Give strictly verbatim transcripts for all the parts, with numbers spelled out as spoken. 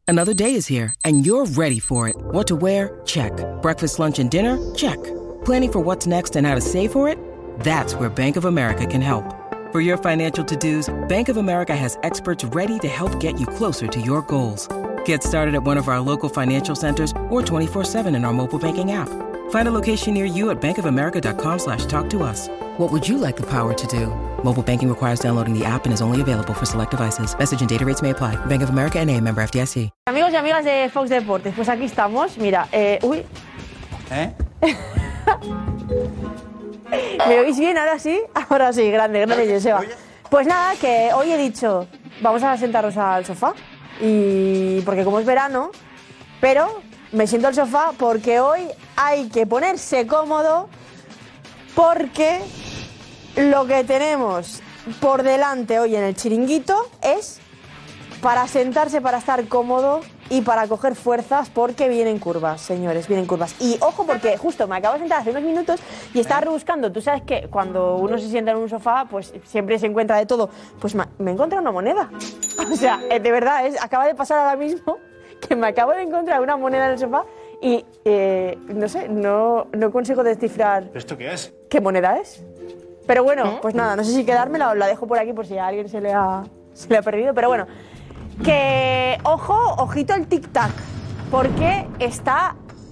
Another day is here, and you're ready for it. What to wear? Check. Breakfast, lunch, and dinner? Check. Planning for what's next and how to save for it? That's where Bank of America can help. For your financial to-dos, Bank of America has experts ready to help get you closer to your goals. Get started at one of our local financial centers or twenty-four seven in our mobile banking app. Find a location near you at bankofamerica.com slash talk to us. What would you like the power to do? Mobile banking requires downloading the app and is only available for select devices. Message and data rates may apply. Bank of America N A, member F D I C. Amigos y amigas de Fox Deportes, pues aquí estamos. Mira, eh, uy. ¿Eh? ¿Me oís bien ahora sí? Ahora sí, grande, grande, Joseba. Pues nada, que hoy he dicho, vamos a sentarnos al sofá. Y porque como es verano, pero me siento al sofá porque hoy hay que ponerse cómodo porque lo que tenemos por delante hoy en el chiringuito es para sentarse, para estar cómodo y para coger fuerzas porque vienen curvas, señores, vienen curvas. Y ojo porque justo me acabo de sentar hace unos minutos y estaba rebuscando. Tú sabes que cuando uno se sienta en un sofá, pues siempre se encuentra de todo. Pues me, me he encontrado una moneda. O sea, de verdad, es, acaba de pasar ahora mismo que me acabo de encontrar una moneda en el sofá y eh, no sé, no, no consigo descifrar. ¿Esto qué es? ¿Qué moneda es? Pero bueno, pues nada, no sé si quedármela o la dejo por aquí por si a alguien se le ha, se le ha perdido. Pero bueno, que ojo, ojito el tic-tac, porque está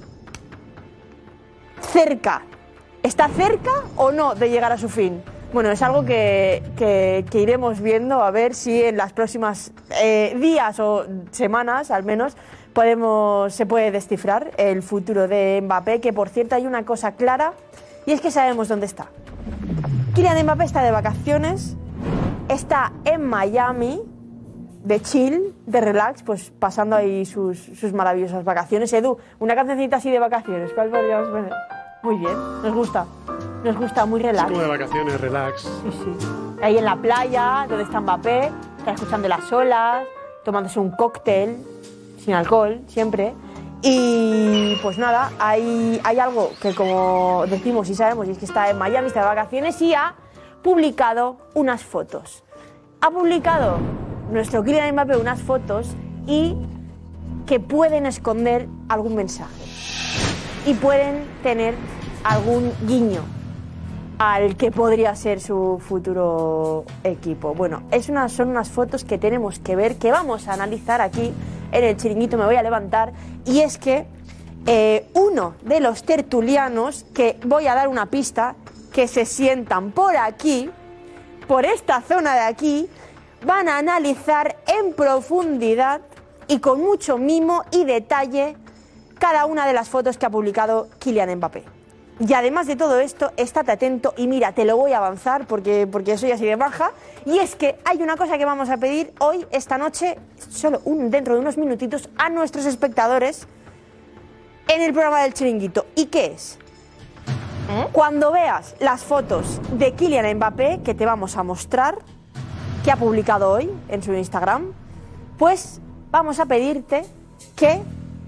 cerca. ¿Está cerca o no de llegar a su fin? Bueno, es algo que, que, que iremos viendo a ver si en las próximas eh, días o semanas, al menos, podemos, se puede descifrar el futuro de Mbappé, que por cierto hay una cosa clara y es que sabemos dónde está. Kylian Mbappé está de vacaciones, está en Miami, de chill, de relax, pues pasando ahí sus, sus maravillosas vacaciones. Edu, una cancioncita así de vacaciones, ¿cuál podríamos poner? Muy bien, nos gusta, nos gusta, muy relax. Como de vacaciones, relax. Sí, sí. Ahí en la playa, donde está Mbappé, está escuchando las olas, tomándose un cóctel, sin alcohol, siempre. Y pues nada, hay, hay algo que como decimos y sabemos, y es que está en Miami, está de vacaciones y ha publicado unas fotos. Ha publicado nuestro Kylian Mbappé unas fotos y que pueden esconder algún mensaje y pueden tener algún guiño al que podría ser su futuro equipo. Bueno, es una, son unas fotos que tenemos que ver, que vamos a analizar aquí en el chiringuito. Me voy a levantar y es que eh, uno de los tertulianos, que voy a dar una pista, que se sientan por aquí, por esta zona de aquí, van a analizar en profundidad y con mucho mimo y detalle cada una de las fotos que ha publicado Kylian Mbappé. Y además de todo esto, estate atento y mira, te lo voy a avanzar porque, porque soy así de baja. Y es que hay una cosa que vamos a pedir hoy, esta noche, solo un, dentro de unos minutitos, a nuestros espectadores en el programa del Chiringuito. ¿Y qué es? ¿Eh? Cuando veas las fotos de Kylian Mbappé que te vamos a mostrar, que ha publicado hoy en su Instagram, pues vamos a pedirte que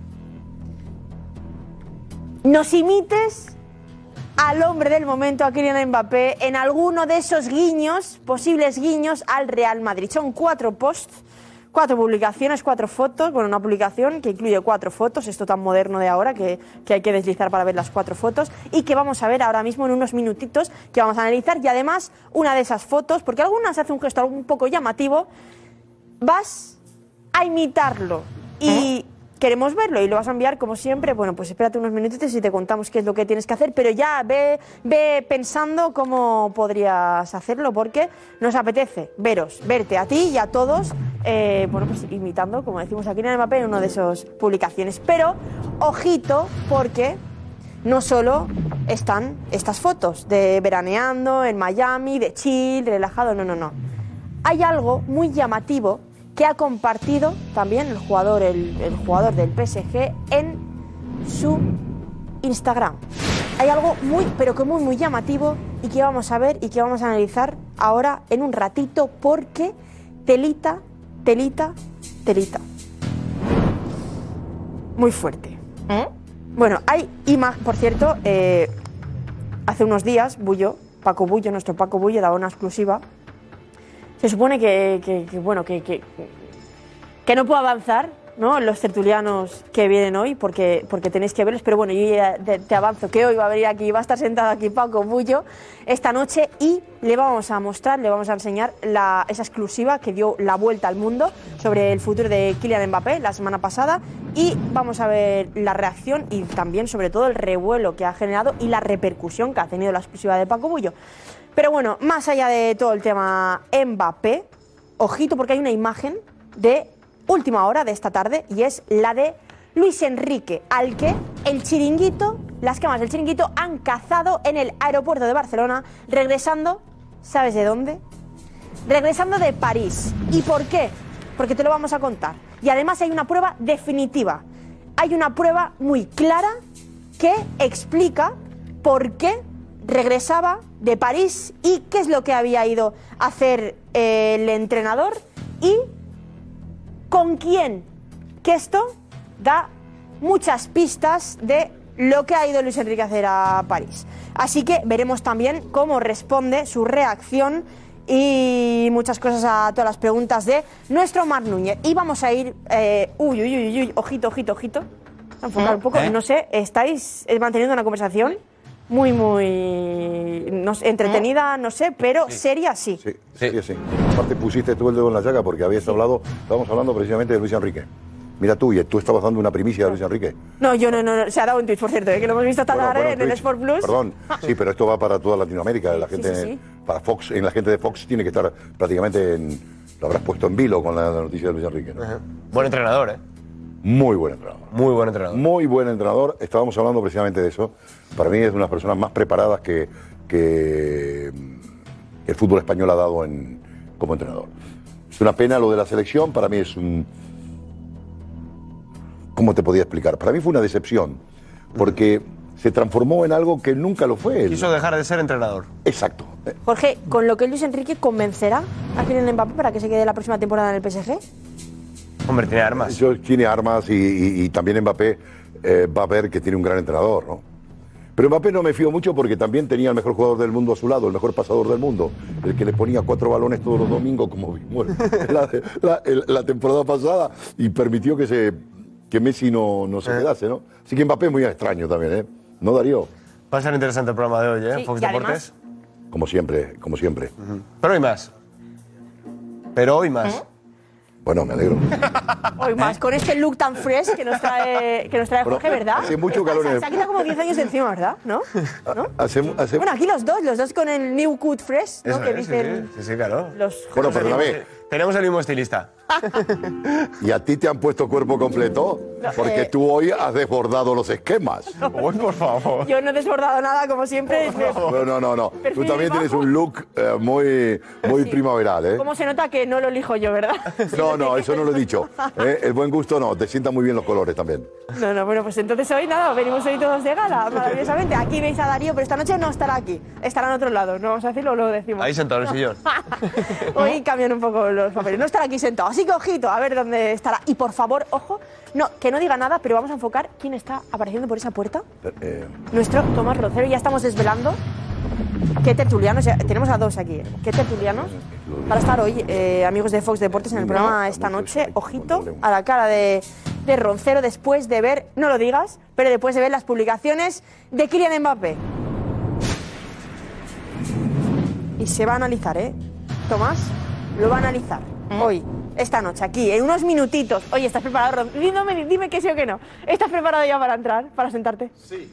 nos imites al hombre del momento, a Kylian Mbappé, en alguno de esos guiños, posibles guiños al Real Madrid. Son cuatro posts, cuatro publicaciones, cuatro fotos, bueno, una publicación que incluye cuatro fotos, esto tan moderno de ahora que, que hay que deslizar para ver las cuatro fotos y que vamos a ver ahora mismo en unos minutitos, que vamos a analizar. Y además, una de esas fotos, porque algunas hace un gesto un poco llamativo, vas a imitarlo y queremos verlo y lo vas a enviar como siempre. Bueno, pues espérate unos minutitos y te contamos qué es lo que tienes que hacer, pero ya ve, ve pensando cómo podrías hacerlo, porque nos apetece veros, verte a ti y a todos, eh, bueno, pues imitando, como decimos aquí en el Mbappé, en una de esas publicaciones. Pero ojito, porque no solo están estas fotos de veraneando en Miami, de chill, relajado, no, no, no. Hay algo muy llamativo que ha compartido también el jugador, el, el jugador del P S G en su Instagram. Hay algo muy, pero que muy, muy llamativo y que vamos a ver y que vamos a analizar ahora en un ratito, porque telita, telita, telita. Muy fuerte. ¿Eh? Bueno, hay imágenes, por cierto, eh, hace unos días, Bullo, Paco Bullo, nuestro Paco Bullo, daba una exclusiva. Se supone que, que, que bueno, que, que, que no puedo avanzar ¿no? Los tertulianos que vienen hoy, porque, porque tenéis que verlos, pero bueno, yo ya te, te avanzo que hoy va a venir aquí, va a estar sentado aquí Paco Bullo esta noche y le vamos a mostrar, le vamos a enseñar la, esa exclusiva que dio la vuelta al mundo sobre el futuro de Kylian Mbappé la semana pasada y vamos a ver la reacción y también sobre todo el revuelo que ha generado y la repercusión que ha tenido la exclusiva de Paco Bullo. Pero bueno, más allá de todo el tema Mbappé, ojito porque hay una imagen de última hora de esta tarde y es la de Luis Enrique, al que el chiringuito, las cámaras del chiringuito han cazado en el aeropuerto de Barcelona, regresando, ¿sabes de dónde? Regresando de París. ¿Y por qué? Porque te lo vamos a contar. Y además hay una prueba definitiva. Hay una prueba muy clara que explica por qué regresaba de París y qué es lo que había ido a hacer eh, el entrenador y con quién, que esto da muchas pistas de lo que ha ido Luis Enrique a hacer a París. Así que veremos también cómo responde, su reacción y muchas cosas a todas las preguntas de nuestro Marc Núñez. Y vamos a ir, eh, uy, uy, uy, uy, ojito, ojito, ojito, a enfocar un poco, ¿Eh? no sé, estáis manteniendo una conversación muy, muy no sé, entretenida, no sé, pero sí. seria sí. Sí, sí, sí. Aparte pusiste tú el dedo en la llaga porque habías sí. hablado, estábamos hablando precisamente de Luis Enrique. Mira tú, y tú estabas dando una primicia de Luis Enrique. No, yo no, no, no, se ha dado un tweet, por cierto, ¿eh? que lo hemos visto esta bueno, tarde bueno, en Twitch, el Sport Plus. Perdón, sí, pero esto va para toda Latinoamérica. La gente, sí, sí, sí. para Fox, en la gente de Fox tiene que estar prácticamente en, lo habrás puesto en vilo con la noticia de Luis Enrique, ¿no? Uh-huh. Buen entrenador, ¿eh? Muy buen entrenador. Muy buen entrenador. Muy buen entrenador. Estábamos hablando precisamente de eso. Para mí es de unas personas más preparadas que, que el fútbol español ha dado en, como entrenador. Es una pena lo de la selección. Para mí es un... ¿Cómo te podía explicar? Para mí fue una decepción. Porque se transformó en algo que nunca lo fue. Quiso dejar de ser entrenador. Exacto. Jorge, ¿con lo que Luis Enrique convencerá a Kylian Mbappé para que se quede la próxima temporada en el P S G? Hombre, tiene armas. Yo, tiene armas y, y, y también Mbappé eh, va a ver que tiene un gran entrenador, ¿no? Pero Mbappé no me fío mucho porque también tenía el mejor jugador del mundo a su lado, el mejor pasador del mundo, el que le ponía cuatro balones todos los domingos, como vimos la, la, la, la temporada pasada, y permitió que, se, que Messi no, no se quedase, ¿no? Así que Mbappé es muy extraño también, ¿eh? ¿No, Darío? Va a ser interesante el programa de hoy, ¿eh? Sí, Fox y Deportes. además... Como siempre, como siempre. Uh-huh. Pero hoy más. Pero hoy más. ¿Eh? Bueno, me alegro. Hoy más, ¿Eh? con este look tan fresh que nos trae, que nos trae Jorge, ¿verdad? Hace mucho calor. Se, se ha quitado como diez años de encima, ¿verdad? ¿No? ¿No? Hace, hace... Bueno, aquí los dos, los dos con el New Cut Fresh, ¿no? Eso que es, dicen sí, sí, sí, claro. Los bueno, perdóname. Tenemos el mismo estilista. ¿Y a ti te han puesto cuerpo completo? Porque eh, tú hoy has desbordado los esquemas. No, uy, por favor. Yo no he desbordado nada, como siempre. No, no, no. no. Tú también tienes un look eh, muy, muy sí. primaveral, ¿eh? ¿Cómo se nota que no lo elijo yo, verdad? No, no, eso no lo he dicho. ¿eh? El buen gusto no, te sientan muy bien los colores también. No, no, bueno, pues entonces hoy nada, venimos hoy todos de gala, maravillosamente. Aquí veis a Darío, pero esta noche no estará aquí. Estará en otro lado, no vamos a decirlo, lo decimos. Ahí sentado en el sillón. Hoy cambian un poco los papeles. No estará aquí sentado, así que ojito, a ver dónde estará. Y por favor, ojo, no, que no diga nada, pero vamos a enfocar quién está apareciendo por esa puerta. Eh... Nuestro Tomás Roncero. Ya estamos desvelando qué tertulianos, tenemos a dos aquí, qué tertulianos para estar hoy, eh, amigos de Fox Deportes, en el programa esta noche. Ojito a la cara de, de Roncero después de ver, no lo digas, pero después de ver las publicaciones de Kylian Mbappé. Y se va a analizar, ¿eh? Tomás, lo va a analizar hoy, esta noche, aquí, en unos minutitos. Oye, ¿estás preparado? Dime, dime que sí o que no. ¿Estás preparado ya para entrar, para sentarte? Sí.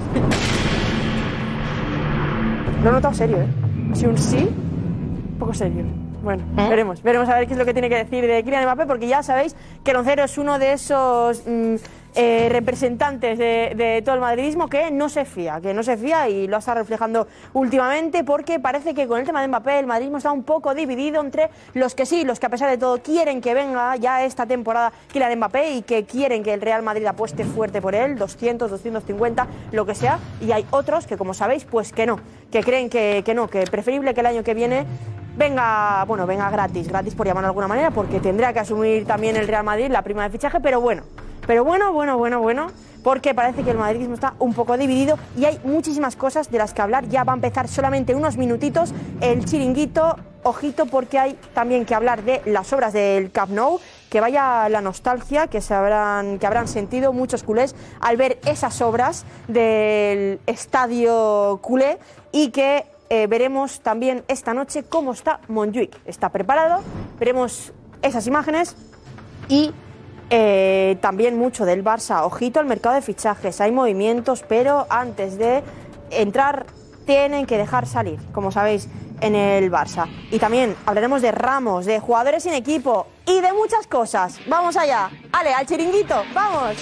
Lo he notado serio, ¿eh? Ha sido un sí, un poco serio. Bueno, ¿Eh? veremos, veremos a ver qué es lo que tiene que decir de Kylian Mbappé, porque ya sabéis que Roncero es uno de esos mmm, eh, representantes de, de todo el madridismo que no se fía, que no se fía y lo está reflejando últimamente, porque parece que con el tema de Mbappé el madridismo está un poco dividido entre los que sí, los que a pesar de todo quieren que venga ya esta temporada Kylian Mbappé y que quieren que el Real Madrid apueste fuerte por él, doscientos, doscientos cincuenta, lo que sea, y hay otros que, como sabéis, pues que no, que creen que, que no, que preferible que el año que viene venga, bueno, venga gratis, gratis por llamarlo de alguna manera, porque tendrá que asumir también el Real Madrid la prima de fichaje, pero bueno, pero bueno, bueno, bueno, bueno, porque parece que el madridismo está un poco dividido y hay muchísimas cosas de las que hablar. Ya va a empezar solamente unos minutitos el chiringuito, ojito, porque hay también que hablar de las obras del Camp Nou, que vaya la nostalgia que, se habrán, que habrán sentido muchos culés al ver esas obras del estadio culé y que eh, veremos también esta noche cómo está Montjuic. Está preparado, veremos esas imágenes y eh, también mucho del Barça. Ojito al mercado de fichajes, hay movimientos, pero antes de entrar tienen que dejar salir, como sabéis, en el Barça. Y también hablaremos de Ramos, de jugadores sin equipo y de muchas cosas. Vamos allá. Ale, al chiringuito, vamos.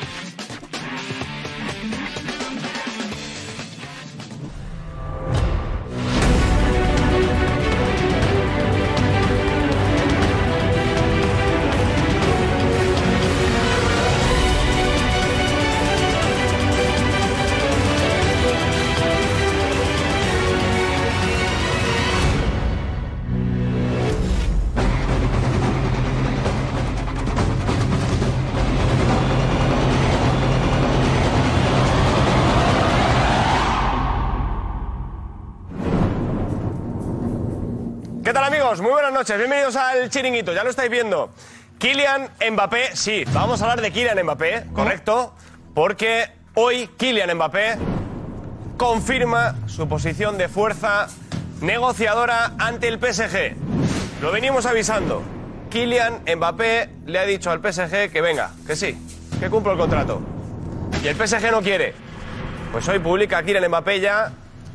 ¿Qué tal, amigos? Muy buenas noches, bienvenidos al Chiringuito. Ya lo estáis viendo. Kylian Mbappé, sí, vamos a hablar de Kylian Mbappé, correcto, porque hoy Kylian Mbappé confirma su posición de fuerza negociadora ante el P S G. Lo venimos avisando. Kylian Mbappé le ha dicho al P S G que venga, que sí, que cumpla el contrato. Y el P S G no quiere. Pues hoy publica Kylian Mbappé ya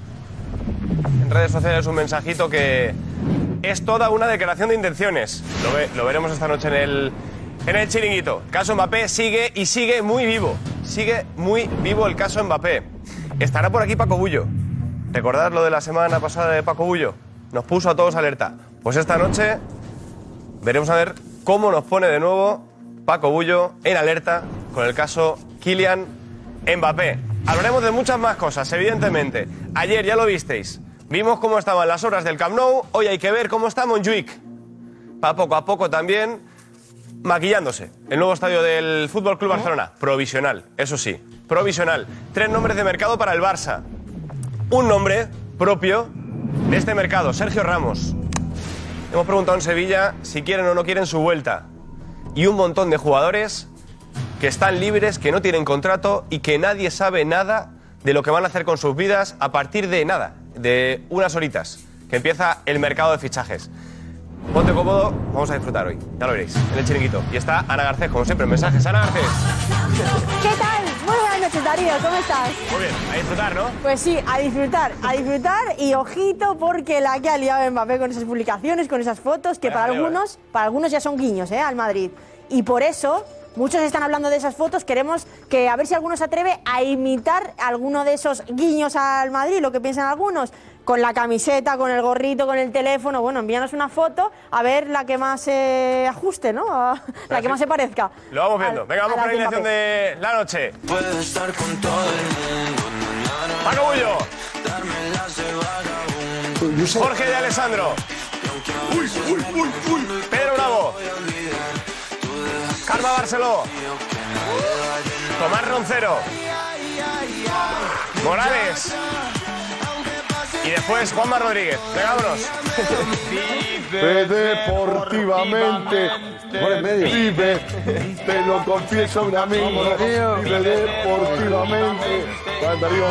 en redes sociales un mensajito que es toda una declaración de intenciones. Lo, ve, lo veremos esta noche en el, en el Chiringuito. El caso Mbappé sigue y sigue muy vivo. Sigue muy vivo el caso Mbappé. Estará por aquí Paco Bullo. ¿Recordad lo de la semana pasada de Paco Bullo? Nos puso a todos alerta. Pues esta noche veremos a ver cómo nos pone de nuevo Paco Bullo en alerta con el caso Kylian Mbappé. Hablaremos de muchas más cosas, evidentemente. Ayer ya lo visteis. Vimos cómo estaban las obras del Camp Nou, hoy hay que ver cómo está Montjuic. Va poco a poco también maquillándose. El nuevo estadio del F C Barcelona, provisional, eso sí, provisional. Tres nombres de mercado para el Barça. Un nombre propio de este mercado, Sergio Ramos. Hemos preguntado en Sevilla si quieren o no quieren su vuelta. Y un montón de jugadores que están libres, que no tienen contrato y que nadie sabe nada de lo que van a hacer con sus vidas a partir de nada, de unas horitas, que empieza el mercado de fichajes. Ponte cómodo, vamos a disfrutar hoy, ya lo veréis, en el Chiringuito. Y está Ana Garcés, como siempre, mensajes. Ana Garcés. ¿Qué tal? Muy buenas noches, Darío, ¿cómo estás? Muy bien, a disfrutar, ¿no? Pues sí, a disfrutar, a disfrutar y ojito porque la que ha liado Mbappé con esas publicaciones, con esas fotos, que para algunos, para algunos ya son guiños, ¿eh? Al Madrid. Y por eso muchos están hablando de esas fotos, queremos que a ver si alguno se atreve a imitar alguno de esos guiños al Madrid, lo que piensan algunos, con la camiseta, con el gorrito, con el teléfono. Bueno, envíanos una foto a ver la que más se eh, ajuste, ¿no? A, la que más se parezca. Lo vamos viendo. Al, Venga, vamos con la alineación de la noche. Puedo estar con todo el mundo. Paco Bullo. Jorge de Alessandro. Uy, uy, uy, uy. Pedro Bravo. Carla Barceló. Tomás Roncero. Morales. Y después Juanma Rodríguez. Venga, vámonos. Vive deportivamente. Vive, te lo confieso un amigo. Vive deportivamente. Darío.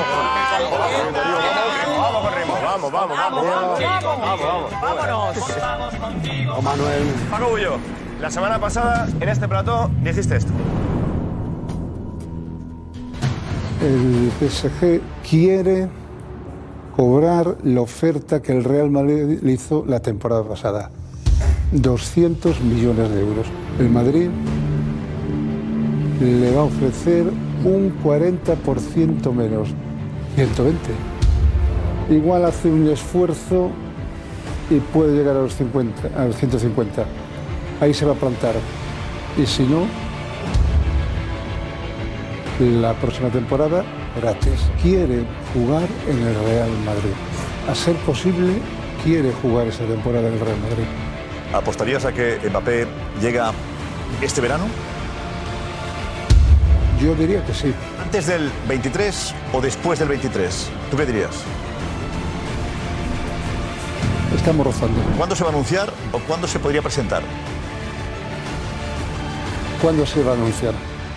Vamos con ritmo. Vamos, vamos, vamos. Vamos, vamos. Vámonos. Vamos, Manuel. Paco Bullo, la semana pasada en este plató dijiste esto. El P S G quiere cobrar la oferta que el Real Madrid le hizo la temporada pasada. doscientos millones de euros. El Madrid le va a ofrecer un cuarenta por ciento menos, ciento veinte. Igual hace un esfuerzo y puede llegar a los cincuenta, a los ciento cincuenta. Ahí se va a plantar. Y si no, la próxima temporada gratis. Quiere jugar en el Real Madrid. A ser posible, quiere jugar esa temporada en el Real Madrid. ¿Apostarías a que Mbappé llega este verano? Yo diría que sí. ¿Antes del veintitrés o después del veintitrés? ¿Tú qué dirías? Estamos rozando. ¿Cuándo se va a anunciar o cuándo se podría presentar? ¿Cuándo se va a anunciar?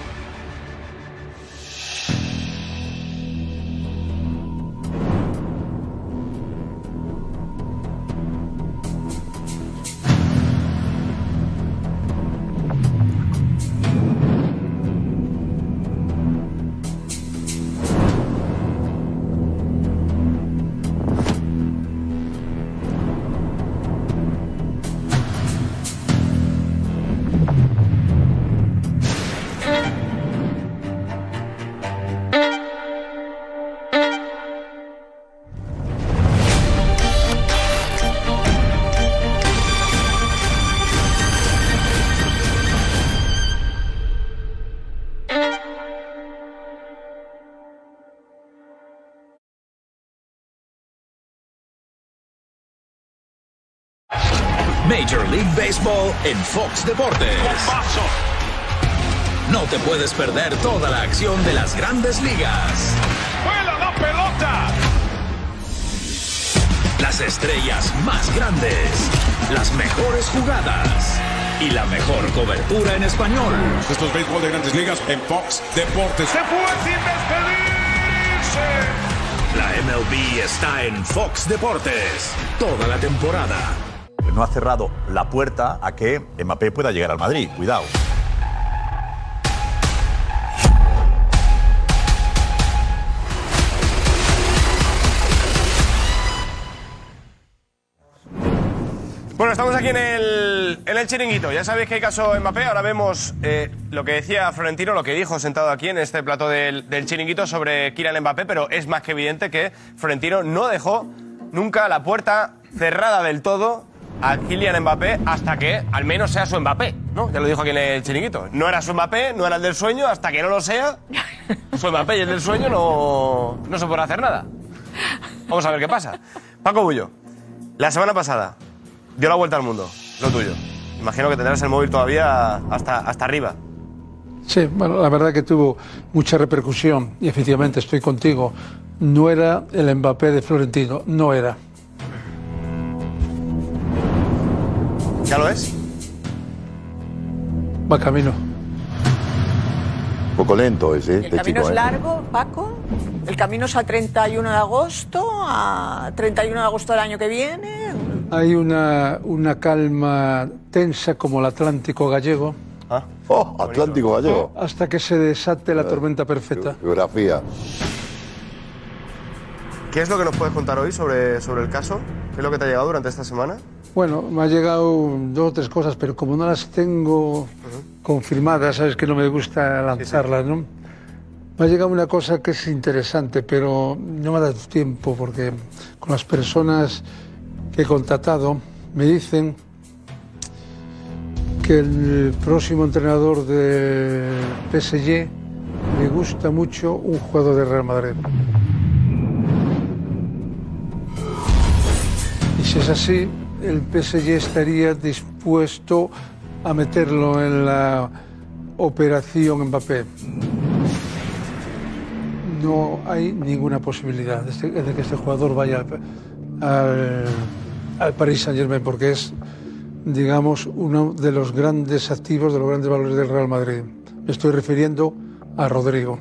Major League Baseball en Fox Deportes. No te puedes perder toda la acción de las grandes ligas. ¡Vuela la pelota! Las estrellas más grandes, las mejores jugadas y la mejor cobertura en español. Esto es béisbol de Grandes Ligas en Fox Deportes. ¡Se fue sin despedirse! La M L B está en Fox Deportes toda la temporada. No ha cerrado la puerta a que Mbappé pueda llegar al Madrid. Cuidado. Bueno, estamos aquí en el, en el chiringuito. Ya sabéis que hay caso Mbappé. Ahora vemos eh, lo que decía Florentino, lo que dijo sentado aquí en este plató del, del chiringuito sobre Kylian Mbappé, pero es más que evidente que Florentino no dejó nunca la puerta cerrada del todo a Kylian Mbappé hasta que al menos sea su Mbappé, ¿no? Ya lo dijo aquí en el chiringuito. No era su Mbappé, no era el del sueño, hasta que no lo sea, su Mbappé y el del sueño no, no se podrá hacer nada. Vamos a ver qué pasa. Paco Bullo, la semana pasada dio la vuelta al mundo, lo tuyo. Imagino que tendrás el móvil todavía hasta, hasta arriba. Sí, bueno, la verdad que tuvo mucha repercusión y efectivamente estoy contigo. No era el Mbappé de Florentino, no era. ¿Ya lo es? Va camino. Un poco lento ese. El este camino chico, es ¿eh? largo, Paco. El camino es a treinta y uno de agosto, a treinta y uno de agosto del año que viene. Hay una, una calma tensa como el Atlántico gallego. Ah, oh, Atlántico gallego. Hasta que se desate la tormenta perfecta. Geografía. ¿Qué es lo que nos puedes contar hoy sobre, sobre el caso? ¿Qué es lo que te ha llegado durante esta semana? Bueno, me ha llegado dos o tres cosas, pero como no las tengo uh-huh. confirmadas, sabes que no me gusta lanzarlas, sí, sí. ¿no? Me ha llegado una cosa que es interesante, pero no me ha dado tiempo porque con las personas que he contactado me dicen que el próximo entrenador de P S G le gusta mucho un jugador de Real Madrid. Y si es así, el P S G estaría dispuesto a meterlo en la operación Mbappé. No hay ninguna posibilidad de, este, de que este jugador vaya al, al, al Paris Saint-Germain, porque es, digamos, uno de los grandes activos, de los grandes valores del Real Madrid. Me estoy refiriendo a Rodrigo.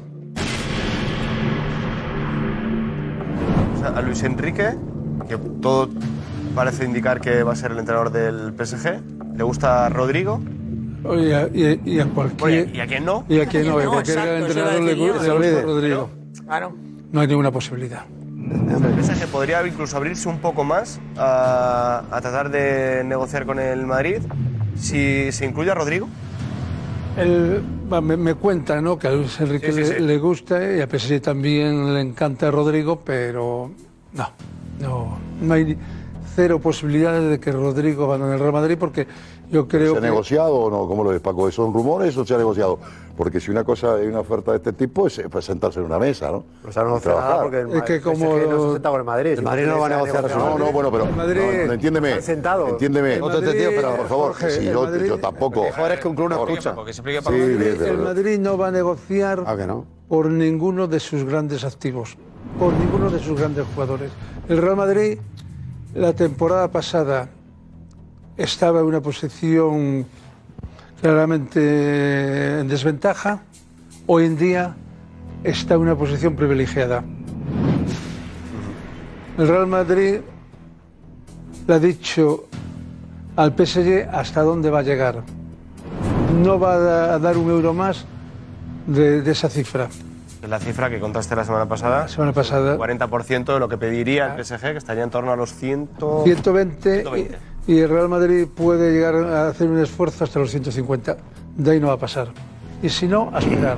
O sea, a Luis Enrique, que todo parece indicar que va a ser el entrenador del P S G, ¿le gusta Rodrigo? Y a, y, y a cualquier... Oye, ¿y a quién no? Y a quien no, no, a cualquier exacto, entrenador le, le gusta Rodrigo. Claro. No hay ninguna posibilidad. ¿El P S G podría incluso abrirse un poco más a, a tratar de negociar con el Madrid si se incluye a Rodrigo? El, me, me cuenta, ¿no?, que a Luis Enrique sí, sí, le, sí. le gusta y a P S G también le encanta a Rodrigo, pero no, no, no hay cero posibilidades de que Rodrigo abandone el Real Madrid, porque yo creo ¿Se ha que... negociado o no? ¿Cómo lo ves, Paco? ¿Son rumores o se ha negociado? Porque si una cosa hay una oferta de este tipo es pues, sentarse en una mesa, ¿no? Pues ahora no hace nada porque el, es que como P S G no se sienta con el Madrid. El Madrid no va a negociar eso. No, no, bueno, pero Madrid, no, no, entiéndeme. Están sentados. Entiéndeme. No te he entendido, pero por favor, Jorge, si el yo, Madrid- yo tampoco. Joder, es que un club no escucha. Porque se explique Sí, para bien, el pero- Madrid no va a negociar ¿Ah, que no? por ninguno de sus grandes activos, por ninguno de sus grandes jugadores. El Real Madrid, la temporada pasada, estaba en una posición claramente en desventaja. Hoy en día está en una posición privilegiada. El Real Madrid le ha dicho al P S G hasta dónde va a llegar. No va a dar un euro más de, de esa cifra. La cifra que contaste la semana pasada. La semana pasada. cuarenta por ciento de lo que pediría el P S G, que estaría en torno a los cien... ciento veinte. Y, y el Real Madrid puede llegar a hacer un esfuerzo hasta los ciento cincuenta. De ahí no va a pasar. Y si no, a esperar.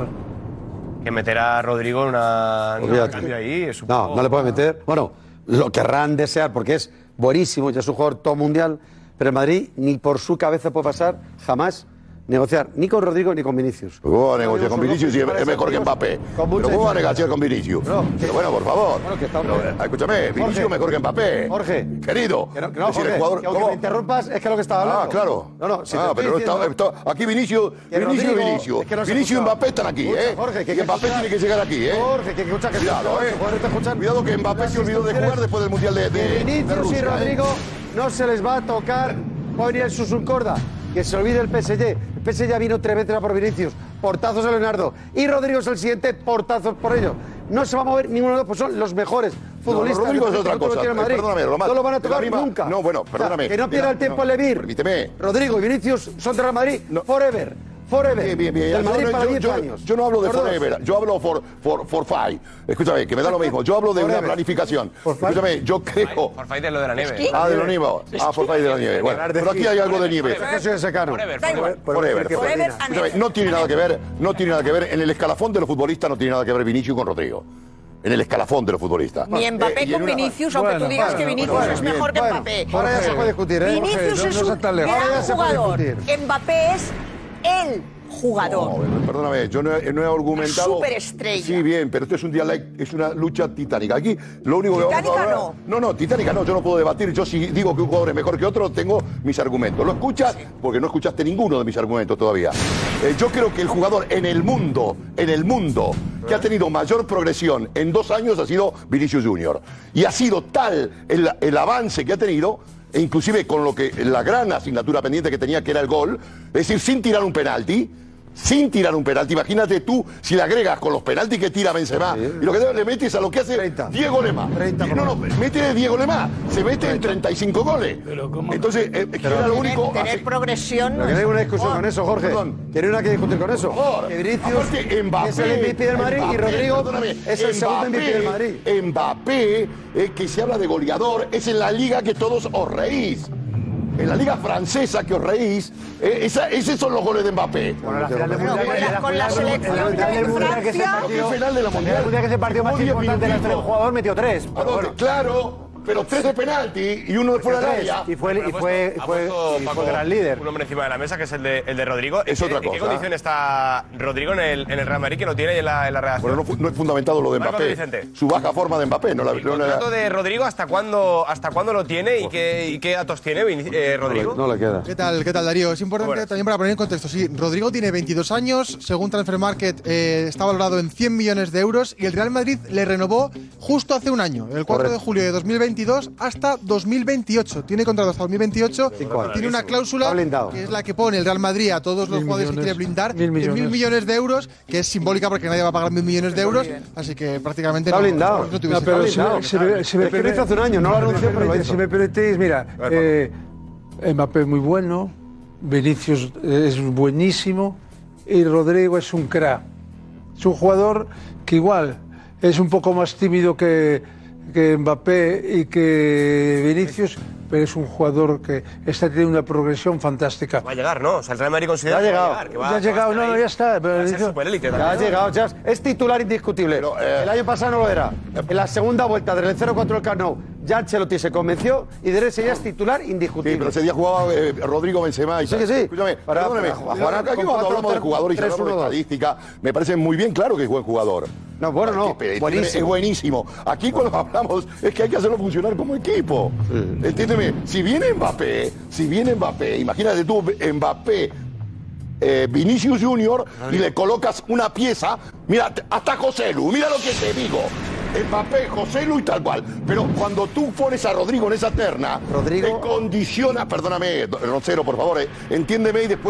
Que meter a Rodrigo en una... una cambio ahí es un No, poco... no le puede meter. Bueno, lo querrán desear porque es buenísimo, ya es un jugador todo mundial, pero el Madrid ni por su cabeza puede pasar jamás negociar ni con Rodrigo ni con Vinicius. ¿Cómo va a negociar con Vinicius si es mejor que Mbappé? ¿Pero cómo va a negociar con Vinicius? Pero bueno, por favor. Pero, escúchame, Vinicius es mejor que Mbappé. Jorge. Querido. Que no, que no, Es decir, Jorge, el jugador- que aunque ¿cómo? me interrumpas, es que lo que estaba hablando. Ah, claro. No, no, si te ah, estoy pero no está, diciendo- está- aquí Vinicius, Que Vinicius y Rodrigo- Vinicius. es que no se Vinicius y escucha. Mbappé están aquí, Escucha, ¿eh? Jorge, que y hay que Mbappé escuchar. tiene que llegar aquí, ¿eh? Jorge, que escucha que Cuidado, escucha, ¿eh? los jugadores te escuchan. Cuidado que Mbappé se olvidó de jugar después del Mundial de, de, Que de Vinicius Rusia, y ¿eh? Rodrigo no se les va a tocar. Va a venir el Susun Corda. Que se olvide el P S G. El P S G ya vino tres veces a por Vinicius. Portazos a Leonardo. Y Rodrigo es el siguiente, portazos por ellos. No se va a mover ninguno de los dos, pues son los mejores futbolistas. No, Rodrigo del es otra futuro cosa. que tiene el Madrid. Eh, perdóname, Román. No lo van a De la tocar misma- nunca. No, bueno, O sea, perdóname. que no pierda el tiempo No, Levir. Permíteme. Rodrigo y Vinicius son de Real Madrid forever. Forever. Bien, bien, bien. Del Yo Madrid no- para yo- diez yo- años. Yo no hablo de Por dos. forever, yo hablo for, for, for five. Escúchame, que me da lo mismo. Yo hablo de una Forever. planificación. Escúchame, yo creo. Por fight de lo de la nieve. Ah, de lo nieve. Ah, por five de la nieve. Bueno, pero aquí hay algo de nieve. Es que soy de secano. Forever, Da igual. Forever. Forever and Escúchame, ever. no tiene nada que ver, no tiene nada que ver. En el escalafón de los futbolistas no tiene nada que ver Vinicius con Rodrigo. En el escalafón de los futbolistas. Ni Mbappé Eh, y en con una- Vinicius, aunque Bueno, tú digas bueno, que Vinicius bueno, es bien, mejor que bueno. Mbappé. Ahora ya se puede discutir, ¿eh? Vinicius Jorge, no- es no un seas tan lejos. gran Ahora ya se puede jugador. discutir. Mbappé es el jugador. No, perdóname, yo no he, no he argumentado. Superestrella. Sí, bien, pero esto es un dialecto, es una lucha titánica. Aquí lo único que vamos a Titánica hablar. no. No, no, titánica no, yo no puedo debatir. Yo si digo que un jugador es mejor que otro, tengo mis argumentos. ¿Lo escuchas? Porque no escuchaste ninguno de mis argumentos todavía. Eh, yo creo que el jugador en el mundo, en el mundo, que ha tenido mayor progresión en dos años ha sido Vinicius Junior. Y ha sido tal el, el avance que ha tenido, e inclusive con lo que la gran asignatura pendiente que tenía, que era el gol, es decir, sin tirar un penalti. Sin tirar un penalti. Imagínate tú si le agregas con los penaltis que tira Benzema y lo que le metes a lo que hace treinta. Diego Lemá. treinta no, no, mete Diego Lemá. Se mete en treinta y cinco goles. Entonces, eh, que era lo único. Tener, tener así- progresión. Pero que no hay una discusión Oh, con eso, Jorge. Perdón. Que no hay nada que discutir con eso. Por favor. Que Vinicius Aparte, Mbappé, es el M V P del Madrid y Mbappé, Rodrigo perdóname, es el segundo M V P del Madrid. Mbappé, eh, que se habla de goleador, es en la liga que todos os reís. En la liga francesa que os reís, eh, esa, esos son los goles de Mbappé. Bueno, la final del Bueno, Mundial- con la- con la selección el Mundial de del Mundial que se Francia- partió- ¿Qué final de la Mundial? El Mundial que se partió más Muy importante de la historia, minutito. un jugador metió tres. ¿A Pero dónde? bueno, Claro, pero tres de penalti y uno de fuera del tres. área. Y fue, y Ha fue, puesto- y ha fue, puesto, y Paco, fue gran líder. Un hombre encima de la mesa que es el de, el de Rodrigo. Es ¿En otra qué- ¿En qué cosa. condición está Rodrigo en el, en el Real Madrid que lo tiene en la, en la redacción? Bueno, no, fu- no es fundamentado lo de Marcos Mbappé. Vicente. Su baja forma de Mbappé. No la, ¿El no la- contrato de Rodrigo hasta cuándo, hasta cuándo lo tiene y qué, y qué datos tiene Vin- eh, Rodrigo? No le queda. ¿Qué tal, ¿Qué tal, Darío? Es importante Buenas. también para poner en contexto. Sí, Rodrigo tiene veintidós años, según Transfer Market eh, está valorado en cien millones de euros y el Real Madrid le renovó justo hace un año, el cuatro de julio de dos mil veintidós hasta dos mil veintiocho. Tiene contrato hasta dos mil veintiocho, años. tiene una cláusula Está blindado. que es la que pone el Real Madrid a todos los Mil jugadores que millones. quiere blindar Mil de mil millones. millones de euros, que es simbólica porque nadie va a pagar mil millones de euros, así que prácticamente Está no, blindado. no tuviese No, pero si, blindado. si me, si me Es que lo hizo hace un año, no lo anunció, pero lo hizo. Si me permitís, mira, eh, Mbappé es muy bueno, Vinicius es buenísimo y Rodrigo es un crack. Es un jugador que igual es un poco más tímido que, que Mbappé y que Vinicius, pero es un jugador que está teniendo una progresión fantástica. Va a llegar, ¿no? O sea, el Real Madrid considera Ya ha que va a llegado. llegar, que va- Ya ha que va a llegado, estar no, ahí. ya está. pero Va a ser dice- superélite Ya ha también. llegado, ya es, es titular indiscutible. Pero, eh, el año pasado no lo era. En la segunda vuelta del cero cuatro del Camp Nou, ya Ancelotti se convenció y de ese ya es titular indiscutible. Sí, pero ese día jugaba eh, Rodrigo Benzema y Sí, que sí. Escúchame, Para- perdóname. para jugar Acá con cuando cuatro, hablamos de tres, jugador y tres, hablamos de uno, dos. estadística, me parece muy bien claro que es buen jugador. No, bueno, no, Aquí, pero, buenísimo. Es buenísimo. Aquí cuando hablamos es que hay que hacerlo funcionar como equipo. Entiéndeme, si viene Mbappé, si viene Mbappé, imagínate tú Mbappé, eh, Vinicius Junior y le colocas una pieza, mira, hasta José Lu, mira lo que te digo. Mbappé, José Lu y tal cual. Pero cuando tú pones a Rodrigo en esa terna, Rodrigo- te condiciona, perdóname, Rosero, por favor, eh, entiéndeme y después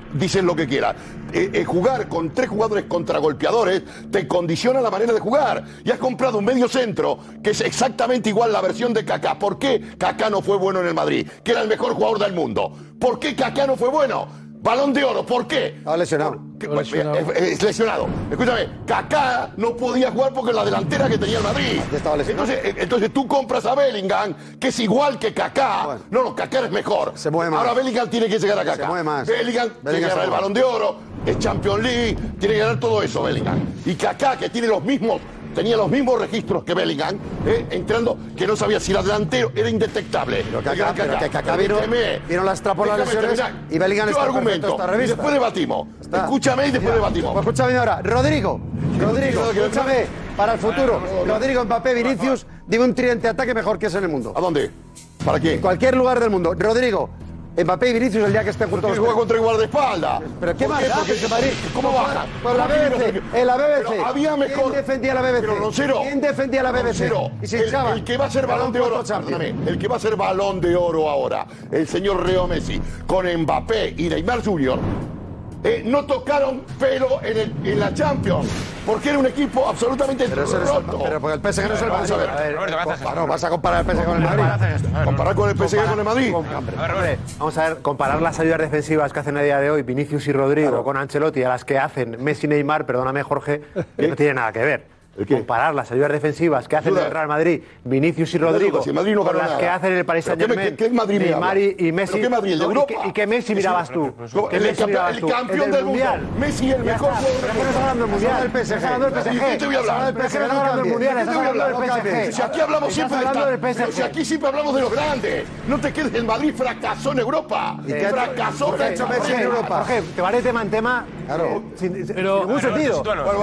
dicen lo que quieran. Eh, eh, jugar con tres jugadores contragolpeadores te condiciona la manera de jugar. Y has comprado un medio centro que es exactamente igual la versión de Kaká. ¿Por qué Kaká no fue bueno en el Madrid? Que era el mejor jugador del mundo. ¿Por qué Kaká no fue bueno? Balón de oro, ¿por qué? Estaba lesionado. ¿Qué, lesionado. Es lesionado. Escúchame, Kaká no podía jugar porque la delantera que tenía el Madrid. Estaba lesionado. Entonces, entonces tú compras a Bellingham, que es igual que Kaká. Bueno. No, no, Kaká es mejor. Se mueve más. Ahora Bellingham tiene que llegar a Kaká. Se mueve más. Bellingham, Bellingham tiene que ganar el Balón de Oro, es Champions League, tiene que ganar todo eso Bellingham. Y Kaká, que tiene los mismos, tenía los mismos registros que Bellingham, eh, entrando, que no sabía si era delantero, era indetectable. Pero Kaká, pero que Kaká vino, vino las trapas las lesiones y Bellingham está perfecto esta revista. Y después debatimos. Está. Escúchame y después Mira, debatimos. Pues escúchame ahora. Rodrigo, Rodrigo, escúchame, para el futuro. Rodrigo, Mbappé, Vinicius, dime un tridente de ataque mejor que es en el mundo. ¿A dónde? ¿Para qué? En cualquier lugar del mundo. Rodrigo, Mbappé y Vinicius el día que estén juntos. ¿Por qué juega contra el guardaespaldas? ¿Pero qué más da? ¿Cómo baja? Por la B B C, en la B B C. Pero había mejor. ¿Quién defendía la B B C? Pero Roncero. ¿Quién defendía la B B C? Roncero, Y se el, hinchaban. el que va a ser balón de oro, perdóname, el que va a ser balón de oro ahora, el señor Leo Messi, con Mbappé y Neymar junior, eh, no tocaron pelo en, el, en la Champions, porque era un equipo absolutamente pero roto. Pero porque el P S G no es el Vamos Madrid. a ver. A ver, no, vas a comparar el P S G con el Madrid. Comparar con el P S G con el Madrid. Hombre, vamos a ver, comparar las ayudas defensivas que hacen a día de hoy Vinicius y Rodrigo claro. con Ancelotti a las que hacen Messi y Neymar, perdóname Jorge, que no tiene nada que ver. Comparar las ayudas defensivas que hacen en el Real Madrid, Vinicius y Rodrigo, si Madrid no con las nada. que hacen en el Paris Saint-Germain, Neymar y, y Messi. ¿Qué Madrid? ¿El de no, Europa? ¿Y, qué, ¿Y qué Messi mirabas tú? El, el, el campeón del mundial. Messi el mejor jugador del mundo. Estás hablando del mundial. El P S G. Estás hablando del P S G. ¿Qué te voy a hablar? El P S G no está hablando del mundial. Estás hablando del P S G. Si aquí hablamos siempre del P S G. Si aquí siempre hablamos de los grandes. No te quedes, el Madrid fracasó en Europa. Fracasó ¿Qué ha hecho Messi en Europa? Jorge, te vale tema en tema. Claro. Sin ningún sentido.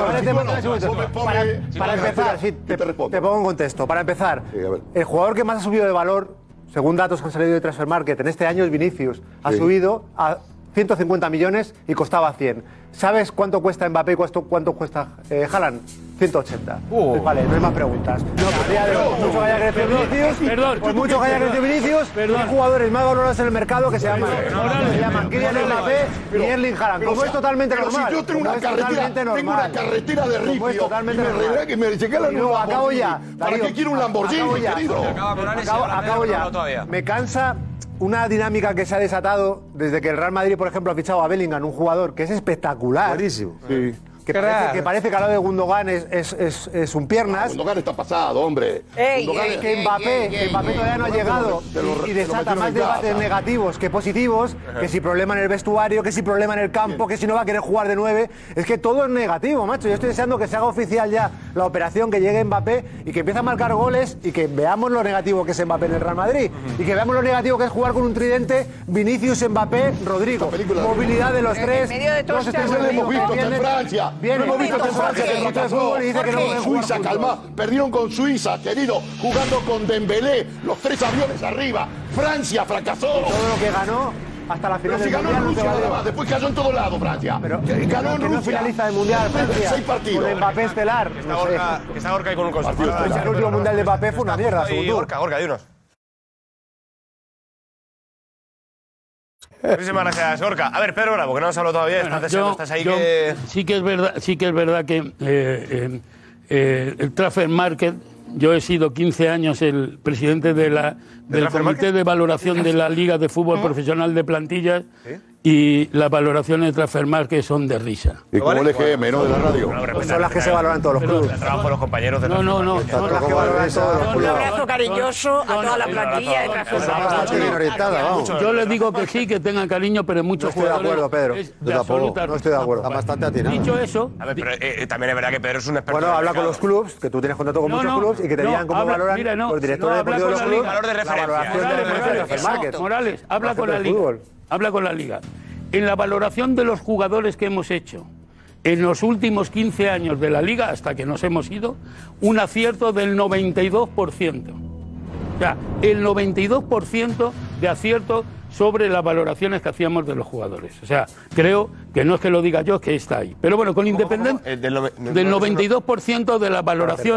Para empezar, sí, te, te pongo en contexto. Para empezar, sí, el jugador que más ha subido de valor, según datos que han salido de Transfer Market en este año, es Vinicius. Ha sí. subido a ciento cincuenta millones y costaba cien. ¿Sabes cuánto cuesta Mbappé y cuánto, cuánto cuesta eh, Haaland? ciento ochenta. Uh. Pues vale, no hay más preguntas. No, a día de hoy, por mucho que haya crecido Vinicius, perdón, por mucho que haya crecido Vinicius, hay jugadores más valorados en el mercado que se llaman, se llaman Kylian Mbappé y Erling Haaland. Como es totalmente pero normal. Si yo tengo una carretera, tengo una carretera de ripio es totalmente y me normal. que me regalan un acabo ya. ¿Para qué quiero un Lamborghini, querido? Acabo ya. Me cansa una dinámica que se ha desatado desde que el Real Madrid, por ejemplo, ha fichado a Bellingham, un jugador que es espectacular. Buenísimo. Sí. Que parece, que parece que al lado de Gundogan es, es, es, es un piernas. Gundogan está pasado, hombre. Ey, ey, que Mbappé, ey, que Mbappé ey, todavía no ha llegado y, y desata más debates negativos que positivos, ajá. Que si problema en el vestuario, que si problema en el campo, que si no va a querer jugar de nueve. Es que todo es negativo, macho. Yo estoy deseando que se haga oficial ya la operación, que llegue Mbappé y que empiece a marcar goles y que veamos lo negativo que es Mbappé en el Real Madrid. Uh-huh. Y que veamos lo negativo que es jugar con un tridente Vinicius, Mbappé, Rodrigo. Movilidad de los en tres. medio de todos estos lo hemos visto en Francia. Viene, hemos visto en Francia que fracasó. Suiza, calma. Perdieron con Suiza, querido. Jugando con Dembélé. Los tres aviones arriba. Francia fracasó. Todo lo que ganó hasta la final pero si del ganó mundial. Rusia nada más. Después cayó en todos lados Francia. Pero que, ganó en que Rusia. No finaliza el mundial Francia. Seis partidos. Con Mbappé estelar. Que está Gorka, que está Gorka ahí con un coso. El último mundial de Mbappé fue una mierda. Gorka, Gorka, dinos. Muchísimas gracias, Gorka. A ver, Pedro Bravo, que no nos habló todavía. Bueno, estás, yo, estás ahí yo, que... Sí que es verdad, sí que es verdad que eh, eh, eh, el Transfer Market, yo he sido quince años el presidente de la, del Comité Market? de Valoración de la Liga de Fútbol Profesional de Plantillas. ¿Sí? Y las valoraciones de Transfer Market son de risa. Y como el E G M, ¿no? De la radio. Pues son las que se valoran todos los clubes. El trabajo de los compañeros de No, no, no. Son las que valoran todos los clubes. Un abrazo cariñoso a toda la plantilla de Transfer. Yo les digo que sí, que tengan cariño, pero muchos jugadores... No estoy de acuerdo, Pedro. De absoluta... No estoy de acuerdo. Está bastante atinado. Dicho eso... A ver, pero eh, también es verdad que Pedro es un experto. Bueno, habla con los clubes, que tú tienes contrato con muchos clubes y que te digan cómo valoran los directores deportivos de los clubes. Valor de referencia. Morales, habla con la Liga. Habla con la Liga. En la valoración de los jugadores que hemos hecho en los últimos quince años de la Liga, hasta que nos hemos ido, un acierto del noventa y dos por ciento. O sea, el noventa y dos por ciento de acierto sobre las valoraciones que hacíamos de los jugadores. O sea, creo que no es que lo diga yo, es que está ahí. Pero bueno, con independencia del noventa y dos por ciento de las valoraciones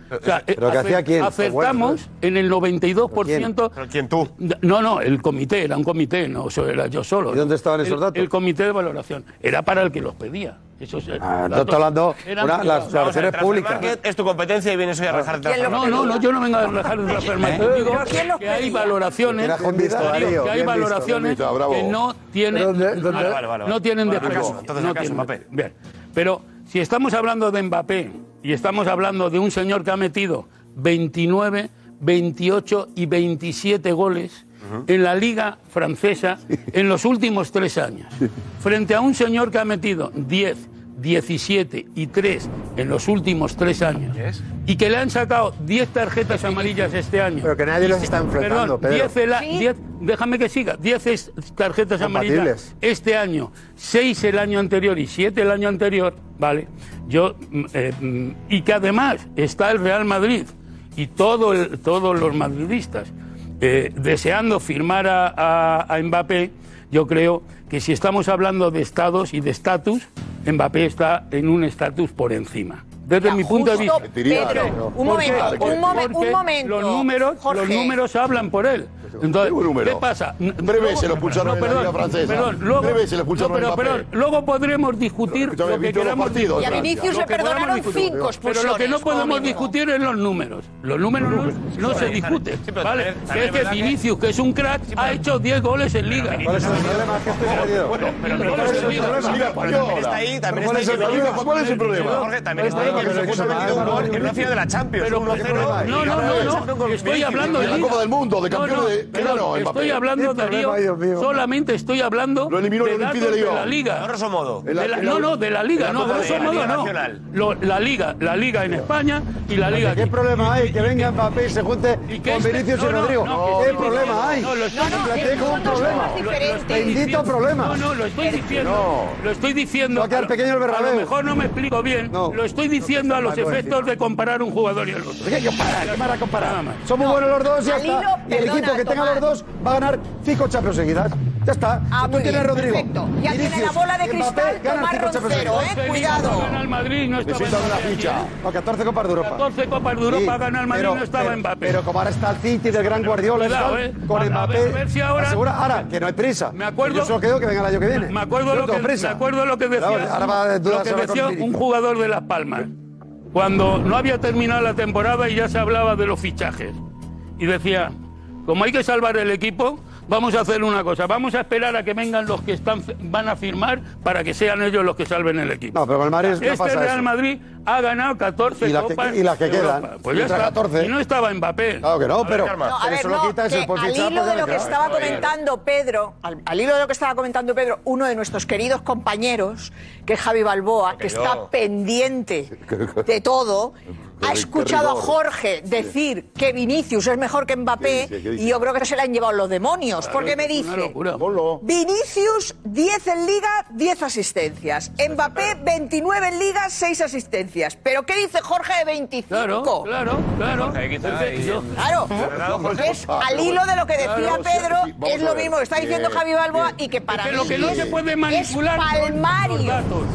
O sea, ¿Pero qué hacía quién? acertamos en el noventa y dos por ciento. ¿Pero quién tú? No, no, el comité, era un comité, no eso era yo solo. ¿Y dónde estaban esos el, datos? El comité de valoración. Era para el que los pedía. Eso es, ah, no estoy hablando eran una, las privados. valoraciones públicas. Es tu competencia y vienes hoy a rajar de No, no, no, no, yo no vengo a rajar de transfermarket. Yo digo ¿Quién los que hay pedía? valoraciones, Bien visto, Darío, que hay bien visto, valoraciones bien visto, bravo. que no tienen, ¿Dónde- dónde- no, Vale, vale, vale. no tienen Bueno, desperdicio. acaso, entonces No acaso, tienen. Mbappé. Bien, pero si estamos hablando de Mbappé y estamos hablando de un señor que ha metido veintinueve, veintiocho y veintisiete goles en la liga francesa en los últimos tres años, frente a un señor que ha metido diez, diecisiete y tres en los últimos tres años y que le han sacado diez tarjetas amarillas este año. Pero que nadie los está enfrentando, Perdón, Pedro. diez el a- Sí. diez, déjame que siga, diez es- tarjetas amarillas Compatibles. este año, seis el año anterior y siete el año anterior, ¿vale? Yo, mm, eh, mm, y que además está el Real Madrid y todo el- todos los madridistas eh, deseando firmar a, a, a Mbappé, yo creo que si estamos hablando de estados y de estatus, Mbappé está en un estatus por encima. Desde Ya, mi punto de justo, vista. Pedro, un ¿Por qué? momento, un, momen- Porque un momento. Los números, Jorge. los números hablan por él. Entonces, ¿Qué número? ¿qué pasa? Tres veces lo expulsaron en la perdón, Liga Francesa. Perdón, luego, Tres veces lo expulsaron no, pero, en Mbappé. perdón, luego podremos discutir Escúchame, lo que vi todos los queramos partidos Y a de discutir. Vinicius Lo le que podamos perdonaron discutir. cinco Pero lo que no expulsiones, podemos como mínimo. discutir es los números. Los números no, no se discuten. Sí, pero ¿Vale? también- Que también es que verdad que- Vinicius, que es un crack, ha hecho diez goles en Liga. ¿Cuál es el problema? ¿Qué estoy perdido? Bueno, Pero pero no ¿cuál es el Liga, problema? Liga También española. está ahí, también ¿Cuál está es el ahí que problema? ¿Cuál es el problema? Jorge, también está ahí que se puso metido un gol en una final de la Champions. Pero, uno cero. no, no, no, no, estoy hablando de de la Liga. Copa del Mundo, de campeón No, no, de- ¿qué perdón, ganó Mbappé? estoy hablando, ¿Qué problema, Darío, Dios mío? solamente estoy hablando Lo eliminó de el Olympique datos de de Lyon. la Liga. A grosso modo. En la- De la- en la- no, no, de la Liga, en la no, Copa grosso de la modo Liga no. Nacional. Lo- la Liga, la Liga en España y la Liga ¿Qué aquí. problema hay? Y- Que y- venga Mbappé y se junte y que con este- Vinicius no, y no, Rodrigo. no, ¿Qué que- problema hay? No, lo estoy- Lo planteé como un son dos problema. cosas diferentes. Bendito diciendo- problema. No, no, lo estoy diciendo. Lo estoy diciendo. Va a quedar pequeño el A Bernabéu. lo mejor no me explico bien. No. Lo estoy diciendo a los Paco, efectos encima. de comparar un jugador y el otro. ¿Qué comparar? ¿Qué van a comparar? Nada más. Somos buenos los dos y ya Al está. hilo, Y el perdona, equipo que tenga Tomás. los dos va a ganar cinco Champions seguidas. Ya está. Ah, Si tú muy tienes bien, Rodrigo, perfecto. Ya tiene Vinicius la bola de y Mbappé, cristal ganan Tomás cinco Champions Roncero, seguidas. ¿eh? Cuidado. Gana el Madrid, no estaba Necesitan una Mbappé aquí, ficha. ¿eh? O catorce Copas de Europa. catorce Copas de Europa Sí, gana el Madrid, pero- no estaba pero- Mbappé. Pero como ahora está el City del gran Guardiola, Cuidado, está, eh. con A Mbappé. ver, a ver si ahora- asegura- ahora, que no hay prisa. Me acuerdo- Yo solo creo que venga el año que viene. Me acuerdo, Yo lo no que, tengo prisa. me acuerdo lo que decía, Ahora, ahora va a lo dudas que ahora con decía Vini. un jugador de Las Palmas. Cuando no había terminado la temporada y ya se hablaba de los fichajes. Y decía, como hay que salvar el equipo, vamos a hacer una cosa. Vamos a esperar a que vengan los que están, van a firmar para que sean ellos los que salven el equipo. No, pero con el Madrid no Este pasa Real eso. Madrid ha ganado catorce Y las que- copas y las que de quedan. Europa. Pues ya Otras está. catorce. Y no estaba Mbappé. Claro que no, pero, Karma. No, a pero ver, eso lo no, quitas que el por al fichar, hilo pues de ya lo que me queda. estaba comentando Pedro, al, al hilo de lo que estaba comentando Pedro, uno de nuestros queridos compañeros, que es Javi Balboa, que yo- está pendiente de todo, ha escuchado a Jorge decir que Vinicius es mejor que Mbappé ¿Qué dice? ¿Qué dice? y yo creo que se le han llevado los demonios, porque me Es una dice... locura. Ponlo. Vinicius, diez en Liga, diez asistencias. Mbappé, veintinueve en Liga, seis asistencias. ¿Pero qué dice Jorge de veinticinco? Claro, claro, claro. Jorge, quita Es que ahí. yo- Claro, Verdad, porque es al hilo de lo que decía Claro, sí, Pedro, sí, vamos es a lo ver. mismo que está diciendo Bien, Javi Balboa bien. y que para que mí lo que no se puede manipular es son palmario. los datos.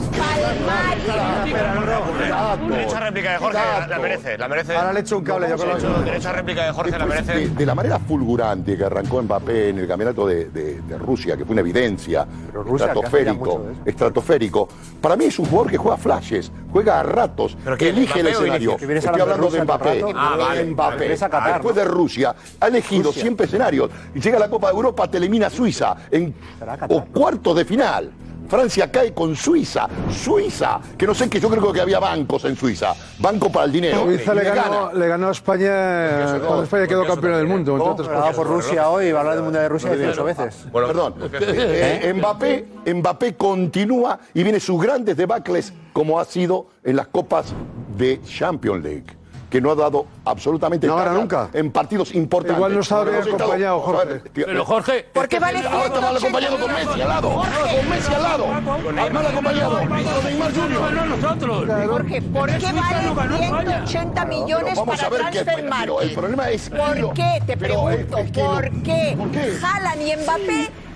Palmario. Derecho a réplica de Jorge, la, la merece, la merece. Ahora le echo un cable yo con los Derecho, derecho a réplica de Jorge, la Después, merece. de, de la manera fulgurante que arrancó Mbappé en el campeonato de, de- de Rusia, que fue una evidencia, Pero Rusia, que hace ya estratosférico, mucho de eso. estratosférico, para mí es un jugador que juega flashes, juega a ratos, ¿Pero que qué, elige el Mbappé o escenario. Vinicius? Que vienes Estoy hablando hablando de de Rusia Mbappé. todo el rato. Ah, vale. Mbappé. Regresa a Qatar, Después ¿no? de Rusia, ha elegido Rusia. siempre escenarios y llega a la Copa de Europa, te elimina Suiza en Será Qatar, o cuartos de final. Francia cae con Suiza. Suiza, que no sé qué, yo creo que había bancos en Suiza. Banco para el dinero. Suiza Y le le ganó, gana. le ganó a España cuando España quedó campeona del mundo, entre otras Ganado cosas. por Rusia hoy y va a hablar del Mundial de Rusia dieciocho veces. Bueno, perdón. Eh, eh, Mbappé, Mbappé continúa y viene sus grandes debacles como ha sido en las copas de Champions League, que no ha dado absolutamente No gana nada nunca. en partidos importantes. Igual no sabe Hemos estado- acompañado, Jorge. A ver, tío, Pero Jorge... ¿Por qué vale ahora está mal acompañado con Messi al lado. Con Messi al lado. Mal acompañado. Con Neymar junior Bueno, nosotros. Jorge, ¿por qué Suiza vale no ganó ciento España. ochenta millones Vamos para a ver qué, Transfer pero el Market? problema es ¿Por lo- qué? Te pero pregunto, es que lo- ¿por qué ¿por qué? Haaland y Mbappé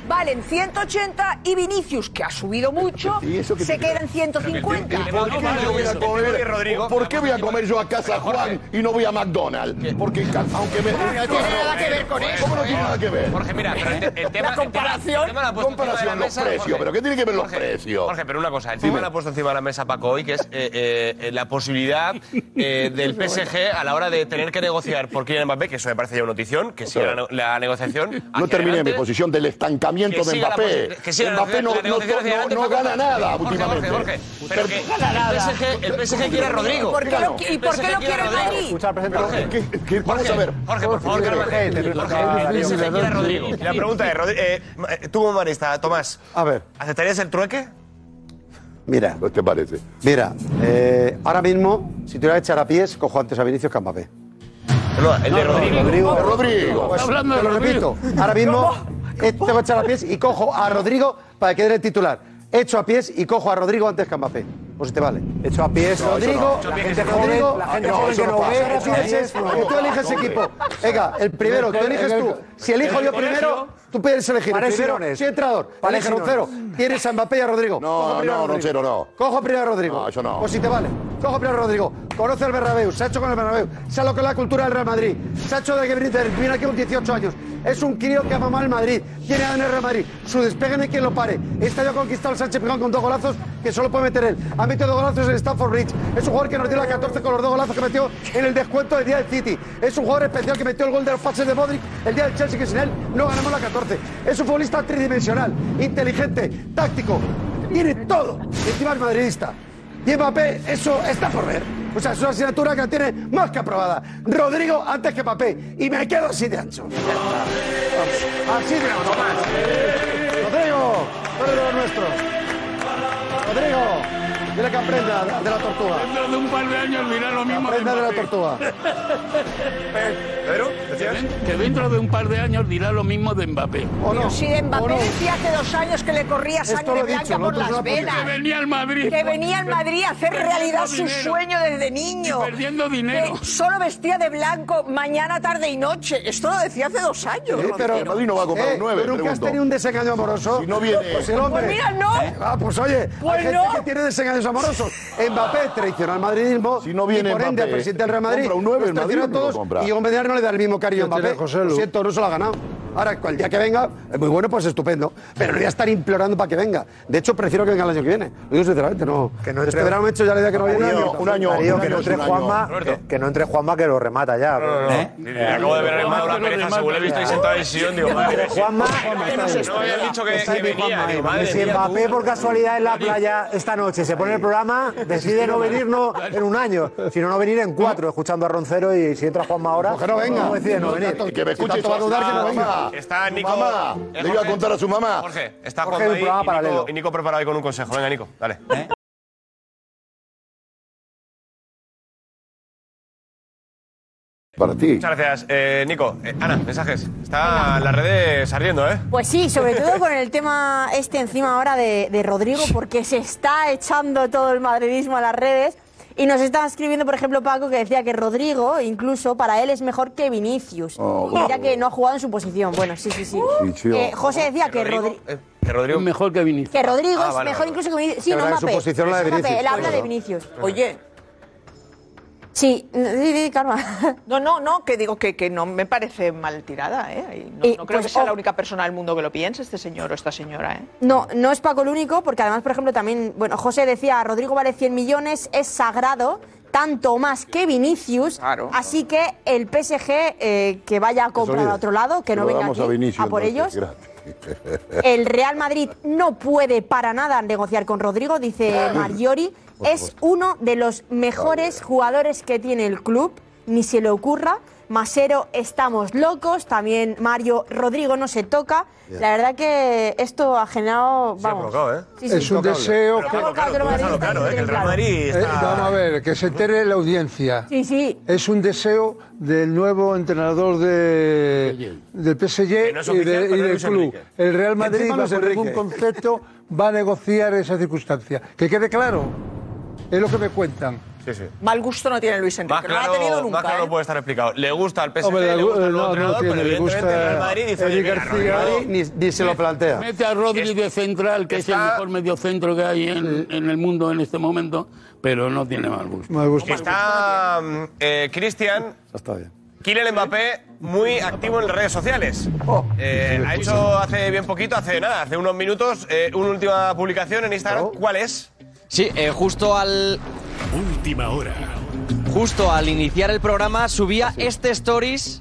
valen ciento ochenta y Vinicius, que ha subido mucho, se queda en ciento cincuenta. ¿Por qué yo voy a comer, ¿por qué voy a comer yo a casa Juan y no voy a McDonald's? Porque aunque me... No tiene nada que ver con eso. ¿Cómo no tiene nada que ver? Jorge, mira, pero el, el tema... La comparación... El tema lo ha puesto encima de la Comparación, los mesa, precios. Jorge. ¿Pero qué tiene que ver los Jorge, precios? Jorge, pero una cosa. El tema lo ha puesto encima de la mesa Paco hoy, que es eh, eh, la posibilidad eh, del P S G a la hora de tener que negociar por Kylian Mbappé, que eso me parece ya una notición, que siga la, la negociación. No termine mi posición del estancamiento de Mbappé. Mbappé no, no, no, no gana nada últimamente. Jorge, Jorge, pero que el P S G, el P S G quiere a Rodrigo. ¿Por qué lo, ¿Y por qué lo quiere el Madrid? Jorge, vamos a ver. Jorge, por favor, que no me Jorge, el P S G quiere a Rodrigo. Y la pregunta es, eh, tú como marista, Tomás, A ver, ¿aceptarías el trueque? mira, ¿Qué te parece? mira, eh, ahora mismo, si tuviera que echar a pies, cojo antes a Vinicius que a Mbappé. No, el de Rodrigo. Rodrigo, De Rodrigo. Pues, hablando de te lo Rodrigo. repito, ahora mismo eh, tengo que echar a pies y cojo a Rodrigo para que quede el titular. Echo a pies y cojo a Rodrigo antes que a Mbappé. Pues si te vale. Hecho a pies, Rodrigo, la gente Rodrigo, joven, la gente no, joven eso que no no pasa. ve, Ahora echo a pies, pies, que tú eliges equipo. Venga, el primero, tú eliges tú. Si elijo yo primero, tú puedes elegir. El Parece primero, Sirones. soy entrenador. Parece Elige Roncero. Tienes a Mbappé y a Rodrigo. No, Cojo primero a no, Rodrigo. Roncero, no. Cojo primero a Rodrigo. No, eso no. Pues si te vale. Cojo primero a Rodrigo. Conoce el Bernabéu, se ha hecho con el Bernabéu, sabe lo que es la cultura del Real Madrid, se ha hecho de que viene aquí con dieciocho años. Es un crío que ama mal el Madrid, tiene A D N el Real Madrid. Su despegue no hay quien lo pare. Este año ha conquistado el Sánchez Pizjuán con dos golazos que solo puede meter él. Ha metido dos golazos en Stamford Bridge. Es un jugador que nos dio la catorce con los dos golazos que metió en el descuento del día del City. Es un jugador especial que metió el gol de los pases de Modric el día del Chelsea, que sin él no ganamos la catorce. Es un futbolista tridimensional, inteligente, táctico. Tiene todo. Y encima es madridista. Y Mbappé, eso está por ver. O sea, es una asignatura que la tiene más que aprobada. Rodrigo antes que Mbappé. Y me quedo así de ancho. Vamos. Así de ancho. Rodrigo, tú eres de los nuestros. Rodrigo, dile que aprenda de la tortuga. Dentro de un par de años dirá lo mismo de Aprenda de la Mbappé. tortuga. Pedro, ¿decías? Que dentro de un par de años dirá lo mismo de Mbappé. ¿O no? Pero si de ¿O Mbappé no? decía hace dos años que le corría Esto sangre lo he dicho, blanca no por te las lo puedo venas. Que venía al Madrid. Que venía al Madrid a hacer Perdiendo realidad su dinero. sueño desde niño. Y perdiendo dinero. Que solo vestía de blanco mañana, tarde y noche. Esto lo decía hace dos años. Sí, pero El Madrid no va a comprar eh, un nueve, ¿tú nunca has pregunto. tenido un desengaño amoroso? Si no viene- Pues el hombre. Pues mira, no. Ah, pues oye, Pues hay gente no. que tiene desengaños amorosos. Mbappé traiciona al madridismo. Si no viene y por ende, Mbappé, el presidente del Real Madrid compra un nueve, los el Madrid traiciona a no lo todos compra. y Hugo Medina no le da el mismo cariño a Ya tiene Mbappé. José Lo Lu. siento, no se lo ha ganado. Ahora, el día que venga, es muy bueno, pues estupendo. Pero no voy a estar implorando para que venga. De hecho, prefiero que venga el año que viene. Lo digo sinceramente, no. Que no este entre- verano me he hecho ya la idea que no viene. Darío, un año, Darío, un que año no es entre un año. Juanma, Roberto. que, que no entre Juanma, que lo remata ya. No, no, no. ¿Eh? Eh, Acabo de ver el Madrid una pereza, según le he visto ahí sentado en el sillón, digo, madre mía. Juanma, No me habían dicho que, Está que ahí venía, Juanma, digo, eh. madre Si mía, Mbappé tú. por casualidad en la playa esta noche se pone el programa, decide no venir no en un año, sino no venir en cuatro, escuchando a Roncero, y si entra Juanma ahora, Pues que no venga. ¿cómo decide no venir? Que me Si escuche tanto va a dudar, que no venga. mamá. Está Su Nico. mamá. eh, Le iba a Jorge. contar a su mamá. Jorge, está Jorge, Juanma un ahí programa y Nico, paralelo. y Nico preparado ahí con un consejo. Venga, Nico, dale. Para ti. Muchas gracias, eh, Nico. Eh, Ana, mensajes. Está las redes ardiendo, ¿eh? Pues sí, sobre todo con el tema este encima ahora de, de Rodrigo, porque se está echando todo el madridismo a las redes. Y nos está escribiendo, por ejemplo, Paco, que decía que Rodrigo, incluso para él, es mejor que Vinicius. Oh, y mira que no ha jugado en su posición. Bueno, sí, sí, sí. Sí, tío. Eh, José decía que Rodrigo, eh, que Rodrigo Es mejor que Vinicius. que Rodrigo Ah, es vale, mejor vale. incluso que Vinicius. Sí, Que no habla de su Mbappé. posición, la de Es Mbappé, Vinicius. él habla Claro. de Vinicius. Oye, Sí, sí, sí, Karma. no, no, no, que digo que, que no me parece mal tirada, ¿eh? Y no, Y, no creo pues, que sea oh. la única persona del mundo que lo piense, este señor o esta señora, ¿eh? No, no es Paco el único, porque además, por ejemplo, también, bueno, José decía, Rodrigo vale cien millones, es sagrado, tanto más que Vinicius, Claro. así que el P S G eh, que vaya a comprar olvide. a otro lado, que no Lo venga damos aquí a Vinicius, a por entonces, ellos. gratis. El Real Madrid no puede para nada negociar con Rodrigo, dice Mariori, es uno de los mejores jugadores que tiene el club, ni se le ocurra. Masero, estamos locos. También Mario, Rodrigo no se toca. La verdad que esto ha generado. Se ha Vamos. provocado, ¿eh? Sí, sí. Es un deseo Se ha que... volcado todo el Déjalo madridismo, claro, ¿eh? Que el Real claro. Madrid Eh, está... vamos a ver, que se entere la audiencia. Sí, sí. Es un deseo del nuevo entrenador de, del P S Que no G es y, de- oficial, y pero del Luis club. Enrique. El Real Madrid, Encima Luis bajo ningún Enrique. concepto, va a negociar esa circunstancia. Que quede claro, es lo que me cuentan. Sí, sí. Mal gusto no tiene Luis Enrique, Más claro, no lo ha tenido nunca. más claro ¿eh? puede estar explicado. Le gusta al P S G, Hombre, le gusta el no, nuevo no entrenador, tiene, pero le evidentemente gusta el Real Madrid dice, Eric oye, mira, García, Rodrigo, ni, ni se lo plantea. Mete a Rodri de central, que es el mejor mediocentro que hay en, en el mundo en este momento, pero no tiene mal gusto. Mal gusto. Está eh, Cristian, Está bien. Kylian Mbappé, muy activo en las redes sociales. Eh, ha hecho hace bien poquito, hace nada, hace unos minutos, eh, una última publicación en Instagram. ¿Cuál es? Sí, eh, justo al... Última hora. Justo al iniciar el programa subía este stories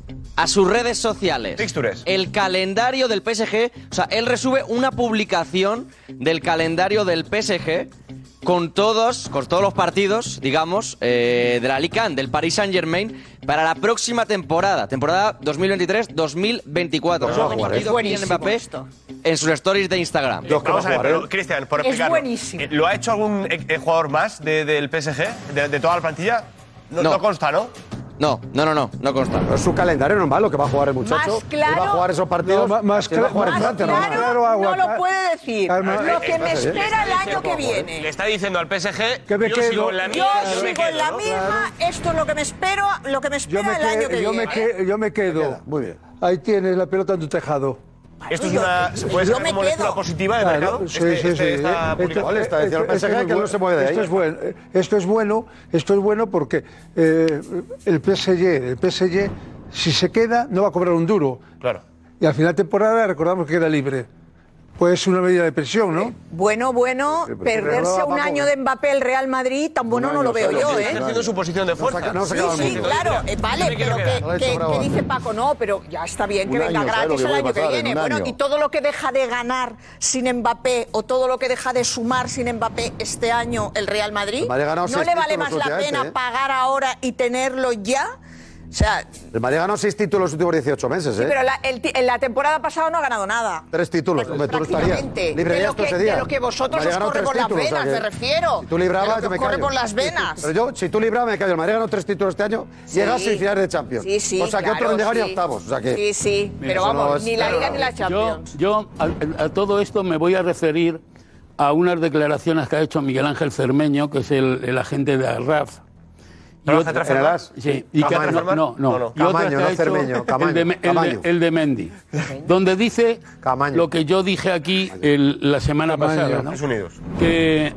a sus redes sociales. Fixtures. El calendario del P S G, o sea, él resube una publicación del calendario del P S G con todos, con todos los partidos, digamos, eh, de la Ligue uno, del Paris Saint-Germain, para la próxima temporada, temporada dos mil veintitrés dos mil veinticuatro. Es Lo ha compartido Kylian Mbappé esto. en sus stories de Instagram. Vamos a ver, pero, Cristian, por Es explicarlo. buenísimo. eh, ¿Lo ha hecho algún eh, eh, jugador más de- del P S G? ¿De, de toda la plantilla? No, No. no consta, ¿no? No, no, no, no, no consta. Es su calendario normal lo que va a jugar el muchacho. Más claro- Él va a jugar esos partidos. No, más él va a cla- jugar en Más Francia, claro, ¿no? no lo puede decir. Calma. Lo que me Eh, espera el año que Le viene. está diciendo al P S G Que me yo quedo. sigo en la Yo mía, yo me sigo en quedo, la ¿no? misma, esto es lo que me espero, lo que me Yo espera me, el año que- que yo viene. me, que- yo me quedo. Muy bien. Ahí tienes la pelota en tu tejado. Esto es Yo- una, ¿se puede yo ser me como lectura quedo. positiva de Claro, mercado? sí, Este- sí, este- sí. esta Esto- publicación. le está diciendo al esto- P S G esto es que no bu- se mueve de ahí. Esto es bueno, esto es bueno, esto es bueno porque eh, el P S G, el P S G, si se queda, no va a cobrar un duro. Claro. Y al final de temporada recordamos que queda libre. Pues una medida de presión, ¿no? Bueno, bueno, pero perderse no, un vamos. año de Mbappé el Real Madrid, tan bueno no lo veo yo, Está ¿eh? haciendo su posición de fuerza. saca- no Sí, saca al sí, mundo. claro, eh, Yo vale, me quiero pero que, quedar. Lo ha que- hecho bravo. que dice Paco, no, pero ya está bien que Un venga año, ¿sabes lo gratis que el puede año que pasar en viene. un Bueno, año? y todo lo que deja de ganar sin Mbappé o todo lo que deja de sumar sin Mbappé este año el Real Madrid, El Madrid ha ganado ¿no seis le vale títulos más la últimamente, pena ¿eh? pagar ahora y tenerlo ya? O sea, El Madrid ha ganado seis títulos los últimos dieciocho meses, sí, ¿eh? pero la, el ti- en la temporada pasada no ha ganado nada. Tres títulos, hombre, tú no estarías. Prácticamente. Libre de, ya lo esto que, ese de día. lo que vosotros Madrid ha os ganado corre tres por las títulos, o sea venas, que me refiero. Si tú librabas, De lo que yo me os corre callo. por las venas. Pero yo, si tú librabas, me callo. El Madrid ha ganado tres títulos este año, Sí. llega a semifinales de Champions. Sí, sí, O sea que claro, otros no llegan ni a sí. octavos. O sea que... Sí, sí, pero Eso no vamos, es- ni la claro. Liga ni la Yo, Champions. yo a, a todo esto me voy a referir a unas declaraciones que ha hecho Miguel Ángel Cermeño, que es el, el agente de Arraf. Y ¿Trabaja otra- en Transfermarkt? Sí, y que, Camaño. no, no, no. No, no. Y otra Camaño, que no ha hecho Cermeño, Camaño, el, de, el de- Camaño. el de Mendy, donde dice Camaño. lo que yo dije aquí el- la semana Camaño. pasada, ¿no? Estados Unidos. Que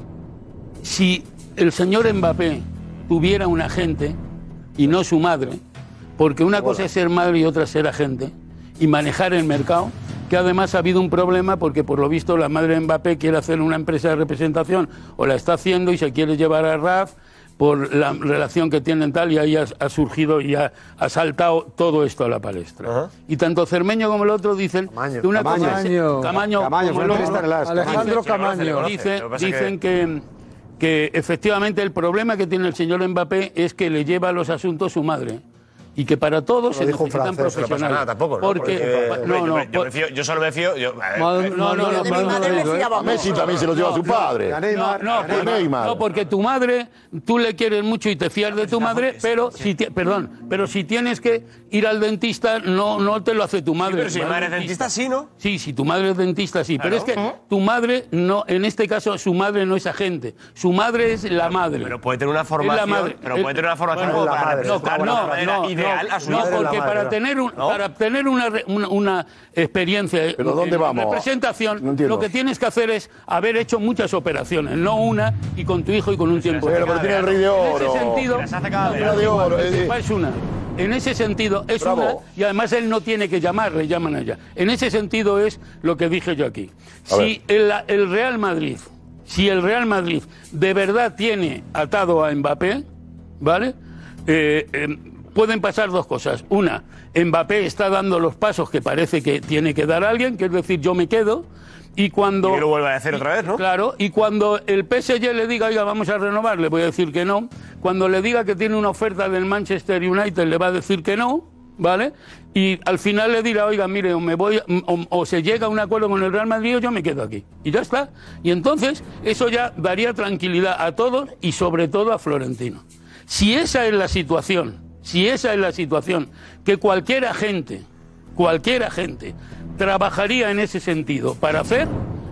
si el señor Mbappé tuviera un agente y no su madre, porque una cosa es ser madre y otra ser agente, y manejar el mercado, que además ha habido un problema porque por lo visto la madre de Mbappé quiere hacer una empresa de representación o la está haciendo y se quiere llevar a Raf por la relación que tienen tal, y ahí ha, ha surgido y ha, ha saltado todo esto a la palestra. Ajá. Y tanto Cermeño como el otro dicen Camaño, que una cosa es- Camaño. Camaño, Camaño, como fue el el otro, periodista de las- Alejandro Sí, le conoce, le Camaño. conoce. Dice- Lo que pasa es dicen que... que efectivamente el problema que tiene el señor Mbappé es que le lleva los asuntos su madre. Y que para todos se dijo un necesitan francés, No pasa profesionales. nada tampoco, ¿no? Porque, Porque, no, hombre, no, yo, yo, me fío- yo solo me fío. Yo, a ver, Madre- no, no, no, De mi no, madre no, me no, fiaba A Messi mucho. también se lo lleva No, su no. padre. A Neymar, no, a no, Neymar. porque, Neymar. no, porque tu madre, tú le quieres mucho y te fías de tu madre, pero si ti- perdón, pero si tienes que ir al dentista, no, no te lo hace tu madre. pero si Va mi al madre es dentista, sí, ¿no? Sí, si tu madre es dentista, sí. Pero es que tu madre, no, en este caso, su madre no es agente. Su madre es la madre. Pero puede tener una Es la formación. madre. Pero El- puede tener una formación bueno, como la para madre. No, representar de no, una manera no, ideal no, a su no, madre. porque la para madre, tener, un, ¿no? para tener una, re- una, una experiencia ¿Pero dónde en vamos? representación, No entiendo. lo que tienes que hacer es haber hecho muchas operaciones, no una y con tu hijo y con un tiempo. Pero, pero tiene el rey de En oro. ese sentido, Las hace cada no, día. pero de oro, igual, eh, es una. En ese sentido es Bravo. una, y además él no tiene que llamar, le llaman allá. En ese sentido es lo que dije yo aquí. A Si el, el Real Madrid, si el Real Madrid de verdad tiene atado a Mbappé, ¿vale? Eh, eh, pueden pasar dos cosas. Una, Mbappé está dando los pasos que parece que tiene que dar alguien, que es decir, yo me quedo. Y cuando. Y que lo vuelva a hacer otra vez, ¿no? Claro, y cuando el P S G le diga, oiga, vamos a renovar, le voy a decir que no. Cuando le diga que tiene una oferta del Manchester United, le va a decir que no, ¿vale? Y al final le dirá, oiga, mire, o me voy, o, o se llega a un acuerdo con el Real Madrid o yo me quedo aquí. Y ya está. Y entonces eso ya daría tranquilidad a todos y sobre todo a Florentino. Si esa es la situación, si esa es la situación, que cualquier agente, cualquier agente trabajaría en ese sentido para hacer,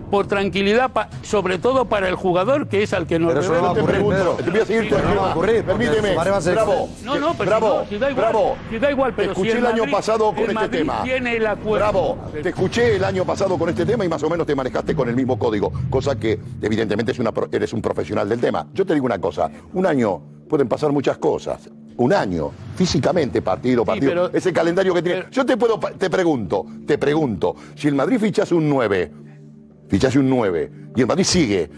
por tranquilidad, pa- sobre todo para el jugador, que es al que nos Pero eso no va a debemos. ocurrir, Pedro. Te voy a seguir tu Sí, tema. no va a ocurrir, Permíteme. porque el Bravo. No, no, pero Bravo. si no, si da igual, Bravo. si da igual, pero Te escuché si el, el año Madrid- pasado con el este Madrid tema. tiene el acuerdo. Bravo. Te escuché el año pasado con este tema y más o menos te manejaste con el mismo código, cosa que evidentemente es una, pro- eres un profesional del tema. Yo te digo una cosa, un año pueden pasar muchas cosas. Un año, físicamente, partido, partido. pero- ese calendario que tiene. Yo te puedo, te pregunto, te pregunto, si el Madrid fichase un nueve, fichase un nueve, y el Madrid sigue,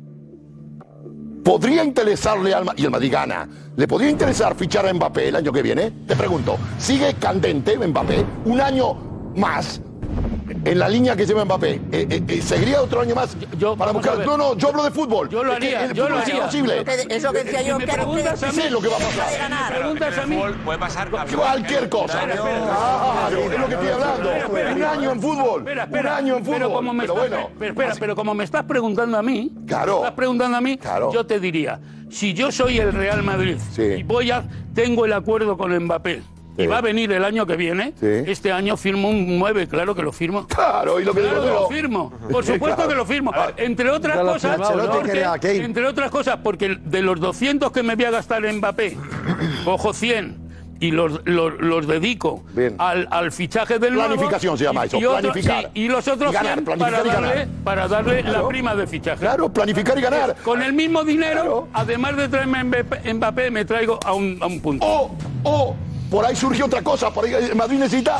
¿podría interesarle al Madrid, y el Madrid gana, ¿le podría interesar fichar a Mbappé el año que viene? Te pregunto, ¿sigue candente Mbappé un año más en la línea que lleva Mbappé? Eh, eh, eh, ¿Seguiría otro año más para vamos a buscar? ver. No, no, yo hablo de fútbol. Yo lo Es que haría, el yo lo fútbol es haría. imposible. Lo que- es lo que decía yo, Si me que- preguntas a mí, sé lo que va a pasar. Si me preguntas a mí, Puede pasar Cualquier cosa. Claro, es lo que estoy hablando. Un año en fútbol. Espera, Un espera, año en pero fútbol. como me Pero estás, bueno. pero, espera, pero como me estás preguntando a mí, Claro. me estás preguntando a mí, Claro. yo te diría, si yo soy el Real Madrid y voy a, tengo el acuerdo con Mbappé y va a venir el año que viene, este año firmo un nueve, claro que lo firmo. Claro, y lo que Claro digo que yo. lo firmo, por supuesto Claro. que lo firmo. Entre otras Ya lo cosas, firmado, ¿no? porque- Quería a Kane. entre otras cosas, porque de los doscientos que me voy a gastar en Mbappé, cojo cien y los, los, los dedico al, al fichaje del nuevo. Planificación se llama y- eso, y otro- planificar. sí, y los otros Y ganar, cien planificar para y ganar. darle, para darle Claro. la prima de fichaje. Claro, planificar y ganar. Con el mismo dinero, además de traerme a Mbappé, Mbappé, me traigo a un, a un punto. O, o, por ahí surge otra cosa. Por ahí el Madrid necesita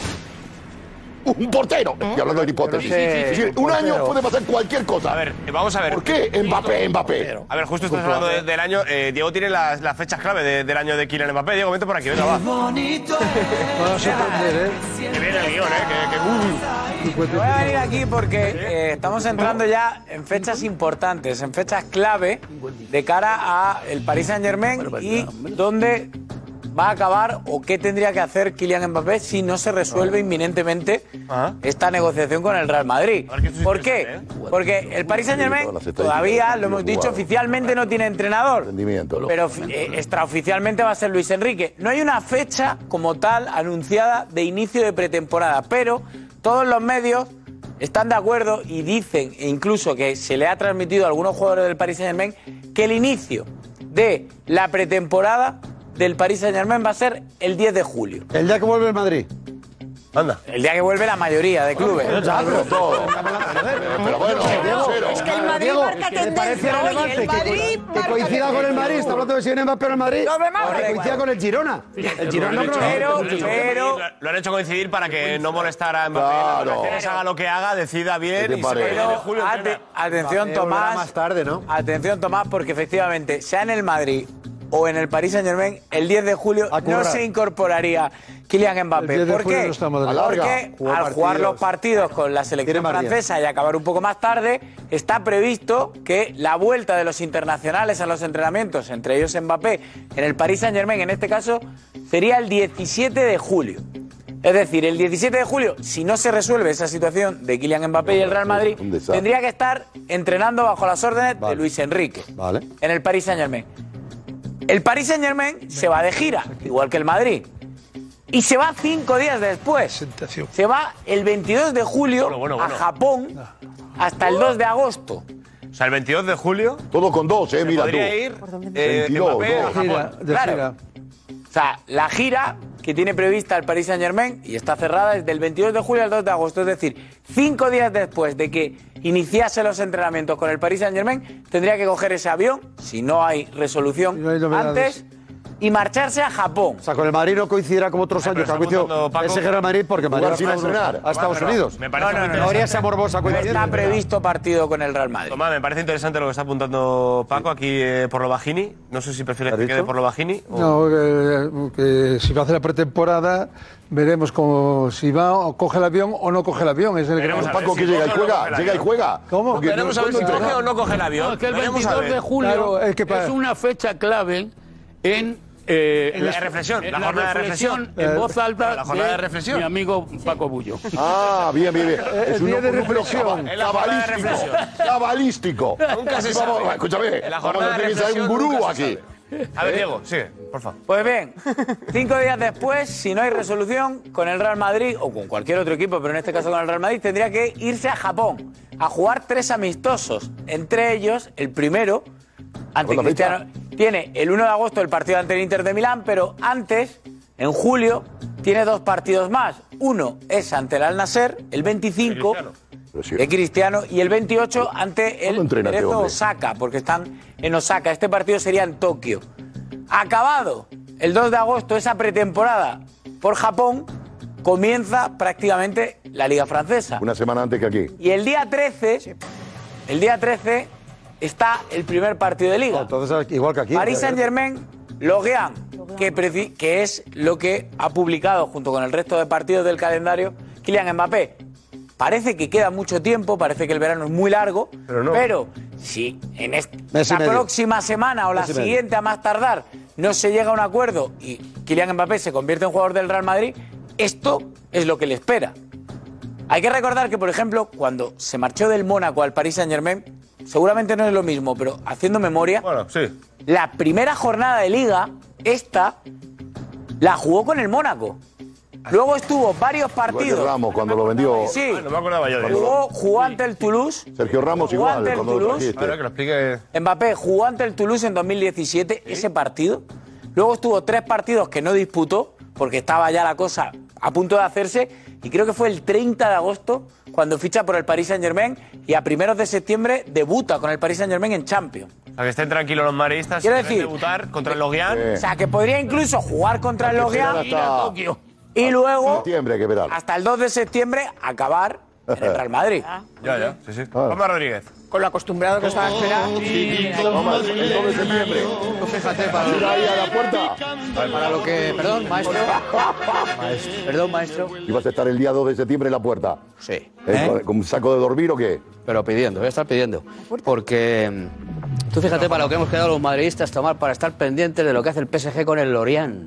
un portero. Estoy hablando de hipótesis. Sí, sí, sí, Es decir, un un año portero. puede pasar cualquier cosa. A ver, vamos a ver. ¿Por qué Mbappé, Mbappé? A ver, justo estás hablando de- del año. eh, Diego tiene las, las fechas clave de- del año de Kylian Mbappé. Diego, vente por aquí, venga, va. No va a sorprender, ¿eh? Que viene el guión, ¿eh? Que, que, uh. Voy a venir aquí porque eh, estamos entrando ya en fechas importantes, en fechas clave de cara a el Paris Saint-Germain y dónde va a acabar o qué tendría que hacer Kylian Mbappé si no se resuelve inminentemente esta negociación con el Real Madrid. ¿Por qué? Porque el Paris Saint-Germain todavía, lo hemos dicho, oficialmente no tiene entrenador, pero eh, extraoficialmente va a ser Luis Enrique. No hay una fecha como tal anunciada de inicio de pretemporada, pero todos los medios están de acuerdo y dicen, e incluso que se le ha transmitido a algunos jugadores del Paris Saint-Germain, que el inicio de la pretemporada del Paris Saint-Germain va a ser el diez de julio. El día que vuelve el Madrid. Anda. El día que vuelve la mayoría de clubes. Pero ya, pero todo. Pero bueno, Diego, Es que el Madrid Diego, marca ¿te parece tendencia hoy, relevante el que, Madrid que marca coincida con el tendencia. Madrid? Está hablando de si viene Mbappé en el Madrid. No, me Ahora marca que coincida igual. con el Girona. El Girona no Pero, pero, pero, Lo han hecho coincidir para que no molestara a Mbappé. Claro. Las vacaciones, haga lo que haga, decida bien ¿Qué y te se parece? puede ir de pero julio. ate- entrena. atención Mbappé volverá Tomás, más tarde, ¿no? atención Tomás, porque efectivamente, sea en el Madrid o en el Paris Saint-Germain, el diez de julio A no currar. se incorporaría Kylian El Mbappé. diez de ¿Por julio qué? no está Madrid. Alarga. Porque Jugó al jugar partidos. los partidos con la Tiene selección más días. francesa y acabar un poco más tarde, está previsto que la vuelta de los internacionales a los entrenamientos, entre ellos Mbappé, en el Paris Saint-Germain, en este caso, sería el diecisiete de julio. Es decir, el diecisiete de julio, si no se resuelve esa situación de Kylian Mbappé y el Real Madrid, Un desastre. tendría que estar entrenando bajo las órdenes Vale. de Luis Enrique Vale. en el Paris Saint-Germain. El Paris Saint-Germain se va de gira, igual que el Madrid. Y se va cinco días después. Se va el veintidós de julio Bueno, bueno, bueno. a Japón hasta el dos de agosto. O sea, el veintidós de julio Todo con dos, eh, mira tú. podría ir eh, veintidós, Mbappé a dos. Japón. Gira, de Claro. gira. O sea, la gira que tiene prevista el Paris Saint-Germain y está cerrada es del veintidós de julio al dos de agosto. Es decir, cinco días después de que iniciase los entrenamientos con el Paris Saint-Germain, tendría que coger ese avión, si no hay resolución Si no hay novedades. antes, y marcharse a Japón. O sea, con el Madrid no coincidirá como otros años, que ha coincidido apuntando, Paco. ese Real Madrid porque el Madrid Jugar sin ha Estados- entrenar. a Estados Pero Unidos. Me parece No, no, muy no, No habría esa interesante. morbosa No coincidencia. está previsto partido con el Real Madrid. Tomás, me parece interesante lo que está apuntando Paco aquí eh, por lo Bajini. No sé si prefieres que quede por lo Bajini. o- No, que, que si va a hacer la pretemporada, veremos cómo, si va o coge el avión o no coge el avión. Es el Veremos que... a ver Paco, si que llega y coge o no juega, coge el llega y avión. juega. ¿Cómo? Porque Veremos a ver si ¿cuándo coge entrena? o no coge el avión. No, es que el Veremos a veintidós ver. de julio Claro, es que para- es una fecha clave en... eh, En la reflexión, en la jornada de reflexión. en Eh, voz alta la jornada de reflexión. mi amigo Paco Bullo. Ah, bien, bien, bien. Es un día de número reflexión. caba- En la jornada de cabalístico. reflexión. Cabalístico. Nunca se Así vamos- sabe. Escúchame, En la vamos jornada a de tener que ser un reflexión gurú nunca se aquí. sabe. A ver, Diego, sigue, por favor. Pues bien, cinco días después, si no hay resolución, con el Real Madrid, o con cualquier otro equipo, pero en este caso con el Real Madrid, tendría que irse a Japón a jugar tres amistosos. Entre ellos, el primero, ante Cristiano, tiene el uno de agosto el partido ante el Inter de Milán, pero antes, en julio, tiene dos partidos más. Uno es ante el Al-Nassr, el veinticinco, de Cristiano, y el veintiocho ante el Cerezo Osaka, porque están en Osaka. Este partido sería en Tokio. Acabado el dos de agosto esa pretemporada por Japón, comienza prácticamente la Liga Francesa. Una semana antes que aquí. Y el día trece, el día trece está el primer partido de Liga. Entonces, igual que aquí. Paris Saint-Germain, Lorient, que, preci- que es lo que ha publicado junto con el resto de partidos del calendario Kylian Mbappé. Parece que queda mucho tiempo, parece que el verano es muy largo, pero, no. pero si en esta próxima semana o la siguiente a más tardar no se llega a un acuerdo y Kylian Mbappé se convierte en jugador del Real Madrid, esto es lo que le espera. Hay que recordar que, por ejemplo, cuando se marchó del Mónaco al Paris Saint-Germain, seguramente no es lo mismo, pero haciendo memoria, bueno, sí. la primera jornada de Liga, esta, la jugó con el Mónaco. Luego estuvo varios partidos. Igual que Ramos cuando lo vendió. Sí, no me acordaba yo de eso. Jugó, jugó ante el Toulouse. Sergio Ramos jugó igual. ante el cuando lo Toulouse. trajiste. Ahora que lo explique. Mbappé jugó ante el Toulouse en dos mil diecisiete, ese partido. Luego estuvo tres partidos que no disputó, porque estaba ya la cosa a punto de hacerse. Y creo que fue el treinta de agosto cuando ficha por el Paris Saint-Germain y a primeros de septiembre debuta con el Paris Saint-Germain en Champions. O sea, que estén tranquilos los madridistas. Quiero si decir, debutar contra el Lorient. O sea, que podría incluso jugar contra el Lorient y a Tokio. Y luego, septiembre, que verá. hasta el dos de septiembre, acabar en el Real Madrid. Ya, ya, sí, sí. Juanma Rodríguez. Con lo acostumbrado que estaba a esperar. Toma, el dos de septiembre. Fíjate, para Ir ahí a la puerta. Para lo que. Perdón, maestro. maestro. Perdón, maestro. ¿Y vas a estar el día dos de septiembre en la puerta? Sí. ¿Eh? ¿Eh? ¿Con un saco de dormir o qué? Pero pidiendo, voy a estar pidiendo. Porque. Tú fíjate para lo que hemos quedado los madridistas, Tomar, para estar pendientes de lo que hace el P S G con el Lorient.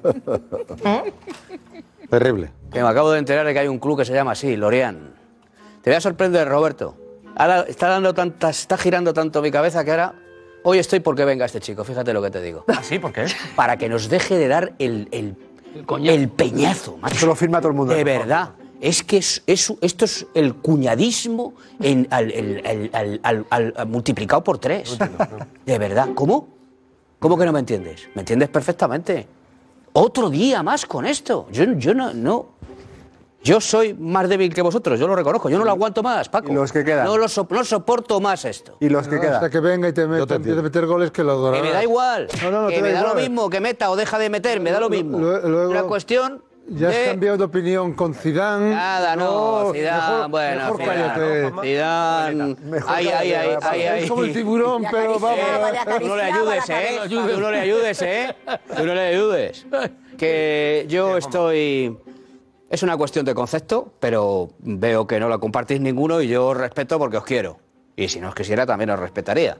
Terrible. Que me acabo de enterar de que hay un club que se llama así, Lorient. Te voy a sorprender, Roberto. Ahora está dando tantas, está girando tanto mi cabeza que ahora hoy estoy porque venga este chico, fíjate lo que te digo. ¿Ah, sí? ¿Por qué? Para que nos deje de dar el, el, el peñazo, macho. Eso lo firma todo el mundo. De verdad. Es que es, es- esto es el cuñadismo en, al, el- el- al- al- al- al- multiplicado por tres. De verdad. ¿Cómo? ¿Cómo que no me entiendes? Me entiendes perfectamente. Otro día más con esto. Yo, yo no, no. Yo soy más débil que vosotros, yo lo reconozco. Yo no lo aguanto más, Paco. ¿Y los que quedan? No, lo so- no soporto más esto. Y los que Hasta quedan. que venga y te meta, empiece a meter goles que lo Que adorarás. me da igual. No, no, no, que te me da da lo igual. mismo, que meta o deja de meter, me da lo mismo. Lue- luego- Una cuestión Ya has de... cambiado de opinión con Zidane. Nada, no, Zidane, mejor, bueno, mejor Zidane, cállate. Zidane, ay, ay, ay, ay, ay. Es como el tiburón, pero vamos. Tú no le ayudes, ¿eh? Tú no le ayudes, ¿eh? Tú no le ayudes. Que yo estoy... Es una cuestión de concepto, pero veo que no la compartís ninguno y yo os respeto porque os quiero. Y si no os quisiera, también os respetaría.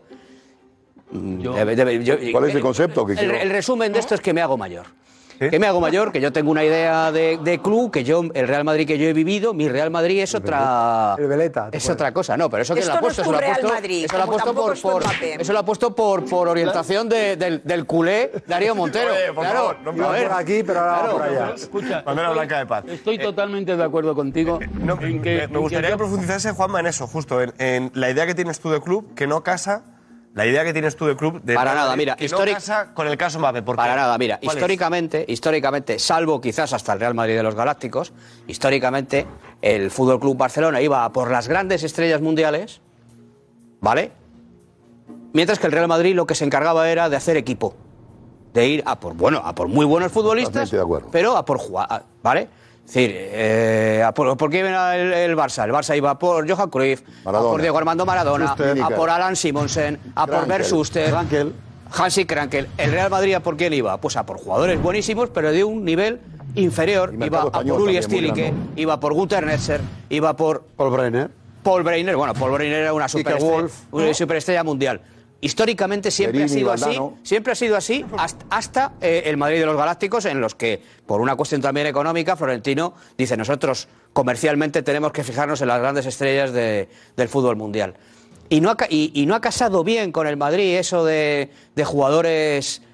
Debe- debe- yo- ¿Cuál es el concepto que el, quiero? el resumen de esto es que me hago mayor. Que me hago mayor, que yo tengo una idea de, de club, que yo, el Real Madrid que yo he vivido, mi Real Madrid es otra. El Veleta. Es otra cosa, no, pero eso que Esto lo ha no puesto, es eso tu lo ha Real puesto, Madrid, eso lo ha como puesto tampoco por, es tu por Mbappé. eso lo ha puesto por, por orientación de- del, del culé Darío Montero. Oye, por claro, favor, no a me- ver, Por aquí, pero ahora va claro. por allá. Escucha, Bandera blanca de paz. estoy totalmente de acuerdo contigo. No, en que, me, en me gustaría que- que profundizase, Juanma, en eso, justo, en, en la idea que tienes tú de club, que no casa, la idea que tienes tú de club, de Para nada, mira, que históric- no casa con el caso Mbappé. ¿Por qué? Para nada, mira, ¿Cuál es? históricamente, históricamente, salvo quizás hasta el Real Madrid de los Galácticos, históricamente el Fútbol Club Barcelona iba a por las grandes estrellas mundiales, ¿vale? Mientras que el Real Madrid lo que se encargaba era de hacer equipo, de ir a por bueno, a por muy buenos futbolistas, Totalmente de acuerdo. pero a por jugar, ¿vale? Es decir, eh, a por, ¿por qué iba el, el Barça? El Barça iba por Johan Cruyff, a Maradona. por Diego Armando Maradona, Schuster. a por Alan Simonsen, a por Krankel. Bert Schuster, Krankel. Hansi Krankel. ¿El Real Madrid a por quién iba? Pues a por jugadores buenísimos, pero de un nivel inferior. Y Iba mercado a por español Uli también, muy Stilicke, grande. iba por Gunter Netzer, iba por Paul Breiner. Paul Breiner. Bueno, Paul Breiner era una Ike superestrella, Wolf. una superestrella mundial. Históricamente siempre ha Perini, sido Valdano. así, siempre ha sido así hasta, hasta, eh, el Madrid de los Galácticos, en los que, por una cuestión también económica, Florentino dice, nosotros comercialmente tenemos que fijarnos en las grandes estrellas de- del fútbol mundial. Y no ha, ca- y, y no ha casado bien con el Madrid eso de, de jugadores...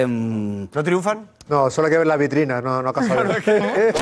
em, ¿No triunfan? No, solo hay que ver las vitrinas, no, no ha casado. Oye,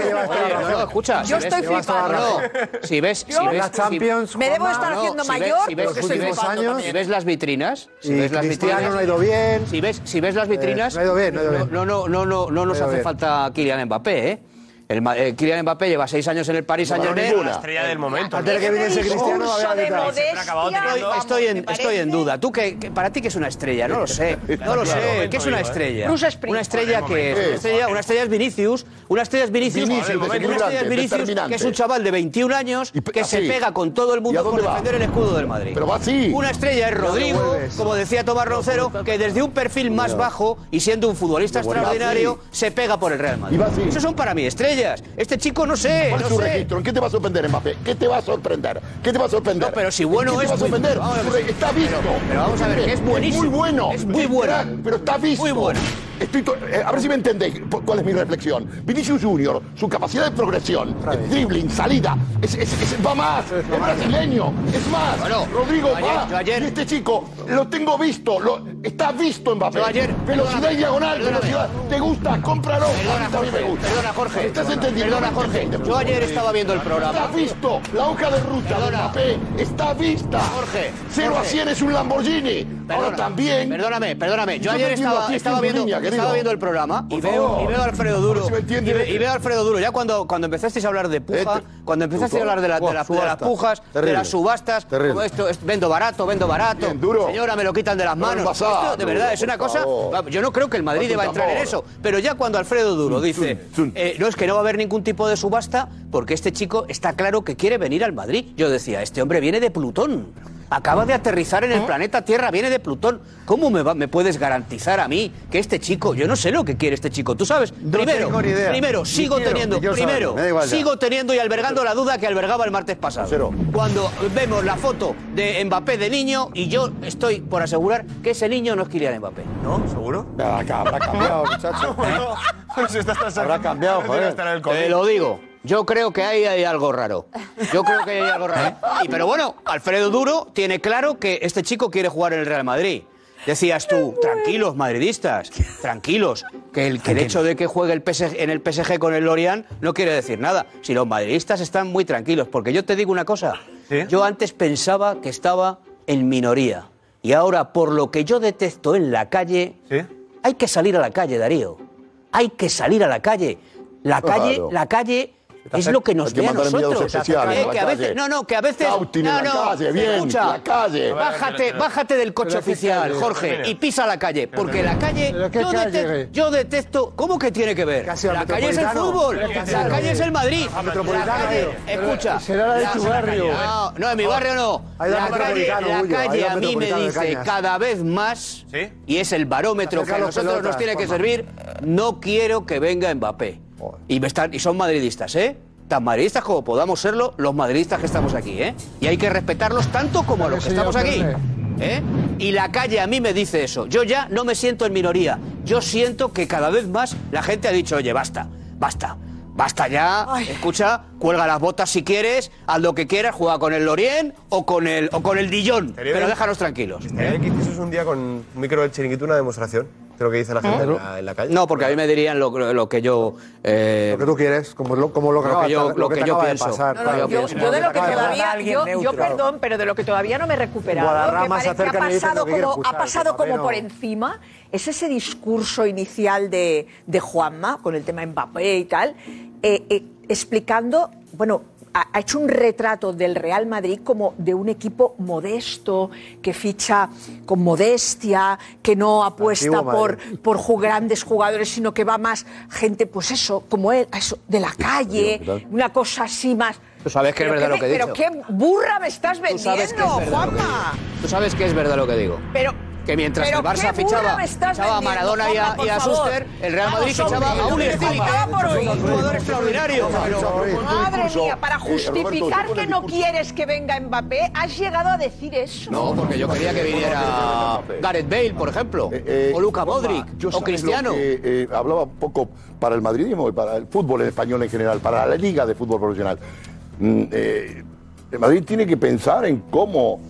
no, no, escucha. Yo si estoy ves- flipando. No, si ves, Yo- si ves Las Champions, si- Me debo Juanma, estar no, haciendo si ves- mayor. si ves, los si últimos ves- años. si ves las vitrinas, si Y ves las Cristiano vitrinas, no ha ido bien. si ves, si ves las vitrinas, Eh, no ha ido bien, no ha ido bien. no, no, no, no, no nos ido hace bien. falta Kylian Mbappé, ¿eh? El, Ma- eh, Kylian Mbappé lleva seis años en el Paris No ganó Saint-Germain. ninguna. La estrella del momento. Antes de que viniese Cristiano, Discurso había de detrás. modestia, acabado Estoy, teniendo- estoy en, me estoy en parece. duda. ¿Tú qué, qué- para ti qué es una estrella? No lo sé. No lo Claro, sé. momento ¿Qué es una digo, ¿eh? estrella? Bruce Springsteen. Una estrella Por el que es momento. una estrella, una estrella es Vinicius, una estrella es Vinicius, Vinicius, una estrella es determinante, Vinicius, determinante. que es un chaval de veintiún años Y pe- que se así. pega con todo el ¿Y a mundo por dónde va? defender el escudo del Madrid. Pero va así. Una estrella es Rodrigo, vuelves. como decía Tomás Roncero, que desde un perfil más bajo y siendo un futbolista Pero va extraordinario se pega por el Real Madrid. Y va así. Esos son para mí estrellas. Este chico no sé, ¿Cuál no es su sé. registro? ¿En qué te va a sorprender, Mbappé? ¿Qué te va a sorprender? ¿Qué te va a sorprender? No, pero si bueno ¿En qué es, te va a muy- sorprender? vamos a ver, Su re- está visto. pero- pero vamos a ver, que es buenísimo. muy bueno. Es muy bueno. crack, pero está visto. Muy bueno. Estoy to- eh, a ver si me entendéis po- cuál es mi reflexión. Vinicius Junior, su capacidad de progresión, el dribbling, salida, es, es- es- va más. Es brasileño, es más. Bueno, Rodrigo yo ayer- va. yo ayer- y este chico, lo tengo visto. Lo, está visto en Mbappé. Yo ayer- Velocidad perdóname, y diagonal. perdóname. Velocidad. ¿Te gusta? Cómpralo. Perdona, A mí también Jorge, me gusta. perdona, Jorge. ¿Estás entendiendo? Perdona, Jorge. Yo ayer estaba viendo el programa. Está visto, la hoja de ruta de Perdona. Mbappé está vista. Jorge, cero a Jorge. cien es un Lamborghini. Perdona, Ahora también. Perdóname, perdóname. Yo Yo ayer te entiendo, estaba, aquí estaba, estoy en tu viendo, línea, querido. estaba viendo el programa y Por veo, favor. y veo a Alfredo A Duro. ver si me y, entiende. ve- y veo a Alfredo Duro. Ya cuando, cuando empezasteis a hablar de puja, Este- cuando empezasteis a Puja. hablar de, la- de, la- Buah, de las subasta. pujas, de Terrible. las subastas, Terrible. como esto, es- vendo barato, vendo barato. Bien, Duro. Señora, me lo quitan de las No, manos. envasado, Esto, de verdad, Duro, es una por cosa. favor. Yo no creo que el Madrid Hazte deba un entrar en tambor. eso. Pero ya cuando Alfredo Duro dice, zun. eh, no es que no va a haber ningún tipo de subasta, porque este chico está claro que quiere venir al Madrid. Yo decía, este hombre viene de Plutón. Acaba de aterrizar en el planeta Tierra, viene de Plutón. ¿Cómo me, va- me puedes garantizar a mí que este chico, yo no sé lo que quiere este chico, tú sabes? Primero, tengo ni idea. primero, Ni sigo quiero, teniendo, ni quiero primero, saberlo, me da igual ya. sigo teniendo y albergando la duda que albergaba el martes pasado. Cero. Cuando vemos la foto de Mbappé de niño y yo estoy por asegurar que ese niño no es Kylian Mbappé. ¿No? ¿Seguro? Habrá habrá cambiado, muchacho. Si estás tan Habrá cambiado, Parece que joder. estará en el COVID. Te lo digo. Yo creo que ahí hay algo raro. Yo creo que hay algo raro. Y, pero bueno, Alfredo Duro tiene claro que este chico quiere jugar en el Real Madrid. Decías tú, tranquilos, madridistas, tranquilos, que el, que el hecho de que juegue el P S G en el P S G con el Lorient no quiere decir nada. Si los madridistas están muy tranquilos, porque yo te digo una cosa, ¿Sí? yo antes pensaba que estaba en minoría, y ahora, por lo que yo detecto en la calle, ¿Sí? hay que salir a la calle, Darío. Hay que salir a la calle. La calle, Claro. la calle es lo que nos Hay que ve a mandar enviados nosotros. especiales Eh, a la que a veces, calle. no, no, que a veces, Scouting en no, la no, calle, bien, escucha, la calle. bájate, bájate del coche Pero qué oficial, calle. Jorge, y pisa la calle, porque la calle, Pero qué yo, calle, dete- güey. yo detesto, ¿cómo que tiene que ver? Casi al La calle es el Metropolitano. fútbol, Pero que la sí, calle es el Madrid, Al la Metropolitano, calle, Darío. escucha, Será la de tu barrio. no, no, en mi barrio no. Ha ido al La calle, Metropolitano, la Bullo, ha calle ido al a mí me Metropolitano de dice Cañas. cada vez más, ¿Sí? y es el barómetro que Acerca a los nosotros nos pelotas, tiene que Juanma. servir, no quiero que venga Mbappé. Y, me están, y son madridistas, ¿eh? Tan madridistas como podamos serlo los madridistas que estamos aquí, ¿eh? Y hay que respetarlos tanto como a los que Señor estamos aquí. Ferrer. ¿Eh? Y la calle a mí me dice eso. Yo ya no me siento en minoría. Yo siento que cada vez más la gente ha dicho, oye, basta, basta. Basta ya, escucha, cuelga las botas si quieres, haz lo que quieras, juega con el Lorient o con el, o con el Dijon, Sería pero bien. déjanos tranquilos. ¿Eh? Que hicieses un día con un micro del chiringuito una demostración de lo que dice la gente en, la, en la calle. No, porque a mí me dirían lo, lo que yo... eh, Lo que tú quieres, como lo, como lo que, Lo acaba- que yo- lo te que yo acaba de pienso. pasar. No, no, yo, pienso. yo de lo que Acaba de pasar. todavía, Alguien yo, yo neutro. perdón, pero de lo que todavía no me he recuperado, Guadarrama que se parece que acercan ha y dicen pasado lo que quiere como, escuchar, ha pasado que como Mbappé por no. encima, es ese discurso inicial de, de Juanma, con el tema Mbappé y tal, eh, eh, explicando, bueno, ha, ha hecho un retrato del Real Madrid como de un equipo modesto, que ficha con modestia, que no apuesta Antiguo por, Madrid. por ju- grandes jugadores, sino que va más gente, pues eso, como él, eso, de la calle, ¿qué tal? una cosa así más... Tú sabes que es Pero verdad qué lo que he me- dicho. Pero qué burra me estás Tú sabes que es vendiendo, verdad lo que Juanma. digo. Tú sabes que es verdad lo que digo. Pero, Que mientras pero el Barça qué burra fichaba, me estás fichaba a vendiendo, Maradona y a, Juanma, y a por favor. Schuster, el Real Madrid Vamos, fichaba hombre, a un lo que Estilika, faltaba por oír. un jugador extraordinario. pero- Madre mía, para Eh, Roberto, justificar tú con que el no discurso- quieres que venga Mbappé, has llegado a decir eso. No, porque yo quería que viniera Gareth Bale, por ejemplo, Eh, eh, o Luka Juanma, Modric, yo o sabes Cristiano. lo que, eh, hablaba un poco para el madridismo y para el fútbol en español en general, para la liga de fútbol profesional. Mm, eh, el Madrid tiene que pensar en cómo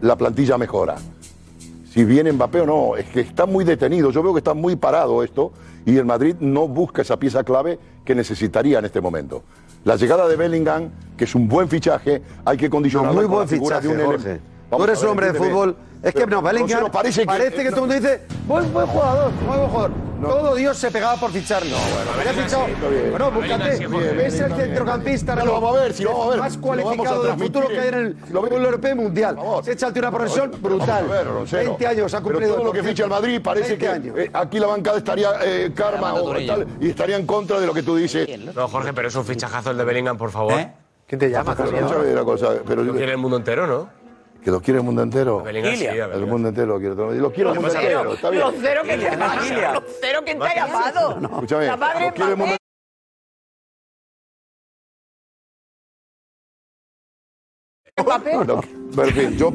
la plantilla mejora. Si viene Mbappé o no, es que está muy detenido. Yo veo que está muy parado esto y el Madrid no busca esa pieza clave que necesitaría en este momento. La llegada de Bellingham, que es un buen fichaje, hay que condicionarla No, muy con buen la figura fichaje, de un Jorge. ele- Tú Vamos eres a ver, un hombre de entiéndeme. fútbol. Es que Pero, no, Bellingham Rosero, parece que, parece que todo el mundo dice, buen, buen jugador, muy buen jugador. Todo Dios se pegaba por ficharlo. No, bueno, había fichado. Bueno, búscate. Es el centrocampista Pero vamos a ver, si vamos a ver, más si lo vamos a cualificado del transmitir, futuro que hay en el si lo ve- fútbol europeo y mundial. Se echa una profesión brutal. Vamos a ver, Rosero. veinte años ha Pero cumplido. todo lo que ficha el Madrid parece que años. eh, aquí la bancada estaría eh, karma o tal, y estaría en contra de lo que tú dices. No, Jorge, pero es un fichajazo el de Bellingham, por favor. ¿Quién te llama? Pero escúchame una cosa, pero Lo quiere el mundo entero, ¿no? que lo quiere el mundo entero. Bellingham sí, a El Bellingham. mundo entero lo quiere. Lo quiere el mundo pasa? entero. Está bien. Lo cero que te ha llamado. Lo cero que te ha llamado. Escúchame, La madre lo quiere el mundo Mbappé. No, pero en fin, yo.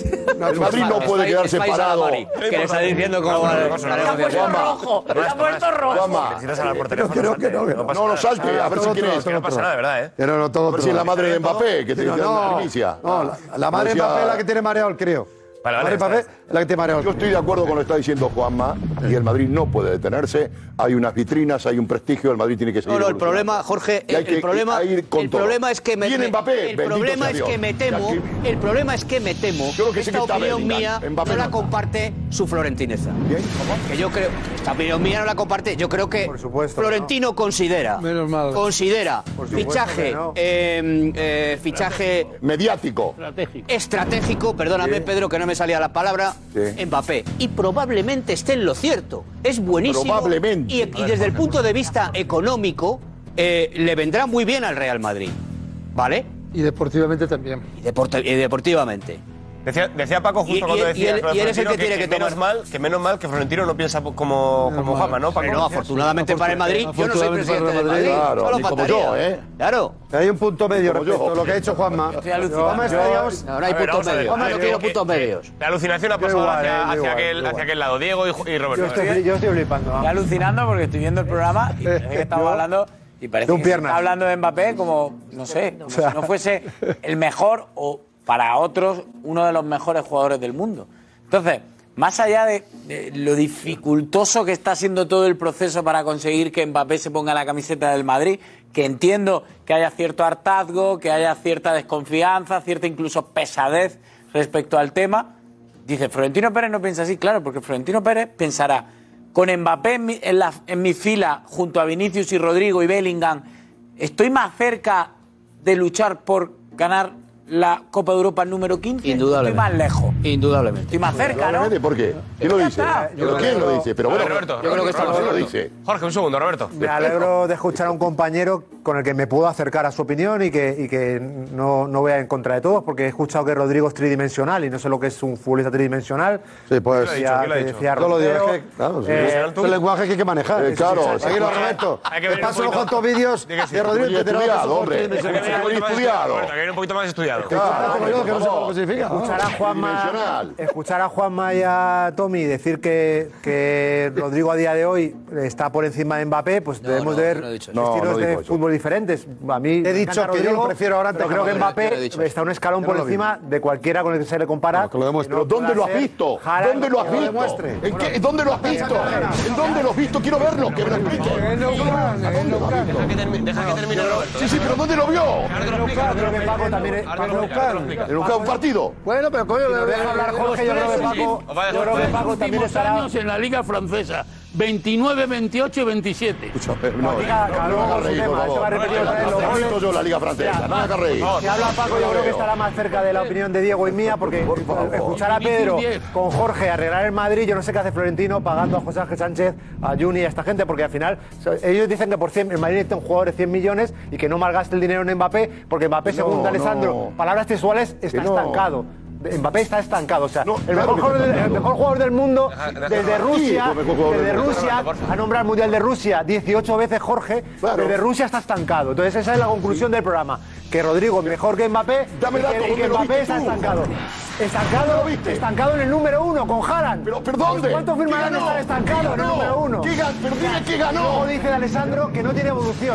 El Madrid no puede quedar separado. Que le está diciendo cómo va la Se ha puesto rojo. Se ha puesto rojo. Juanma, Necesitas hablar por teléfono. creo que no, no pasa no, no nada. salte, a ver si todo quieres. otro, No pasa nada, de verdad, ¿eh? Pero no, todo A ver si es la madre de Mbappé, que te dice no, la primicia. no, la, la madre de Decía- Mbappé es la que tiene mareado, creo. Vale, La vale, madre de está, Mbappé es la que tiene mareado. Yo estoy de acuerdo con lo que está diciendo Juanma, y el Madrid no puede detenerse. Hay unas vitrinas, hay un prestigio, el Madrid tiene que seguir. No, no, el evolucionando. problema, Jorge, Y hay el, que problema, ir con el todo. problema es que me, Viene me- Mbappé, el bendito problema sea es Dios. que me temo, Y aquí- el problema es que me temo Yo creo que sí esta que está opinión Bellingham. mía Mbappé no la no. comparte su florentineza. ¿Bien? Que yo creo, esta opinión mía no la comparte. Yo creo que Por supuesto, Florentino considera, Menos mal. considera Por supuesto fichaje, que no. eh, eh, fichaje Mediático. estratégico, perdóname Pedro que no me salía la palabra, Sí. Mbappé. Y probablemente esté en lo cierto. Es buenísimo. Probablemente. Y, y desde el punto de vista económico, eh, le vendrá muy bien al Real Madrid. ¿Vale? Y deportivamente también. Y, deporte- y deportivamente. Decía, decía Paco justo Y- y- cuando y decía él- lo de y él es el que Florentino, tiene que menos tomar- mal, que menos mal que Florentino no piensa como, como Juanma, ¿no, Paco? Pero no, afortunadamente para el Madrid, yo no soy Afortunadamente presidente para el del Madrid. Madrid. Claro, Solo ni como faltaría. yo, ¿eh? Claro. Hay un punto medio Como respecto yo. a lo que ha hecho Juanma. Estoy alucinado. Juanma está, Yo- digamos, No, no hay A ver, puntos vamos a ver. medios. A ver, No yo quiero que- puntos medios. La alucinación ha Yo pasado igual, hacia, eh, yo hacia igual, aquel, yo hacia igual. aquel lado. Diego y, Ju- y Roberto. Yo estoy, yo estoy flipando. Estoy alucinando porque estoy viendo el programa y parece que estamos Yo- hablando y parece de un que se piernas. está hablando de Mbappé como, no sé, como si no fuese el mejor o para otros uno de los mejores jugadores del mundo. Entonces, más allá de, de lo dificultoso que está siendo todo el proceso para conseguir que Mbappé se ponga la camiseta del Madrid, que entiendo que haya cierto hartazgo, que haya cierta desconfianza, cierta incluso pesadez respecto al tema, dice, Florentino Pérez no piensa así, claro, porque Florentino Pérez pensará, con Mbappé en mi, en la- en mi fila, junto a Vinicius y Rodrigo y Bellingham, ¿estoy más cerca de luchar por ganar la Copa de Europa número quince? Indudablemente. Estoy más lejos. Indudablemente. Estoy más cerca, ¿no? Probablemente, ¿por qué? ¿Quién lo Ya dice? está. ¿Pero quién lo dice? Pero A ver, bueno, Roberto. yo creo que Roberto, está- ¿quién lo Roberto. dice? Jorge, un segundo, Roberto. Me alegro de escuchar a un compañero con el que me puedo acercar a su opinión y que, y que no, no voy a en contra de todos, porque he escuchado que Rodrigo es tridimensional y no sé lo que es un futbolista tridimensional. Sí, pues. ¿Quién lo ha dicho? ¿Quién lo ha que dicho? decía Yo lo digo, es Romero, que, claro, sí, eh, es el lenguaje que hay que manejar. Eh, claro, Sí, sí, sí, Tranquilo, sí. Roberto. Hay que Te ver un paso los poquito- cuantos vídeos Di que sí. de Rodrigo Muy que tenemos estudiado, hombre. Hay que venir un Muy poquito más estudiado. Roberto, hay que venir un poquito más estudiado. Claro, como yo, que no sé Claro. lo que significa. ¿no? Escuchar a Juanma, Tridimensional. escuchar a Juanma y a Tommy decir que, que Rodrigo a día de hoy está por encima de Mbappé, pues No, debemos no, de yo ver no he dicho eso. estilos No, no de digo eso. fútbol diferentes. A mí me He dicho encanta que yo Rodrigo, lo prefiero ahora antes pero que creo que Mbappé. Mbappé Yo no he dicho está un escalón Yo por no lo encima de cualquiera con el que se le compara. Bueno, que lo demuestre. ¿Pero dónde lo has visto? ¿Dónde lo has visto? demuestre. ¿En qué- ¿Dónde lo has visto? ¿En dónde lo has visto? Quiero verlo, que me lo explique. En el Ucrán, en el Ucrán. Deja que termine, deja que termine Roberto. Sí, sí, pero ¿dónde lo vio? Ahora te lo explica, ahora te lo Creo que explica. Paco también es- Ahora te lo Paco explica, ahora te lo explica. ¿En un partido? Bueno, pero coño, Lo deja hablar Jorge, yo creo que Paco, Os va a dejar yo creo que ustedes. Paco también Últimos estará. años en la Liga Francesa, veintinueve, veintiocho y veintisiete. No, Diga, no claro, me hagas su reír, por tema, se va a favor. repetir otra vez los He goles. visto yo la Liga Francesa, no me hagas reír. Si habla Paco, yo creo que estará más cerca de la opinión de Diego y mía, porque escuchar a Pedro con Jorge arreglar el Madrid, yo no sé qué hace Florentino pagando a José Ángel Sánchez, a Juni y a esta gente, porque al final so- ellos dicen que por cien, el Madrid necesita un jugador de cien millones y que no malgaste el dinero en Mbappé, porque Mbappé, No, según no. Alessandro, palabras textuales, está Que no. estancado. Mbappé está estancado, o sea, No, el, claro mejor que jugador está del, el estancado. mejor jugador del mundo Deja- deja- desde deja- Rusia, Sí, el mejor jugador desde del mundo. Rusia, ha nombrado el Mundial de Rusia dieciocho veces Jorge, Claro. desde Rusia está estancado. Entonces esa es la conclusión del programa, que Rodrigo es mejor que Mbappé Dame y datos, que, y ¿dónde que lo Mbappé viste está tú? estancado. ¿Dónde Estancado, lo viste? estancado en el número uno con Haaland. ¿Pero, pero dónde? ¿Cuántos firmarán ¿Qué ganó? estar estancado ¿Qué en el ganó? número uno? ¿Qué gan- pero dime qué ganó. Luego dice de Alessandro que no tiene evolución.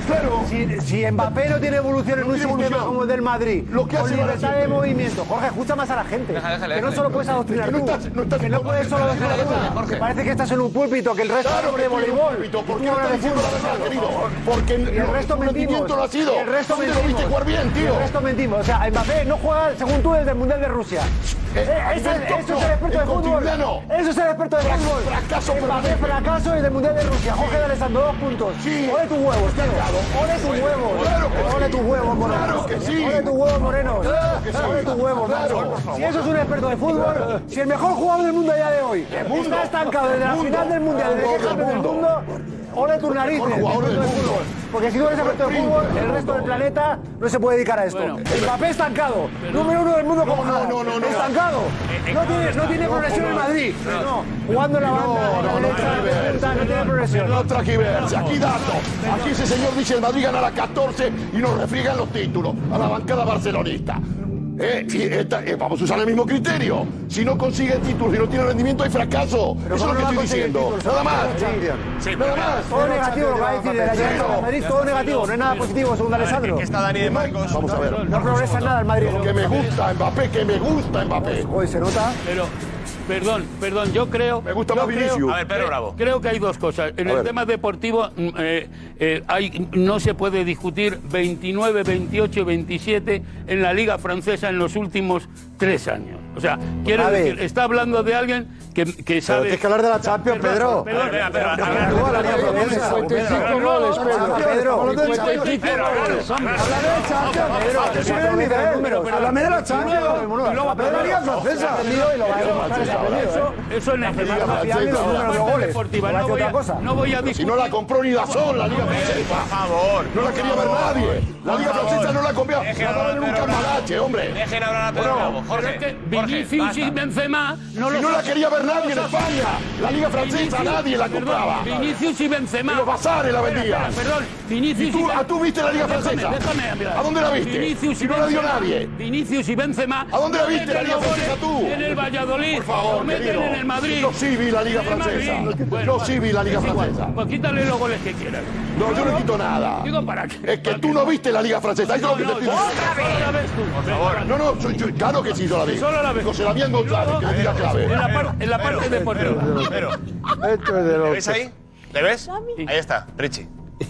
Claro. Si, si Mbappé no tiene evolución en un sistema como el del Madrid, lo que con hace libertad de movimiento, Jorge, escucha más a la gente. Deja, déjale, que no déjale. solo puedes adoctrinar No tú, estás- no estás- que no puedes solo Déjale, adoctrinar déjale, tú, Jorge. que parece que estás en un púlpito, que el resto Claro es de que estoy en un voleibol. púlpito, ¿por y qué tú no hablas estás de diciendo fútbol, la verdad, tío. querido? Porque Y el no- resto tu mentimos. rendimiento no ha sido. Y el resto ¿Dónde lo mentimos. viste jugar bien, Y tío? el resto mentimos. O sea, Mbappé no juega, según tú, desde el Mundial de Rusia. Eh, a ese- nivel top, eso no. es el experto En de fútbol. continuidad, no. Eso es el experto de Fra- fútbol. fracaso Mbappé, permanente. fracaso desde el Mundial de Rusia. Jorge de Alessandro, dos puntos. Sí. Ole tus huevos, tío. Ole tus huevos. Claro que sí. Ole tus huevos, morenos. Claro que sí. Ole tus huevos, morenos. Claro que sí. Ole tus huevos, Claro. macho. Si eso es un experto de fútbol, si el mejor jugador del mundo a día de hoy mundo. está estancado desde la Mundo. final del Mundial, desde que es Del campeón del mundo. mundo, ole tus narices. Mejor jugador del experto de mundo. fútbol. Porque si no eres experto de fútbol, el resto del planeta no se puede dedicar a esto. Bueno. Mbappé estancado. Número uno del mundo como no, Haaland. no, no, no. Estancado. No tiene, no tiene progresión en Madrid. No. Jugando en la banda, en la no, no derecha, en la punta, no tiene progresión. No tragiverse, aquí datos. Aquí ese señor dice el Madrid ganará catorce y nos refriegan los títulos a la bancada barcelonista. Eh, y esta- eh, vamos a usar el mismo criterio. Si no consigue títulos y no tiene rendimiento, hay fracaso. Eso es lo que estoy diciendo. Nada más. Sí, Nada pero- más. Todo negativo lo que va a decir de la llegada de Madrid, todo negativo, no es nada positivo según Alessandro. Aquí está Dani de Marcos. Vamos a ver. No progresa nada el Madrid. Que me gusta Mbappé, que me gusta Mbappé. Hoy se nota. Pero, perdón, perdón, yo creo. Me gusta yo más creo- Vinicius. A ver, Pedro Bravo. Creo que hay dos cosas. En A el ver. tema deportivo mm, eh, eh, hay, no se puede discutir veintinueve, veintiocho y veintisiete en la Liga Francesa en los últimos tres años. O sea, quiero A ver. decir, está hablando de alguien que, que Pero sabe... tienes que hablar de la Champions, Pedro. Perdón, A ver, venga, Pedro, perdón, a ver, perdón, Tú a la perdón, Liga perdón, Francesa. perdón, cincuenta y cinco perdón, goles, perdón, Pedro. perdón, Pedro, perdón, cincuenta y perdón, cinco Pedro, goles. hombre. Háblame de Champions, Pedro. Que sube el nivel de números. Háblame de la Champions. Y luego de la Liga Francesa. Y lo va a demostrar ese aprendido, ¿eh? Eso es La necesario. Liga Francesa, La los números de parte goles. deportiva, No va a no decir voy a- otra cosa. no voy a Si discutir. no la compró ni Dazón, la Liga Francesa. Por favor. No la quería ver nadie. La Liga Francesa no la compró. Dejen La hablar daban en a un Pedro Bravo. cambalache, hombre. Dejen hablar a Pedro Bueno, Bravo. Jorge. Pero es que Jorge, Vinicius y basta. Benzema no Si los no la hace- quería ver nadie en los hace- España. La Liga Francesa Vinicius- nadie la perdón, compraba. Vinicius y Benzema. En los bazares la Espera, vendían. espera, Perdón, Vinicius ¿Y tú- Ben- a tú viste la Liga Déjame, Francesa? déjame, mira. ¿A dónde la viste? Vinicius Si y no la dio Benzema- nadie. Vinicius y Benzema. ¿A dónde la no viste la meten Liga los goles Francesa tú? En el Valladolid. Por favor, lo meten querido. en el Madrid. Yo sí vi la Liga En el Madrid. Francesa. Bueno, Yo va, sí vi la Liga es igual. Francesa. Pues quítale los goles que quieras. No, yo no quito nada. Digo, ¿para qué? Es que tú no viste la Liga Francesa. Eso es lo que te estoy diciendo. Solo la ves tú. Por favor. No, no, soy- yo- claro que sí, yo la vi. Solo la ves. José Damián González, que le diga clave. En la, par- en la parte deportiva. Pero, Esto es de ¿le los. ves ahí? ¿Le ves? Ahí está, Richie.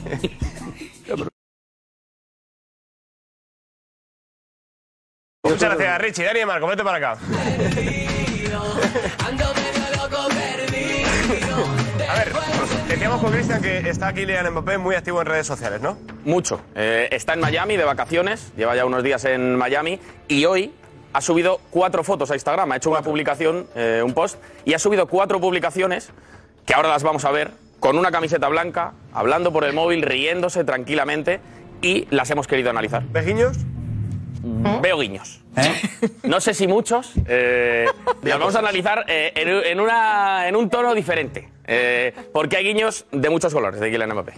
Muchas gracias, Richie. Dani de Marco, vete para acá. A ver, decíamos con Cristian que está Kylian Mbappé muy activo en redes sociales, ¿no? Mucho. Eh, está en Miami de vacaciones, lleva ya unos días en Miami y hoy ha subido cuatro fotos a Instagram. Ha hecho una publicación, eh, un post, y ha subido cuatro publicaciones que ahora las vamos a ver con una camiseta blanca, hablando por el móvil, riéndose tranquilamente, y las hemos querido analizar. ¿Ves guiños? Veo guiños. No sé si muchos. Eh, los vamos a analizar eh, en, en una, en un tono diferente. Eh, porque hay guiños de muchos colores de Kylian Mbappé.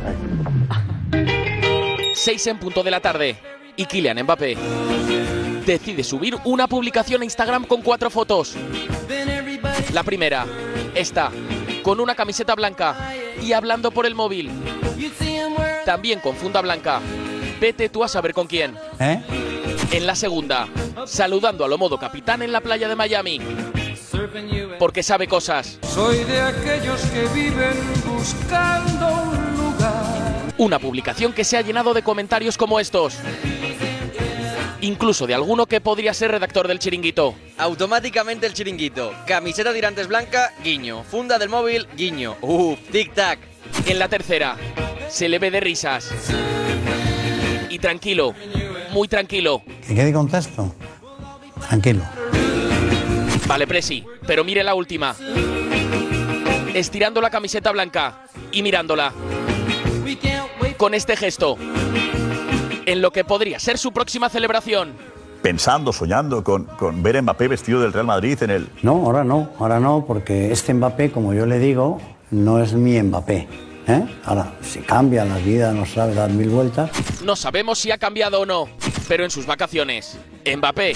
seis en punto de la tarde y Kylian Mbappé decide subir una publicación a Instagram con cuatro fotos. La primera está con una camiseta blanca y hablando por el móvil. También con funda blanca. Vete tú a saber con quién. ¿Eh? En la segunda, saludando a lo modo capitán en la playa de Miami. Porque sabe cosas. Soy de aquellos que viven buscando un lugar. Una publicación que se ha llenado de comentarios como estos. Incluso de alguno que podría ser redactor del Chiringuito. Automáticamente el Chiringuito. Camiseta tirantes blanca, guiño. Funda del móvil, guiño. Uf, tic-tac. En la tercera, se le ve de risas. Y tranquilo, muy tranquilo. ¿Que quede contexto? Tranquilo. Vale, Presi, pero mire la última. Estirando la camiseta blanca y mirándola. Con este gesto. En lo que podría ser su próxima celebración. Pensando, soñando con, con ver a Mbappé vestido del Real Madrid en el... No, ahora no, ahora no, porque este Mbappé, como yo le digo, no es mi Mbappé. ¿eh? Ahora, si cambia la vida, no sabe dar mil vueltas. No sabemos si ha cambiado o no, pero en sus vacaciones, Mbappé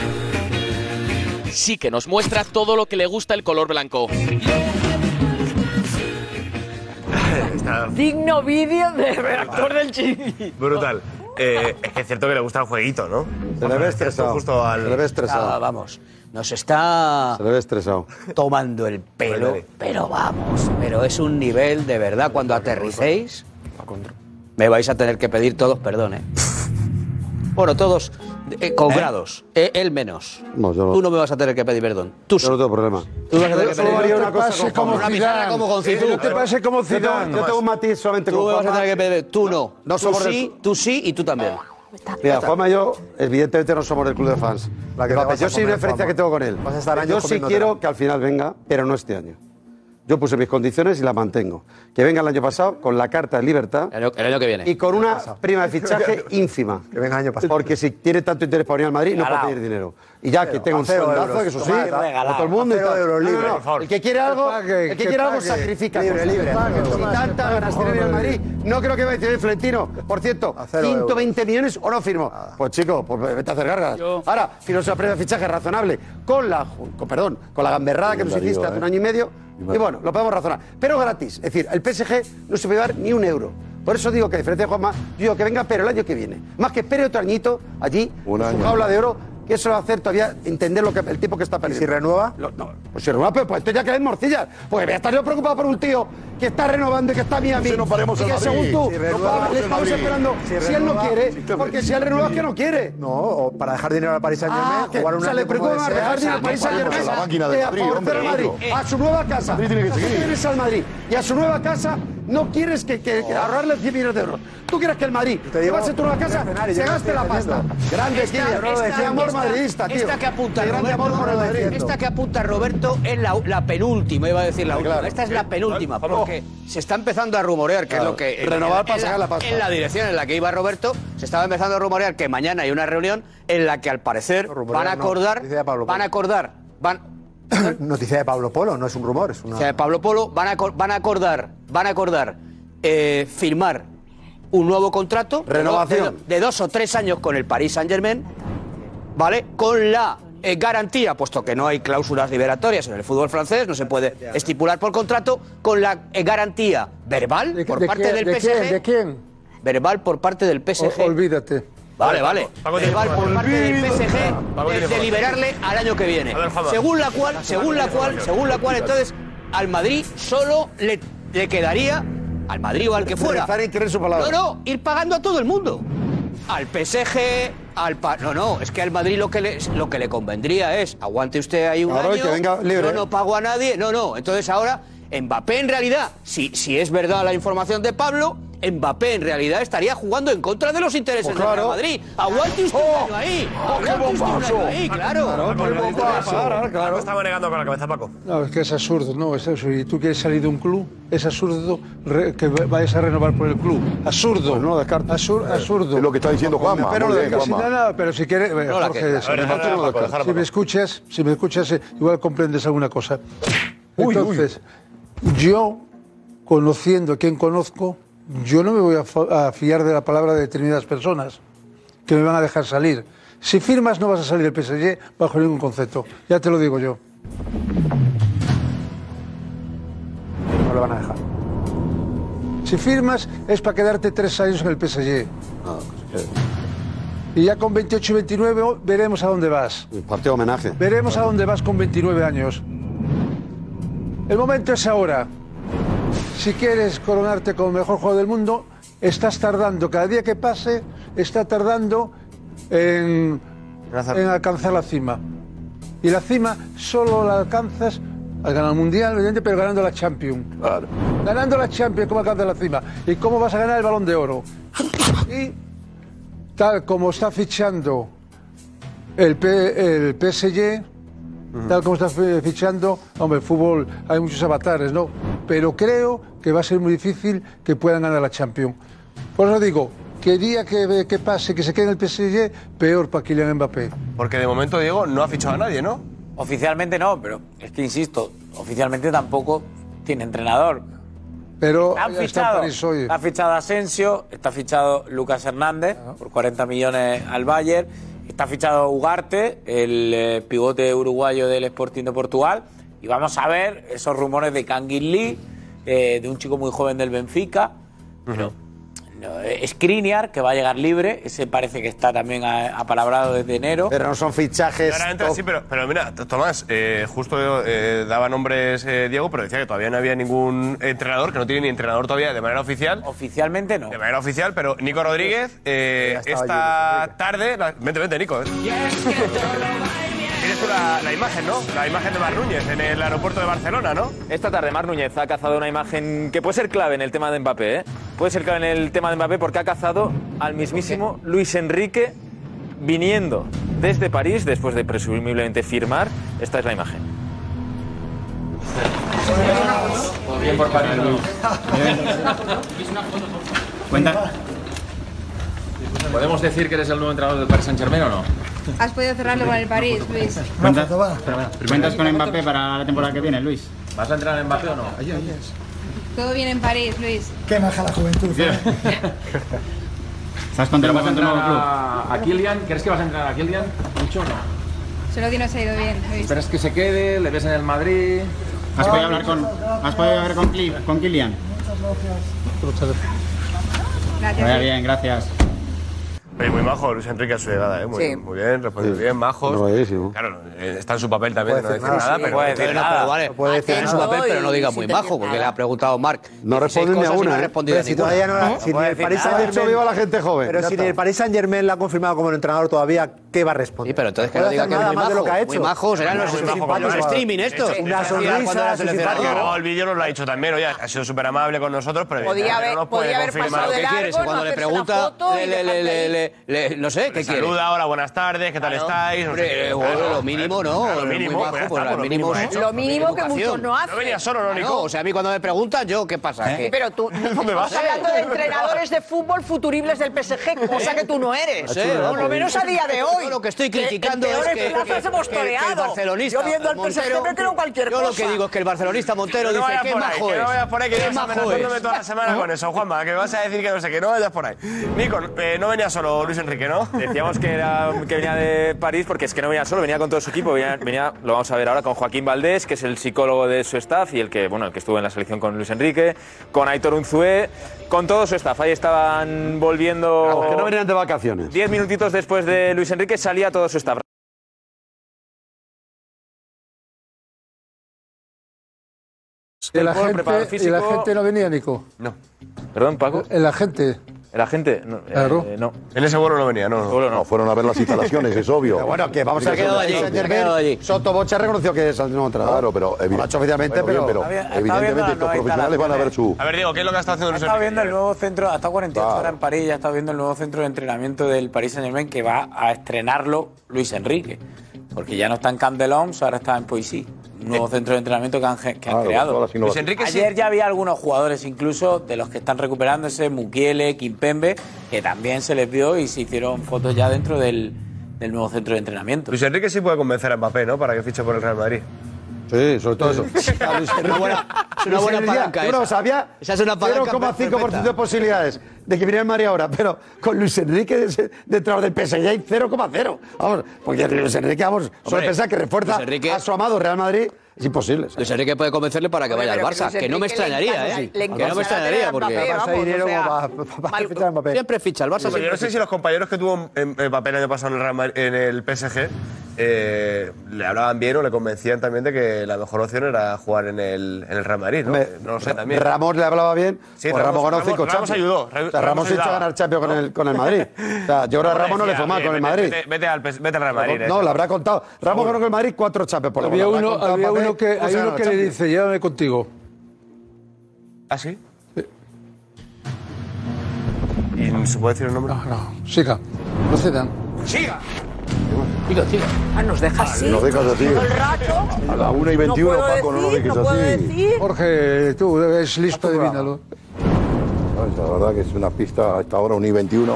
sí que nos muestra todo lo que le gusta el color blanco. Está Digno vídeo de redactor del Chiringuito. brutal. Eh, es que es cierto que le gusta el jueguito, ¿no? Se le ve estresado. Justo al... Se le ve estresado. Ah, vamos, nos está Se le ve estresado. tomando el pelo, pero vamos, pero es un nivel de verdad. Cuando aterricéis, me vais a tener que pedir todos perdón, ¿eh? Bueno, todos eh, con ¿Eh? grados. Eh, él menos. No, yo no. Tú no me vas a tener que pedir perdón. Tú sí. Yo no tengo problema. Tú vas a tener que Solo pedir haría perdón. una cosa pases con como Juanma. Una pizarra Zidane. como con Zidane. No te pases como Yo tengo, Zidane. yo tengo un matiz solamente Tú con me vas a Juanma. tener que pedir. Tú no. No tú somos sí, del- tú sí y tú también. Mira, Juanma y yo, evidentemente, no somos del club de fans. La que te Mbappé, vas a yo sí comer, una diferencia Juanma. que tengo con él. Vas a estar años Yo sí comiéndotela. quiero que al final venga, pero no este año. Yo puse mis condiciones y las mantengo. Que venga el año pasado con la carta de libertad El año, el año que viene. y con una prima de fichaje ínfima. Que venga el año pasado. Porque si tiene tanto interés para venir al Madrid, no puede pedir dinero. Y ya que tenga un cero sueldazo, euros. que eso sí, Toma, como regalado. todo el mundo. y Cero tal. euros No, no, libre, no. por favor. El que quiere algo, Que pague, el que que quiere algo pague. sacrifica. Libre, cosas. libre. Si tantas ganas tiene de ir al Madrid, no creo que vaya a decir Florentino. Por cierto, cero ciento veinte millones o no firmo. Pues chico, pues vete a hacer gárgaras. Ahora, firmo esa prima de fichaje razonable con la, con, perdón, con la gamberrada que nos Darío, hiciste hace eh. un año y medio. Y bueno, lo podemos razonar. Pero gratis. Es decir, el P S G no se puede llevar ni un euro. Por eso digo que, a diferencia de Juanma, yo digo que venga, pero el año que viene. Más que espere otro añito allí, Un en su año. jaula de oro, que eso va a hacer todavía entender lo que, el tipo que está ¿Y perdiendo. si renueva? Lo- no, pues si renueva, pero pues esto ya que es morcillas. Porque voy a estar yo preocupado por un tío que está renovando y que está a mí a mí. Si no paremos y el que Madrid. según tú, Si no renueva, pa- le el estamos Madrid. esperando Si si, él no renueva, quiere. sí, claro. Porque si él renueva es que no quiere. No, o para dejar dinero al Paris Saint-Germain, Ah, que, jugar o un sea, año le preocupa como más desea. dejar dinero al Paris Saint-Germain la máquina del que a Madrid, favorecer al hombre, Madrid. otro. A su nueva casa. Madrid tiene que Tú seguir. quieres al Madrid y a su nueva casa no quieres que, que, que ahorrarle cien millones de euros. Tú quieres que el Madrid, te que digo, va a ser tu nueva casa, escenario, se yo no gaste estoy la pasta. defendiendo. Grande, Esta- Kylian. esta- De amor esta- madridista, tío. Esta que apunta De grande Roberto, amor por el Madrid. esta que apunta Roberto es la, la penúltima, iba a decir la última. claro. Esta es la penúltima, porque se está empezando a rumorear, que Claro. es lo que... en- Renovar en- para en sacar la pasta. En la dirección en la que iba Roberto, se estaba empezando a rumorear que mañana hay una reunión en la que al parecer No, rumorear van a no, acordar... dice de Pablo van a Polo. acordar... Van, Noticia de Pablo Polo, no es un rumor, es una. o sea, de Pablo Polo van a, acor- van a acordar, van a acordar eh, firmar un nuevo contrato de do- Renovación. de, de dos o tres años con el Paris Saint-Germain, ¿vale? Con la eh, garantía, puesto que no hay cláusulas liberatorias en el fútbol francés, no se puede estipular por contrato, con la eh, garantía verbal ¿De, por de parte quién- del de P S G. quién? ¿De quién? Verbal por parte del P S G. O- olvídate. Vale, vale. Paco tiene Verbal por información. parte del P S G Paco de, tiene de información. liberarle al año que viene. A ver, Juanma. Según la cual, según la cual, según la cual, entonces al Madrid solo le, le quedaría, al Madrid o al que fuera, Rezar y creer su palabra. no, no, ir pagando a todo el mundo. Al P S G, al pa- no, no, es que al Madrid lo que le lo que le convendría es aguante usted ahí un Claro, y año, que venga libre. yo no pago a nadie, no, no. Entonces ahora Mbappé en realidad, si, si es verdad la información de Pablo, Mbappé en realidad estaría jugando en contra de los intereses Pues del Real claro. Madrid. Aguante usted un año ahí, aguante usted un año ahí, claro. Paco estaba negando con la cabeza, Paco. No, es que es absurdo, no, es absurdo. Y tú quieres salir de un club, es absurdo re- que vayas a renovar por el club. Absurdo. Pues no lo descarto. Absur- absurdo. Es lo que está diciendo Juanma. Pero Muy lo bien, de Si Juanma. nada, pero si quieres, eh, No la Jorge, quejas. si, A ver, déjalo, déjalo, Paco, déjalo, si me Paco. escuchas, si me escuchas, eh, igual comprendes alguna cosa. Entonces, yo, conociendo a quien conozco, yo no me voy a, fa- a fiar de la palabra de determinadas personas que me van a dejar salir. Si firmas, no vas a salir del P S G bajo ningún concepto. Ya te lo digo yo. No lo van a dejar. Si firmas, es para quedarte tres años en el P S G. Y ya con veintiocho y veintinueve oh, veremos a dónde vas. Partido homenaje. Veremos a dónde vas con veintinueve años. El momento es ahora. Si quieres coronarte como mejor jugador del mundo, estás tardando. Cada día que pase, está tardando en, en alcanzar la cima. Y la cima solo la alcanzas al ganar el Mundial, evidentemente, pero ganando la Champions. Ganando la Champions, ¿cómo alcanzas la cima? ¿Y cómo vas a ganar el Balón de Oro? Y tal como está fichando el, P- el P S G, tal como está fi- fichando, hombre, el fútbol hay muchos avatares, ¿no? Pero creo que va a ser muy difícil que puedan ganar la Champions. Por eso digo, que día que, que pase, que se quede en el P S G, peor para Kylian Mbappé. Porque de momento, Diego, no ha fichado a nadie, ¿no? Oficialmente no, pero es que insisto, oficialmente tampoco tiene entrenador. Pero Han ya está en fichado, París hoy. ha fichado a Asensio, está fichado Lucas Hernández por cuarenta millones al Bayern, está fichado Ugarte, el eh, pivote uruguayo del Sporting de Portugal, y vamos a ver esos rumores de Kangin Lee, eh, de un chico muy joven del Benfica. Pero, no, eh, Skriniar, que va a llegar libre, ese parece que está también a- apalabrado desde enero. Pero no son fichajes. Ahora entra, sí, pero, pero mira, T- Tomás, eh, justo eh, daba nombres eh, Diego, pero decía que todavía no había ningún entrenador, que no tiene ni entrenador todavía de manera oficial. Oficialmente no. De manera oficial, pero Nico Rodríguez, eh, esta tarde. La, vente, vente, Nico. eh. Tienes tú la, la imagen, ¿no? La imagen de Mar Núñez en el aeropuerto de Barcelona, ¿no? Esta tarde Mar Núñez ha cazado una imagen que puede ser clave en el tema de Mbappé, ¿eh? Puede ser clave en el tema de Mbappé porque ha cazado al mismísimo Luis Enrique viniendo desde París después de presumiblemente firmar. Esta es la imagen. Bien por París. Cuenta. ¿Podemos decir que eres el nuevo entrenador del Paris Saint-Germain o no? Has podido cerrarlo con el París, Luis. ¿Cuentas, ¿Cuentas con Mbappé para la temporada que viene, Luis? ¿Vas a entrenar a Mbappé o no? Todo bien en París, Luis. Qué maja la juventud. ¿Estás contento con tu nuevo club? ¿A Kylian? ¿Crees que vas a entrar a Kylian? ¿Mucho o no? Solo que nos ha ido bien, Luis. ¿Esperas que se quede? ¿Le ves en el Madrid? ¿Has podido hablar con, ¿has podido hablar con, Cli- con Kylian? Gracias. Vaya Luis. bien, gracias. Oye, muy majo Luis Enrique a su llegada, ¿eh? Muy, Sí. muy bien, respondió bien, majos. Claro, eh, está en su papel también, no decir nada, pero. puede decir nada, pero vale. puede decir Tiene su nada. papel, pero no diga Sí, muy te majo, entiendo. porque le ha preguntado Marc. No dieciséis responden ni a cosas y no una, ha ¿eh? respondido Pero a si ninguna. todavía no la- ¿No? si ni el Paris Saint-Germain- viva la gente joven. Pero Ya si está. ni el Paris Saint-Germain la ha confirmado como entrenador todavía, ¿qué va a responder? Sí, pero entonces que No no puede diga hacer que es nada muy más de lo majo. que ha hecho. Muy majo serán los Muy majo, simpáticos. como El lo- streaming esto. Una Cuando sonrisa, ha seleccionado. Ha grabado el vídeo, nos lo ha dicho también, oye, ha sido súper amable con nosotros, pero Podía evidentemente haber- no nos puede podía haber confirmar. pasado de largo, ¿Qué quieres? Cuando no le hacerse la pregunta, foto y le- le- le- le- le- no sé, ¿qué quiere? Saluda ahora, buenas tardes, ¿qué tal estáis? No sé Hombre, qué. eh, bueno, lo mínimo, ¿no? Claro, lo Muy mínimo, bajo, pues ya pues está, lo pues mínimo ha hecho. Lo mínimo que Educación. muchos no hacen. No venía solo, ¿no, Nico? No, o sea, a mí cuando me preguntan, yo, ¿qué pasa? Sí, Que- pero tú ¿Dónde vas? estás hablando de entrenadores de fútbol futuribles del P S G, cosa que tú no eres. No sé, Por lo menos a día de hoy. Yo lo que estoy Que en criticando es peores que, plazas que- hemos que- que el toreado. barcelonista Yo viendo al P S G Montero- me creo cualquier yo cosa. lo que digo es que el barcelonista Montero Que no dice vayas que por ahí, majo que es. no vayas por ahí, que Qué llevas majo amenazándome es. toda la semana con eso, Juanma, que vas a decir que no sé qué, no vayas por ahí. Nico, eh, no venía solo Luis Enrique, ¿no? Decíamos que, era, que venía de París porque es que no venía solo, venía con todo su equipo. Venía, venía, lo vamos a ver ahora, con Joaquín Valdés, que es el psicólogo de su staff y el que, bueno, el que estuvo en la selección con Luis Enrique, con Aitor Unzué, con todo su staff. Ahí estaban volviendo. Vamos, que no venían de vacaciones. Diez minutitos después de Luis Enrique salía todo su staff. El Por preparador agente, físico. el agente no venía, Nico. No. ¿Perdón, Paco? El agente. ¿El agente? No. Claro. eh, no. En ese vuelo no venía, no. Vuelo no. No, fueron a ver las instalaciones, es obvio. Pero bueno, que vamos a Se ver. quedó allí, Saint se Germain, quedó allí. Soto Bocha reconoció que es el nuevo entrenador. Claro, pero No lo ha hecho oficialmente, bueno, pero. bien, pero evidentemente los profesionales van a ver su. A ver, Diego, ¿qué es lo que está haciendo Ha Luis estado Enrique? viendo el nuevo centro, ha estado cuarenta y ocho Claro. horas en París, ya ha estado viendo el nuevo centro de entrenamiento del Paris Saint-Germain que va a estrenarlo Luis Enrique. Porque ya no está en Camp de Lons, ahora está en Poissy. Un nuevo centro de entrenamiento que han, ge- que han Claro, creado. todas las Luis innovaciones. Enrique, ayer ya había algunos jugadores, incluso de los que están recuperándose, Mukiele, Kimpembe, que también se les vio y se hicieron fotos ya dentro del, del nuevo centro de entrenamiento. Luis Enrique sí puede convencer a Mbappé, ¿no? Para que fiche por el Real Madrid. Sí, sobre todo eso. Es una buena, es una buena palanca Bueno, esa. sabía Esa es una palanca cero coma cinco por ciento de perfecta. posibilidades de que viniera el Madrid ahora, pero con Luis Enrique de, de entrenador del P S G hay cero coma cero. Vamos, porque Luis Enrique, vamos, solo Hombre, pensar que refuerza Luis Enrique- a su amado Real Madrid es imposible. Luis Enrique puede convencerle para que Hombre, vaya al pero que Barça, Luis que no me Enrique le extrañaría, encanta- ¿eh? le Que no me encanta extrañaría tener a porque Mbappé, vamos, dinero o sea, como para fichar a Mbappé. siempre ficha el Barça. Yo siempre no sé ficha. si los compañeros que tuvo en, en papel el año pasado en el, Real Madrid- en el P S G eh, le hablaban bien o le convencían también de que la mejor opción era jugar en el, en el Real Madrid, ¿no? Me- no lo sé también. Ramos le hablaba bien, Sí, pues Ramos, Ramos- ganó Ramos- cinco Ramos Champions. ayudó, O sea, Ramos Ramos hizo ayudaba. ganar Champions con, el, con el Madrid. O sea, yo creo que a Ramos no le fue mal con el Madrid. Vete, vete al, P S vete al Real Madrid. No, eh. le habrá contado. Ramos ganó con el Madrid cuatro Champions. Por lo Había menos, le uno, habrá contado había Mbappé uno que, cómo hay se uno ganó que la le Champions. dice, llévame contigo. ¿Ah, sí? ¿Y se puede decir el nombre? No, no, siga, procedan. ¡Siga! Siga, siga. Ah, nos deja así. Nos dejas así. Todo el rato. A la una y veintiuno, Paco, no lo decir, dejes no puedo así. decir. Jorge, tú eres listo, adivínalo. La verdad que es una pista a esta hora, un y veintiuno.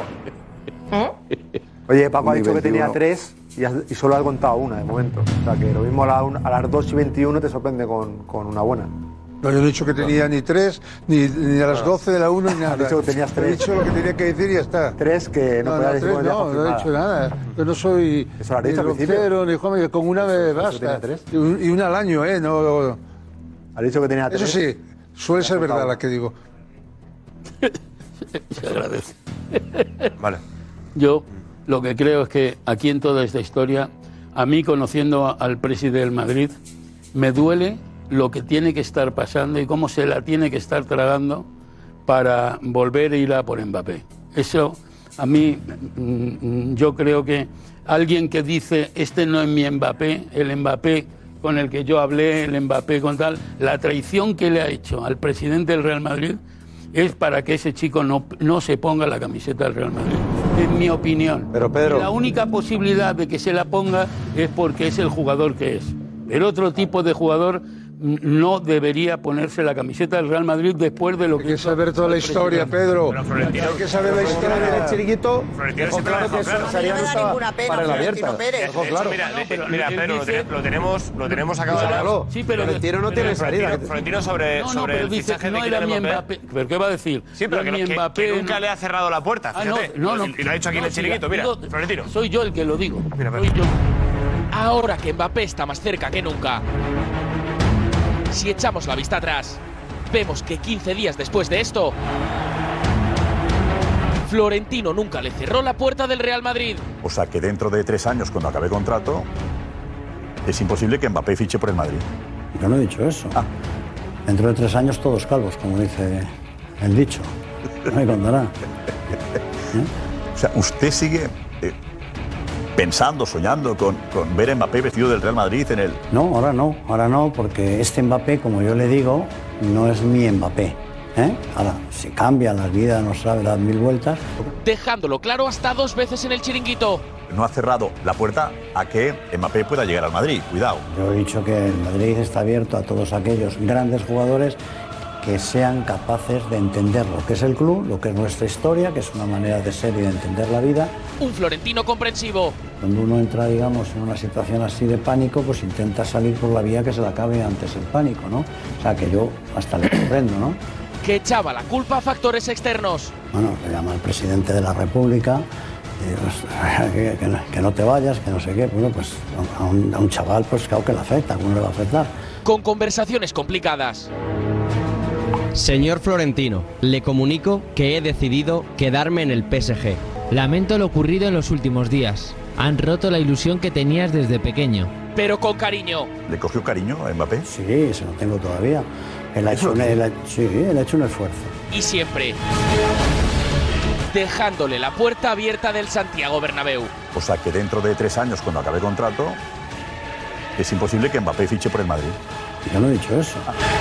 Oye, Paco ha Ni dicho que tenía veintiuno. tres y, has- y solo ha contado una de momento. O sea, que lo mismo a, la un- a las dos y veintiuno te sorprende con, con una buena. No, yo no he dicho que tenía ni tres, ni, ni a las doce de la una, ni nada. Has dicho que tenías tres. He dicho lo que tenía que decir y ya está. Tres que no, No, no, podías decir tres con ella no, no he confirmada. dicho nada. Yo no soy Eso lo has ni dicho al principio. roncero, ni Juan, que con una me basta. tenía tres. Y, un- y una al año, ¿eh? No, ¿Has dicho que tenía tres? eso sí, Suele ser verdad la que digo. Se agradece. Vale. Yo lo que creo es que aquí en toda esta historia, a mí conociendo al presidente del Madrid, me duele lo que tiene que estar pasando y cómo se la tiene que estar tragando para volver a ir a por Mbappé. Eso, a mí, mm, yo creo que alguien que dice, este no es mi Mbappé, el Mbappé con el que yo hablé, el Mbappé con tal, la traición que le ha hecho al presidente del Real Madrid es para que ese chico no, no se ponga la camiseta del Real Madrid. En mi opinión. Pero Pedro... Y la única posibilidad de que se la ponga es porque es el jugador que es. El otro tipo de jugador no debería ponerse la camiseta del Real Madrid después de lo que... Hay que saber toda la historia, Pedro. Hay que saber la historia del chiringuito. Florentino Claro que eso sería no estaba para la abierta. Dejó claro. Mira, de- mira, Pedro, lo, te- lo tenemos, lo tenemos acabado de Claro. hablar. Sí, pero- Florentino no tiene Florentino- salida. Florentino sobre, No, no, sobre pero el dice fichaje que no de era Kylian mi Mbappé. Mbappé. ¿Pero qué va a decir? Sí, pero que, No no- es mi que- Mbappé, que nunca no. le ha cerrado la puerta, Ah, no, fíjate. no, no. Y lo ha dicho aquí en No, el sí, chiringuito, mira, digo- Florentino. Soy yo el que lo digo. Mira, Soy yo. Ahora que Mbappé está más cerca que nunca, si echamos la vista atrás, vemos que quince días después de esto, Florentino nunca le cerró la puerta del Real Madrid. O sea que dentro de tres años, cuando acabe contrato, es imposible que Mbappé fiche por el Madrid. Yo no he dicho eso. Dentro de tres años todos calvos, como dice el dicho. No me contará. O sea, usted sigue eh, pensando, soñando con, con ver a Mbappé vestido del Real Madrid en el... No, ahora no, ahora no, porque este Mbappé, como yo le digo, no es mi Mbappé. ¿eh? Ahora, si cambia, la vida no sabe dar mil vueltas. Dejándolo claro hasta dos veces en el chiringuito. No ha cerrado la puerta a que Mbappé pueda llegar al Madrid. Cuidado. Yo he dicho que el Madrid está abierto a todos aquellos grandes jugadores que sean capaces de entender lo que es el club, lo que es nuestra historia, que es una manera de ser y de entender la vida. Un Florentino comprensivo. Cuando uno entra, digamos, en una situación así de pánico, pues intenta salir por la vía que se le acabe antes el pánico, ¿no? O sea, que yo hasta le comprendo, ¿no? Que echaba la culpa a factores externos. Bueno, le llama al presidente de la República, y, pues, que, que no, que no te vayas, que no sé qué. Bueno, pues a un, a un chaval, pues claro que le afecta, ¿cómo le va a afectar? Con conversaciones complicadas. Señor Florentino, le comunico que he decidido quedarme en el P S G. Lamento lo ocurrido en los últimos días. Han roto la ilusión que tenías desde pequeño. Pero con cariño. ¿Le cogió cariño a Mbappé? Sí, se lo tengo todavía. Él ha hecho, un, él ha- sí, él ha hecho un esfuerzo. Y siempre dejándole la puerta abierta del Santiago Bernabéu. O sea que dentro de tres años, cuando acabe contrato, es imposible que Mbappé fiche por el Madrid. Yo no he dicho eso.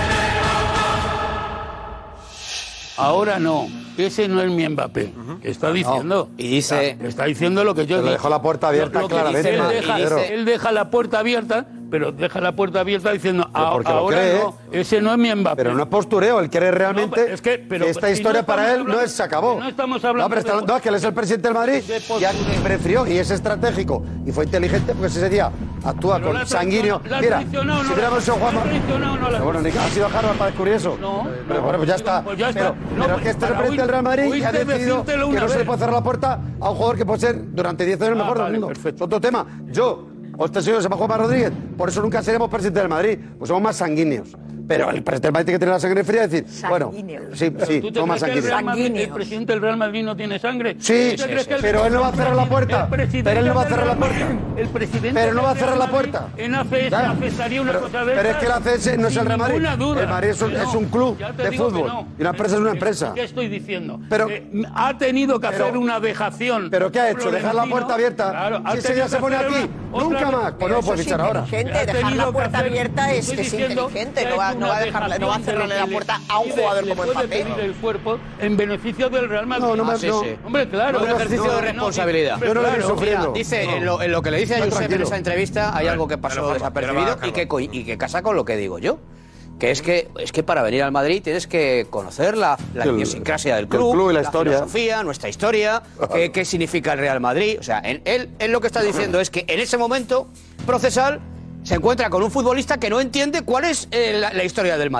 Ahora no, ese no es mi Mbappé. ¿Qué está diciendo? y dice- Está diciendo lo que yo Pero he dejó dicho. la puerta abierta Lo que claramente, dice, él, Madrid, deja, Pedro. él deja la puerta abierta, pero deja la puerta abierta diciendo, Pero "Ah, porque lo ahora cree, no, ese no es mi Mbappé". Pero no es postureo, él quiere realmente No, es que- pero que esta si historia no para estamos él no hablando- es se acabó. no estamos hablando No, pero está- de- no, es que él es el presidente del Madrid de postureo. y ha prefirió y es estratégico y fue inteligente porque ese día actúa Pero la con ha sanguíneo. traicionado- la ha Mira, traicionado, si no hubiéramos la- sido Juanma. la ha traicionado, no la- Pero bueno, ni que ha sido Harvard para descubrir eso. No, Pero no, bueno, pues ya está. pues ya está. Pero, No, pero pues que este es el para presidente del Real Madrid y ha oíste decidido decírtelo que una no se le vez. puede cerrar la puerta a un jugador que puede ser durante diez años el Ah, mejor vale, del mundo. perfecto. Es otro tema. Yo, o este señor se llama Juanma Rodríguez, por eso nunca seremos presidente del Madrid, pues somos más sanguíneos. Pero el presidente del Madrid tiene que tener la sangre fría y decir, bueno, sí, Pero sí, ¿tú te somos más crees que el, sanguíneos. Real Madrid- el presidente del Real Madrid no tiene sangre? Sí, ¿Tú te crees que el- pero él no va a cerrar la puerta. el presidente Pero él no va a del cerrar la Real puerta. Madrid- El presidente Pero no va a del cerrar la Real Madrid puerta. En A C S Ya. aceptaría una Pero- cosa de pero es estas que el A C S no es sin el Real Madrid. ninguna duda. El Madrid es un- Que no. es un club Ya te de digo que fútbol. no. Y una empresa es una ¿Qué- empresa. ¿Qué estoy diciendo? Pero- Eh, ha tenido que hacer pero- una dejación. ¿Pero qué ha hecho? ¿Dejar la puerta abierta? Claro, ha Si ese tenido día se que pone hacer aquí, una- nunca otra- más. Pues no, Eso pues es fichar ahora. inteligente, Ha dejar tenido la que puerta hacer- abierta es, estoy es diciendo inteligente, que no va, ha hecho no va a una dejarle, no va a dejación de cerrarle lo la que puerta le- a un pide- jugador le como puede Mbappé. pedir el cuerpo en beneficio del Real Madrid. No, no me- Ah, sí, no. sí. Hombre, claro. Un ejercicio No, de no, responsabilidad. hombre, Yo no lo vi claro. sufriendo. Dice, No. en, lo, en lo que le dice a Está Josep en tranquilo. esa entrevista hay algo que pasó Pero, desapercibido pero, y que, co- y que casa con lo que digo yo. Que es que es que para venir al Madrid tienes que conocer la, la El- idiosincrasia del el club, club y la historia. filosofía, nuestra historia, qué, qué significa el Real Madrid. O sea, en- él, él lo que está diciendo es que en ese momento procesal se encuentra con un futbolista que no entiende cuál es eh, la, la historia del Madrid.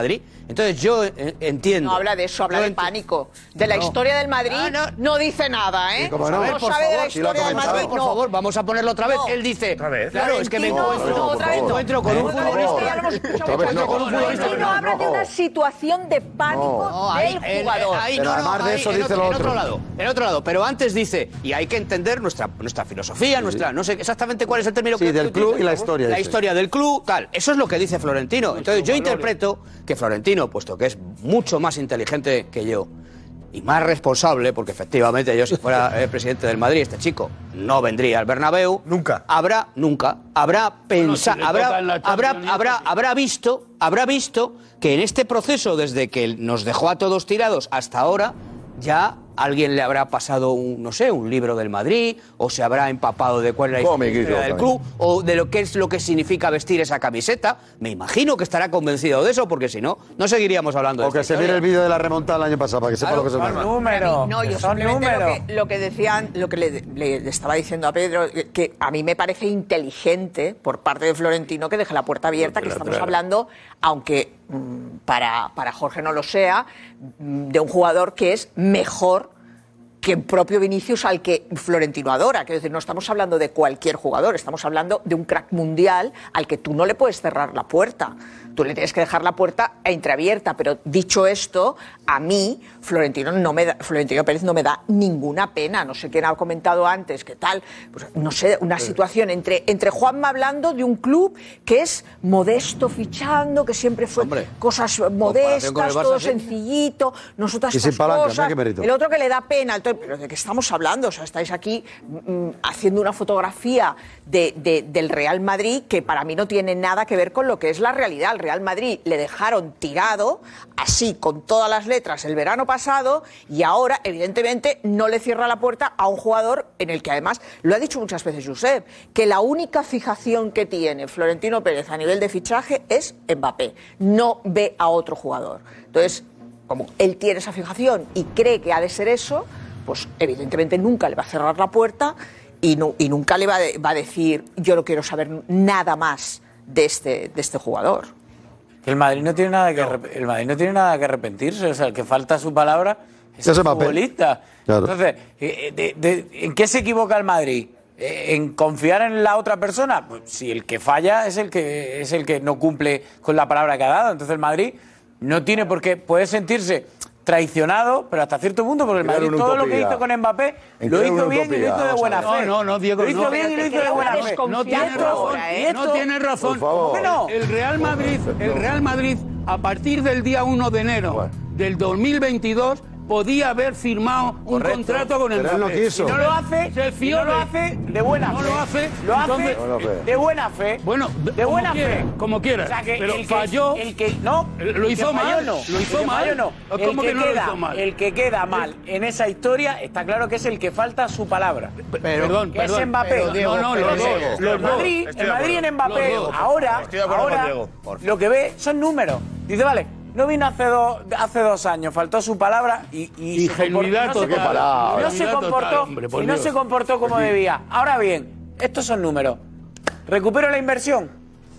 Entonces yo eh, entiendo. No habla de eso, habla Yo de ent- pánico. De la No. historia del Madrid Ah, no, dice nada, ¿eh? Sí, cómo no. no A ver, por sabe de la favor, si lo ha historia del comentado, Madrid, por no. favor, vamos a ponerlo otra vez. No. Él dice, vez? claro, es que me Florentino, encuentro, no, otra vez no. encuentro con un Otra vez futbolista. no, ya lo hemos escuchado Otra vez muchas no, veces. con un futbolista. Florentino habla de una situación de pánico No, ahí, del el- jugador. ahí, no, no, ahí, en otro, en otro lado, en otro lado. Pero antes dice, y hay que entender nuestra, nuestra filosofía, nuestra, no sé exactamente cuál es el término Sí, que del que club utiliza. y la historia, La dice. historia del club, tal. Eso es lo que dice Florentino. Entonces yo interpreto que Florentino, puesto que es mucho más inteligente que yo y más responsable, porque efectivamente yo si fuera el presidente del Madrid, este chico no vendría al Bernabéu. Nunca. Habrá, nunca, habrá pensado, si le habrá, tocan la habrá, Champions, habrá, habrá visto, habrá visto que en este proceso, desde que nos dejó a todos tirados hasta ahora, ya alguien le habrá pasado un, no sé, un libro del Madrid, o se habrá empapado de cuál es la Cómic y historia todo del también. club, o de lo que es lo que significa vestir esa camiseta. Me imagino que estará convencido de eso, porque si no, no seguiríamos hablando de O que esta se mire historia. el vídeo de la remontada el año pasado para que sepa Claro, lo que se son trata. números. No, yo son simplemente lo números. que, lo que decían, lo que le, le- le estaba diciendo a Pedro, que- que a mí me parece inteligente por parte de Florentino que deje la puerta abierta, que estamos hablando, aunque mm, para, para Jorge no lo sea, mm, de un jugador que es mejor que el propio Vinicius, al que Florentino adora. Quiero decir, no estamos hablando de cualquier jugador, estamos hablando de un crack mundial al que tú no le puedes cerrar la puerta. Tú le tienes que dejar la puerta entreabierta, pero dicho esto, a mí Florentino, no me da, Florentino Pérez no me da ninguna pena. No sé quién ha comentado antes, qué tal, pues, no sé, una situación entre, entre Juanma hablando de un club que es modesto fichando, que siempre fue Hombre, cosas comparación modestas, con el Barça, todo sí. sencillito, nosotras Y sin estas palanca, cosas. mira qué mérito. El otro que le da pena, entonces, pero ¿de qué estamos hablando? O sea, estáis aquí mm, haciendo una fotografía de, de- del Real Madrid que para mí no tiene nada que ver con lo que es la realidad. El Real Madrid le dejaron tirado, así, con todas las letras, el verano pasado, y ahora, evidentemente, no le cierra la puerta a un jugador en el que, además, lo ha dicho muchas veces Josep, que la única fijación que tiene Florentino Pérez a nivel de fichaje es Mbappé. No ve a otro jugador. Entonces, como él tiene esa fijación y cree que ha de ser eso, pues evidentemente nunca le va a cerrar la puerta y, no- y nunca le va, de- va a decir yo no quiero saber nada más de este, de este jugador. El Madrid no tiene nada que arrep- el Madrid no tiene nada que arrepentirse, o sea, el que falta su palabra es Ya el se Mbappé. futbolista. Claro. Entonces, eh, de- de- ¿en qué se equivoca el Madrid? Eh, ¿En confiar en la otra persona? Pues si el que falla es el que es el que no cumple con la palabra que ha dado. Entonces el Madrid no tiene por qué, puede sentirse traicionado, pero hasta cierto punto, porque el Crear Madrid una todo lo que utopía. hizo con Mbappé En lo crear hizo una bien y lo utopía. hizo de buena No, fe. no, no, Diego, Lo hizo no. bien y lo Pero hizo de que buena crea fe. desconfianza No tienes razón, ahora, ¿eh? no tienes razón. Por favor. ¿Cómo que no? El Real Madrid, el Real Madrid, a partir del día uno de enero del dos mil veintidós, podía haber firmado un Correcto. contrato con el Pero él no Mbappé. quiso. Y no lo hace, Se y fió no lo de- hace de buena no fe. lo hace, Lo hace entonces- Buena fe. de buena fe. Bueno, de como buena quiera, fe. como quiera. O sea, que Pero el que, falló. El que no. Lo el hizo que mal, falló no. lo El hizo que mal. falló no. ¿Cómo el que no lo queda, hizo mal? El que queda mal en esa historia está claro que es el que falta su palabra. Perdón, que perdón. es Mbappé. Pero, Diego, no, no, Pero los dos. el Los dos. Madrid, Estoy el de Madrid acuerdo. en Mbappé, Los dos. ahora, Estoy de acuerdo con ahora Diego. lo que ve son números. Dice, vale, no vino hace, dos hace dos años, faltó su palabra y, y Ingenuidad se comportó- total. no se, no se Ingenuidad comportó, total, hombre, por y no Dios. se comportó como debía. Ahora bien, estos son números. ¿Recupero la inversión?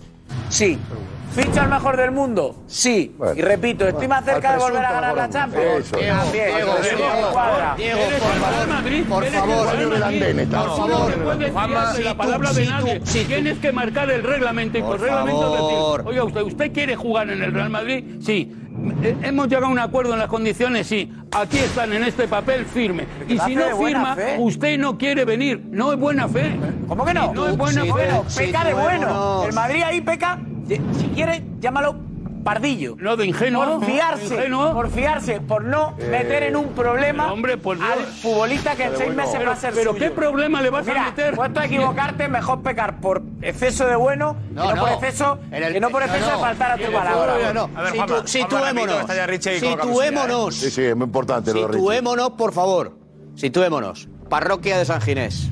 Sí. ¿Ficha al mejor del mundo? Sí. Bueno. Y repito, estoy más cerca de volver a ganar la Champions. Eso. También. Diego, Eso Diego, cuadra. Diego, Eres por el favor, Real Madrid, por eres el favor, Real Señor Madrid. Landene, por Tú favor. no te puedes fiar de la tú- palabra si de tú- nadie. si tú- Tienes que marcar el reglamento y por, Por reglamento favor. decir, oiga, usted, ¿usted quiere jugar en el Real Madrid? Sí. Eh, ¿Hemos llegado a un acuerdo en las condiciones? Sí. Aquí están en este papel firme. Y lo si hace de no buena firma, fe. usted no quiere venir. No es buena fe. ¿Cómo que no? No es buena Sí, fe. Bueno, sí, peca de tú, bueno. vámonos. El Madrid ahí peca, de- si quiere, llámalo pardillo. No, de ingenuo. Por fiarse, Ingenuo. por fiarse, por no meter en un problema Pero, hombre, por Dios. al futbolista que en seis meses va a ser Pero suyo. ¿qué problema le vas Mira, a meter? puesto a equivocarte, mejor pecar por exceso de bueno No, que no, no. por exceso, En el- que no por no, exceso no. de faltar a tu Por palabra. favor, no. A ver, Situ- Juanma, Juanma, rapidito, Situémonos. está ya Richie ahí colocando su Situémonos. Sí, sí, es muy importante lo de Richie. Situémonos, por favor. Situémonos. Parroquia de San Ginés.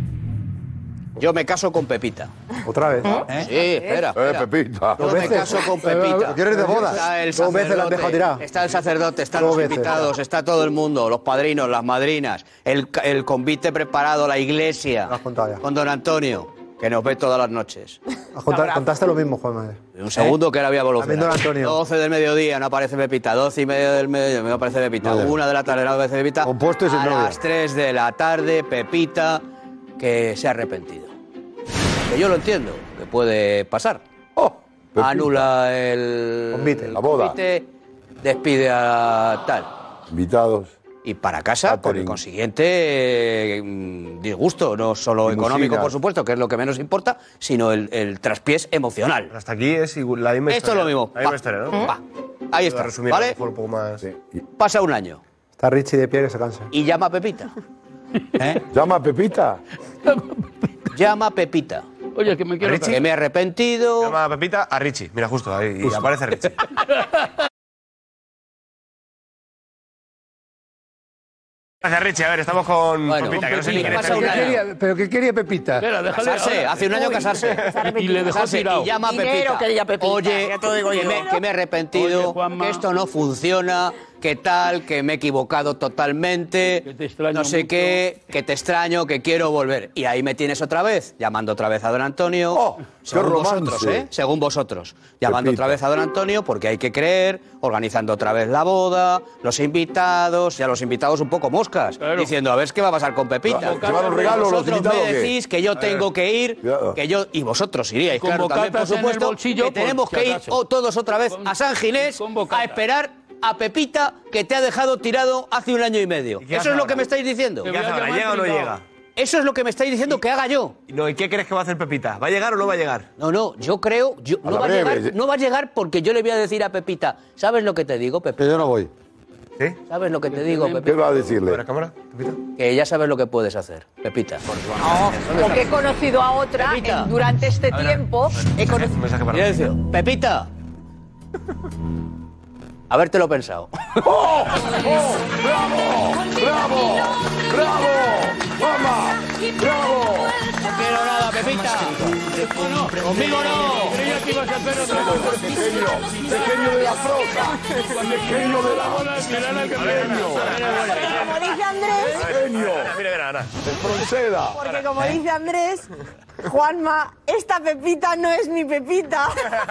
Yo me caso con Pepita. ¿Otra vez? ¿Eh? Sí, espera. Eh, espera. Pepita. Yo me caso con Pepita. ¿Quieres ir de bodas? Está el Dos veces la has sacerdote, dejado tirar. está el sacerdote, están Dos los veces. invitados, está todo el mundo, los padrinos, las madrinas, el, el convite preparado, la iglesia, Lo has contado ya. con don Antonio, que nos ve todas las noches. Conta- Contaste lo mismo, Juanma. Un segundo que ahora voy a También don evolucionar. Antonio. doce del mediodía no aparece Pepita. doce y media del mediodía no aparece Pepita. Vale. Una de la tarde no aparece Pepita. Compuesto y sin A novia. las tres de la tarde, Pepita, que se ha arrepentido. Que yo lo entiendo, que puede pasar. Pepita. Anula el Convite. el La boda. convite, despide a tal. Invitados. Y para casa, con Catering. el consiguiente eh, mm, disgusto, no solo Limusina. económico, por supuesto, que es lo que menos importa, sino el, el traspiés emocional. Hasta aquí es igual- la misma Esto es historia. lo mismo. La misma Va. historia, ¿no? Va. Ahí Voy está, a resumir a lo ¿vale? mejor un poco más. Pasa un año Está Richie de pie que se cansa. y llama a Pepita. ¿Eh? Llama a Pepita. Llama a Pepita. Oye, que me quiero... Que me he arrepentido. Llama a Pepita a Richie. Mira, justo ahí. Y aparece Richie. Gracias, Richie. A ver, estamos con Bueno, Pepita, con que no sé ni Pepita, quién es. pasa un ¿Qué año. quería- ¿Pero qué quería Pepita? Espera, déjale... Casarse, hace un año casarse. Y le dejó Casarse, tirado. y llama a Dinero Pepita. quería Pepita, Oye, ya te lo digo que, yo. me, que me he arrepentido, Oye, Juanma. que esto no funciona, que tal, que me he equivocado totalmente, Que te extraño no sé mucho. qué, que te extraño, que quiero volver. Y ahí me tienes otra vez, llamando otra vez a don Antonio. Oh, según qué romance. vosotros, ¿eh? Según vosotros. Llamando Pepita. otra vez a don Antonio porque hay que creer, organizando otra vez la boda, los invitados, ya los invitados un poco moscas, Claro. diciendo a ver qué va a pasar con Pepita. ¿Llevaron regalo los Vosotros invitados o me qué? decís que yo tengo que ir, Cuidado. que yo y vosotros iríais, Con claro, también por bocatas en el supuesto, bolsillo, que por tenemos si que ir acaso. o- todos otra vez Con- a San Ginés con bocata. a esperar a Pepita que te ha dejado tirado hace un año y medio. qué Eso hace es lo ahora? que me estáis diciendo. ¿Qué voy a hace ahora? llamar ¿Llega o no privado. llega? Eso es lo que me estáis diciendo que haga yo. No, ¿y qué crees que va a hacer Pepita? ¿Va a llegar o no va a llegar? No, no, yo creo, yo, A no la va a breve. llegar, no va a llegar porque yo le voy a decir a Pepita, ¿sabes lo que te digo, Pepe? Que yo no voy. ¿Sí? ¿Sabes lo que te digo, ¿Qué Pepe? va a decirle? ¿Para cámara? ¿Pepita? Que ya sabes lo que puedes hacer, Pepita. Porque he conocido a otra Pepita. en- durante este tiempo. He conocido. Un mensaje para Silencio. Pepita. Habértelo pensado. ¡Oh! ¡Oh! ¡Bravo! ¡Bravo! ¡Bravo! ¡Mamá! ¡Bravo! No quiero nada, Pepita. Conmigo no. Creía que ibas a hacer otra cosa. ¡Pequeño! ¡Pequeño de la froca! ¡Pequeño de la... Como dice Andrés, ¡Pequeño! Mira, mira, mira, Ana. ¡El Fronceda! porque como dice Andrés, Juanma, esta Pepita no es mi Pepita.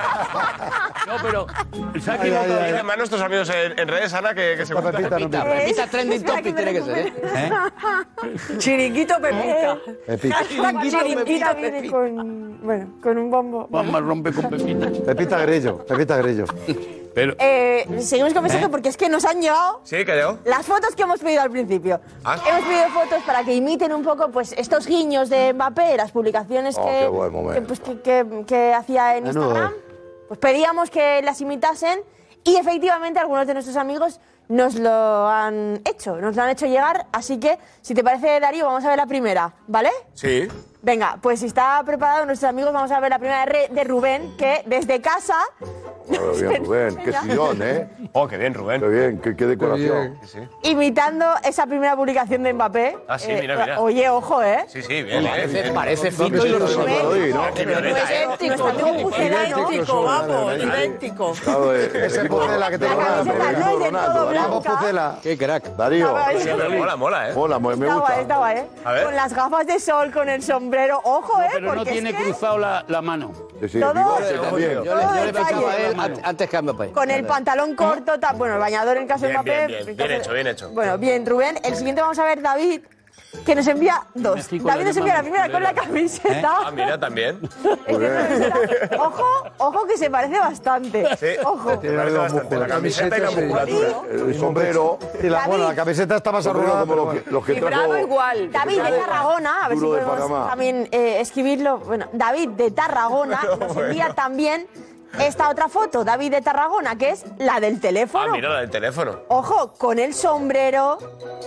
No, pero... Se ha Ay, ay, equivocado. ay. Dicen más nuestros amigos en, en redes, Ana, que, que se Esta cuentan. Pepita no Pepita, me- Pepita trending Espera, topic que me tiene que ser, ¿eh? recupere. Chiriquito Pepita. Pepita. Hashtag Chiriquito viene Pepita. con, bueno, con un bombo. Juanma rompe con Pepita. Pepita Grillo, Pepita Grillo. Pero... Eh, seguimos con mensaje porque es que nos han llegado ¿Sí? ¿Que ha llegado? las fotos que hemos pedido al principio. Ah. Hemos pedido fotos para que imiten un poco pues estos guiños de Mbappé, las publicaciones Oh, que, qué buen momento. que, pues, que, que- que hacía en Menudo. Instagram. Pues pedíamos que las imitasen y efectivamente algunos de nuestros amigos nos lo han hecho, nos lo han hecho llegar. Así que, si te parece, Darío, vamos a ver la primera, ¿vale? Sí. Venga, pues si está preparado nuestros amigos, vamos a ver la primera de, Re- de Rubén, que desde casa... Bueno, bien, Rubén. Qué Venga. sillón, ¿eh? Oh, qué bien, Rubén. Qué bien, qué, qué decoración. Sí, sí. Imitando esa primera publicación de Mbappé. Ah, sí, mira, mira. Oye, ojo, ¿eh? Sí, sí, bien, Parece, bien. parece No, fito y lo no, resuelve. no, no, no, no. Qué violeta, ¿eh? Idéntico, no Pucela, idéntico, vamos, idéntico. Claro, eh, el Ese equipo- Pucela que te La mola. camiseta no es del todo Vamos, blanca. Pucela. Qué crack. Darío. Estaba ahí. Sí, pero mola, mola, ¿eh? Hola, me me Está guay, gusta. está guay, ¿eh? A ver. Con las gafas de sol, con el sombrero. Ojo, ¿eh? Pero no Porque tiene es que cruzado la, la mano. Sí, sí, Todo- bigote también. Yo le, yo le Todo pensaba a él detalle. an- antes que a Mbappé. con el pantalón corto, ta- bueno, el bañador en el caso de Bien, Mbappé. bien, bien. en Bien caso de- hecho, bien hecho. Bueno, bien, Rubén. El siguiente vamos a ver David, que nos envía dos. México David le nos envía la llaman primera con la camiseta. Ah, mira, también. Es que camiseta- Ojo, ojo que se parece bastante. Sí. Ojo. Me parece bastante. La camiseta y la sí. musculatura. El sombrero. Y la, David. bueno, la camiseta está más sombrero arrugada, como pero los bueno. que, los que Y Bravo trajo. igual. David de Tarragona, a ver si Duro de podemos Panamá. también eh, escribirlo. Bueno, David de Tarragona nos envía también esta otra foto, David de Tarragona, que es la del Ah, teléfono. mira la del teléfono. Ojo, con el sombrero,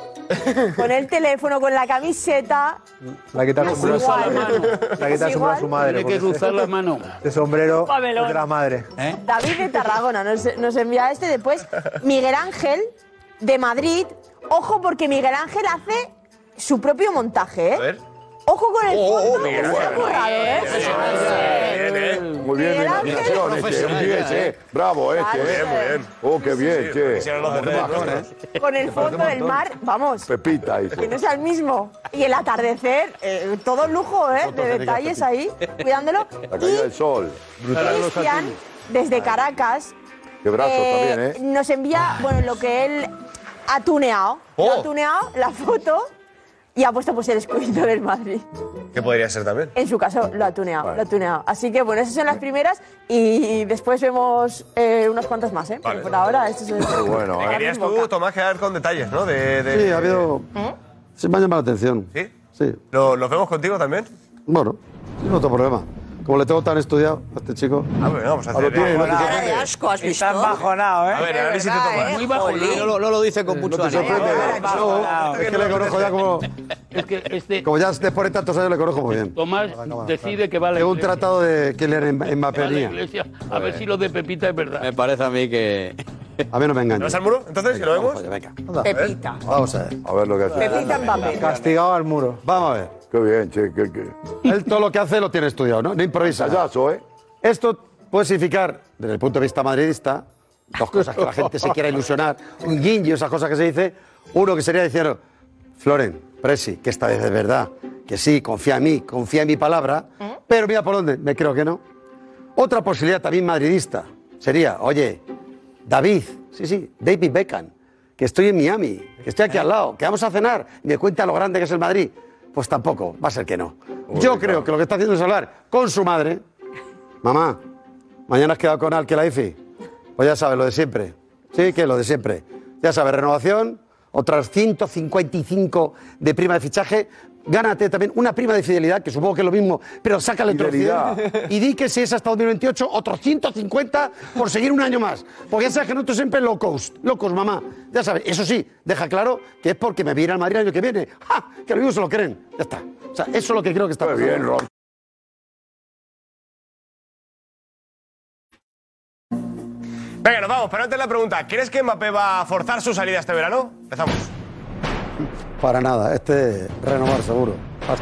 con el teléfono, con la camiseta. La quita Es el sombrero, igual. la quita Es el sombrero a igual. su madre. Tiene que porque cruzar la mano. Este sombrero Pamelón. es de la madre. David de Tarragona nos, nos envía este. Después, Miguel Ángel de Madrid. Ojo, porque Miguel Ángel hace su propio montaje, A ¿eh? ver. Ojo con el Oh, fondo. oh, Miguel, Se ha bueno, currado, ¿eh? Muy bien, Miguel bien, Ángel. bien, che, un diez, che. Bravo, eh, che. Muy bien, muy bien. Oh, qué bien, che. Con el fondo del mar, vamos. Pepita, dice. Que no sea el mismo. Y el atardecer, eh, todo lujo, ¿eh? De detalles ahí, cuidándolo. La caída del sol. Cristian, desde Caracas, Qué brazos eh, también, ¿eh? nos envía, bueno, lo que él ha tuneado. Oh. Ha tuneado la foto y ha puesto pues el escudito del Madrid. ¿Qué podría ser también? En su caso lo ha tuneado, lo ha tuneado. Así que bueno, esas son las primeras y después vemos eh, unas cuantas más, ¿eh? Pero por ahora, esto es el... Muy bueno, Te ¿eh? querías tú, Tomás, quedar con detalles, ¿no? De, de- Sí, ha habido. Se me ha llamado la atención. ¿Sí? Sí. ¿Lo, ¿Los vemos contigo también? Bueno, sin otro problema. Como le tengo tan estudiado a este chico. Ah, bueno, vamos a hacer. lo tiene, no te Cara de asco, ¿has visto? Estás bajonado, ¿eh? A ver, el análisis de Tomás. Muy bajonado. No, lo- no lo dice con mucho No te ánimo. sorprende. No, es que le conozco ya como. Es que este Como ya después de tantos años le conozco muy bien. Tomás decide que va a la Es un iglesia. tratado de Kylian Va a la Mbappé. iglesia a ver si lo de Pepita es verdad. Me parece a mí que... A mí no me engaña. ¿Vas al muro? Entonces, ¿y lo vemos? Pepita. Vamos a ver. A ver lo que hace. Pepita Mbappé. Castigado al muro. Vamos a ver. Qué bien, che. Qué, qué. Él todo lo que hace lo tiene estudiado, ¿no? No improvisa. Payaso, ¿eh? Esto puede significar, desde el punto de vista madridista, dos cosas que la gente se quiera ilusionar, un guiño, esas cosas que se dice. Uno que sería diciendo, Floren, Presi, que esta vez es verdad, que sí, confía en mí, confía en mi palabra, pero mira por dónde, me creo que no. Otra posibilidad también madridista sería, oye, David, sí, sí, David Beckham, que estoy en Miami, que estoy aquí al lado, que vamos a cenar, y me cuenta lo grande que es el Madrid. Pues tampoco, va a ser que no. Yo creo que lo que está haciendo es hablar con su madre. Mamá, mañana has quedado con Al-Khelaifi. Pues ya sabes, lo de siempre. Sí, que lo de siempre. Ya sabes, renovación, otras ciento cincuenta y cinco de prima de fichaje. Gánate también una prima de fidelidad, que supongo que es lo mismo, pero sácale otro cien. Fidelidad. Y di que si es hasta dos mil veintiocho, otros ciento cincuenta por seguir un año más. Porque ya sabes que nosotros siempre low cost. Locos, mamá. Ya sabes, eso sí, deja claro que es porque me voy a ir al Madrid el año que viene. ¡Ja! Que los mismos se lo creen. Ya está. O sea, eso es lo que creo que está Muy pasando. bien, Ron. Venga, nos vamos, pero antes la pregunta. ¿Crees que Mbappé va a forzar su salida este verano? Empezamos. Para nada, este renovar seguro. Basta.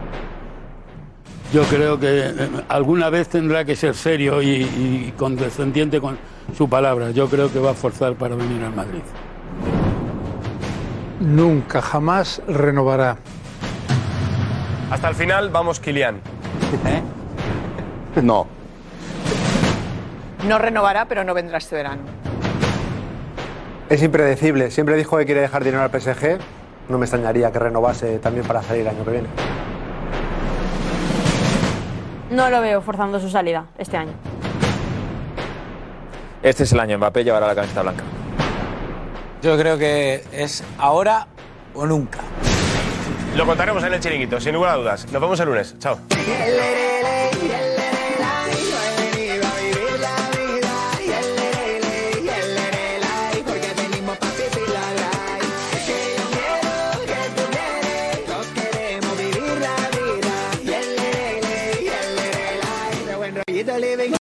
Yo creo que eh, alguna vez tendrá que ser serio y, y condescendiente con su palabra. Yo creo que va a forzar para venir al Madrid. Nunca, jamás renovará. Hasta el final, vamos, Kylian. No. No renovará, pero no vendrá este verano. Es impredecible. Siempre dijo que quiere dejar dinero al P S G. No me extrañaría que renovase también para salir el año que viene. No lo veo forzando su salida este año. Este es el año, Mbappé llevará la camiseta blanca. Yo creo que es ahora o nunca. Lo contaremos en el chiringuito, sin lugar a dudas. Nos vemos el lunes. Chao. Yeah,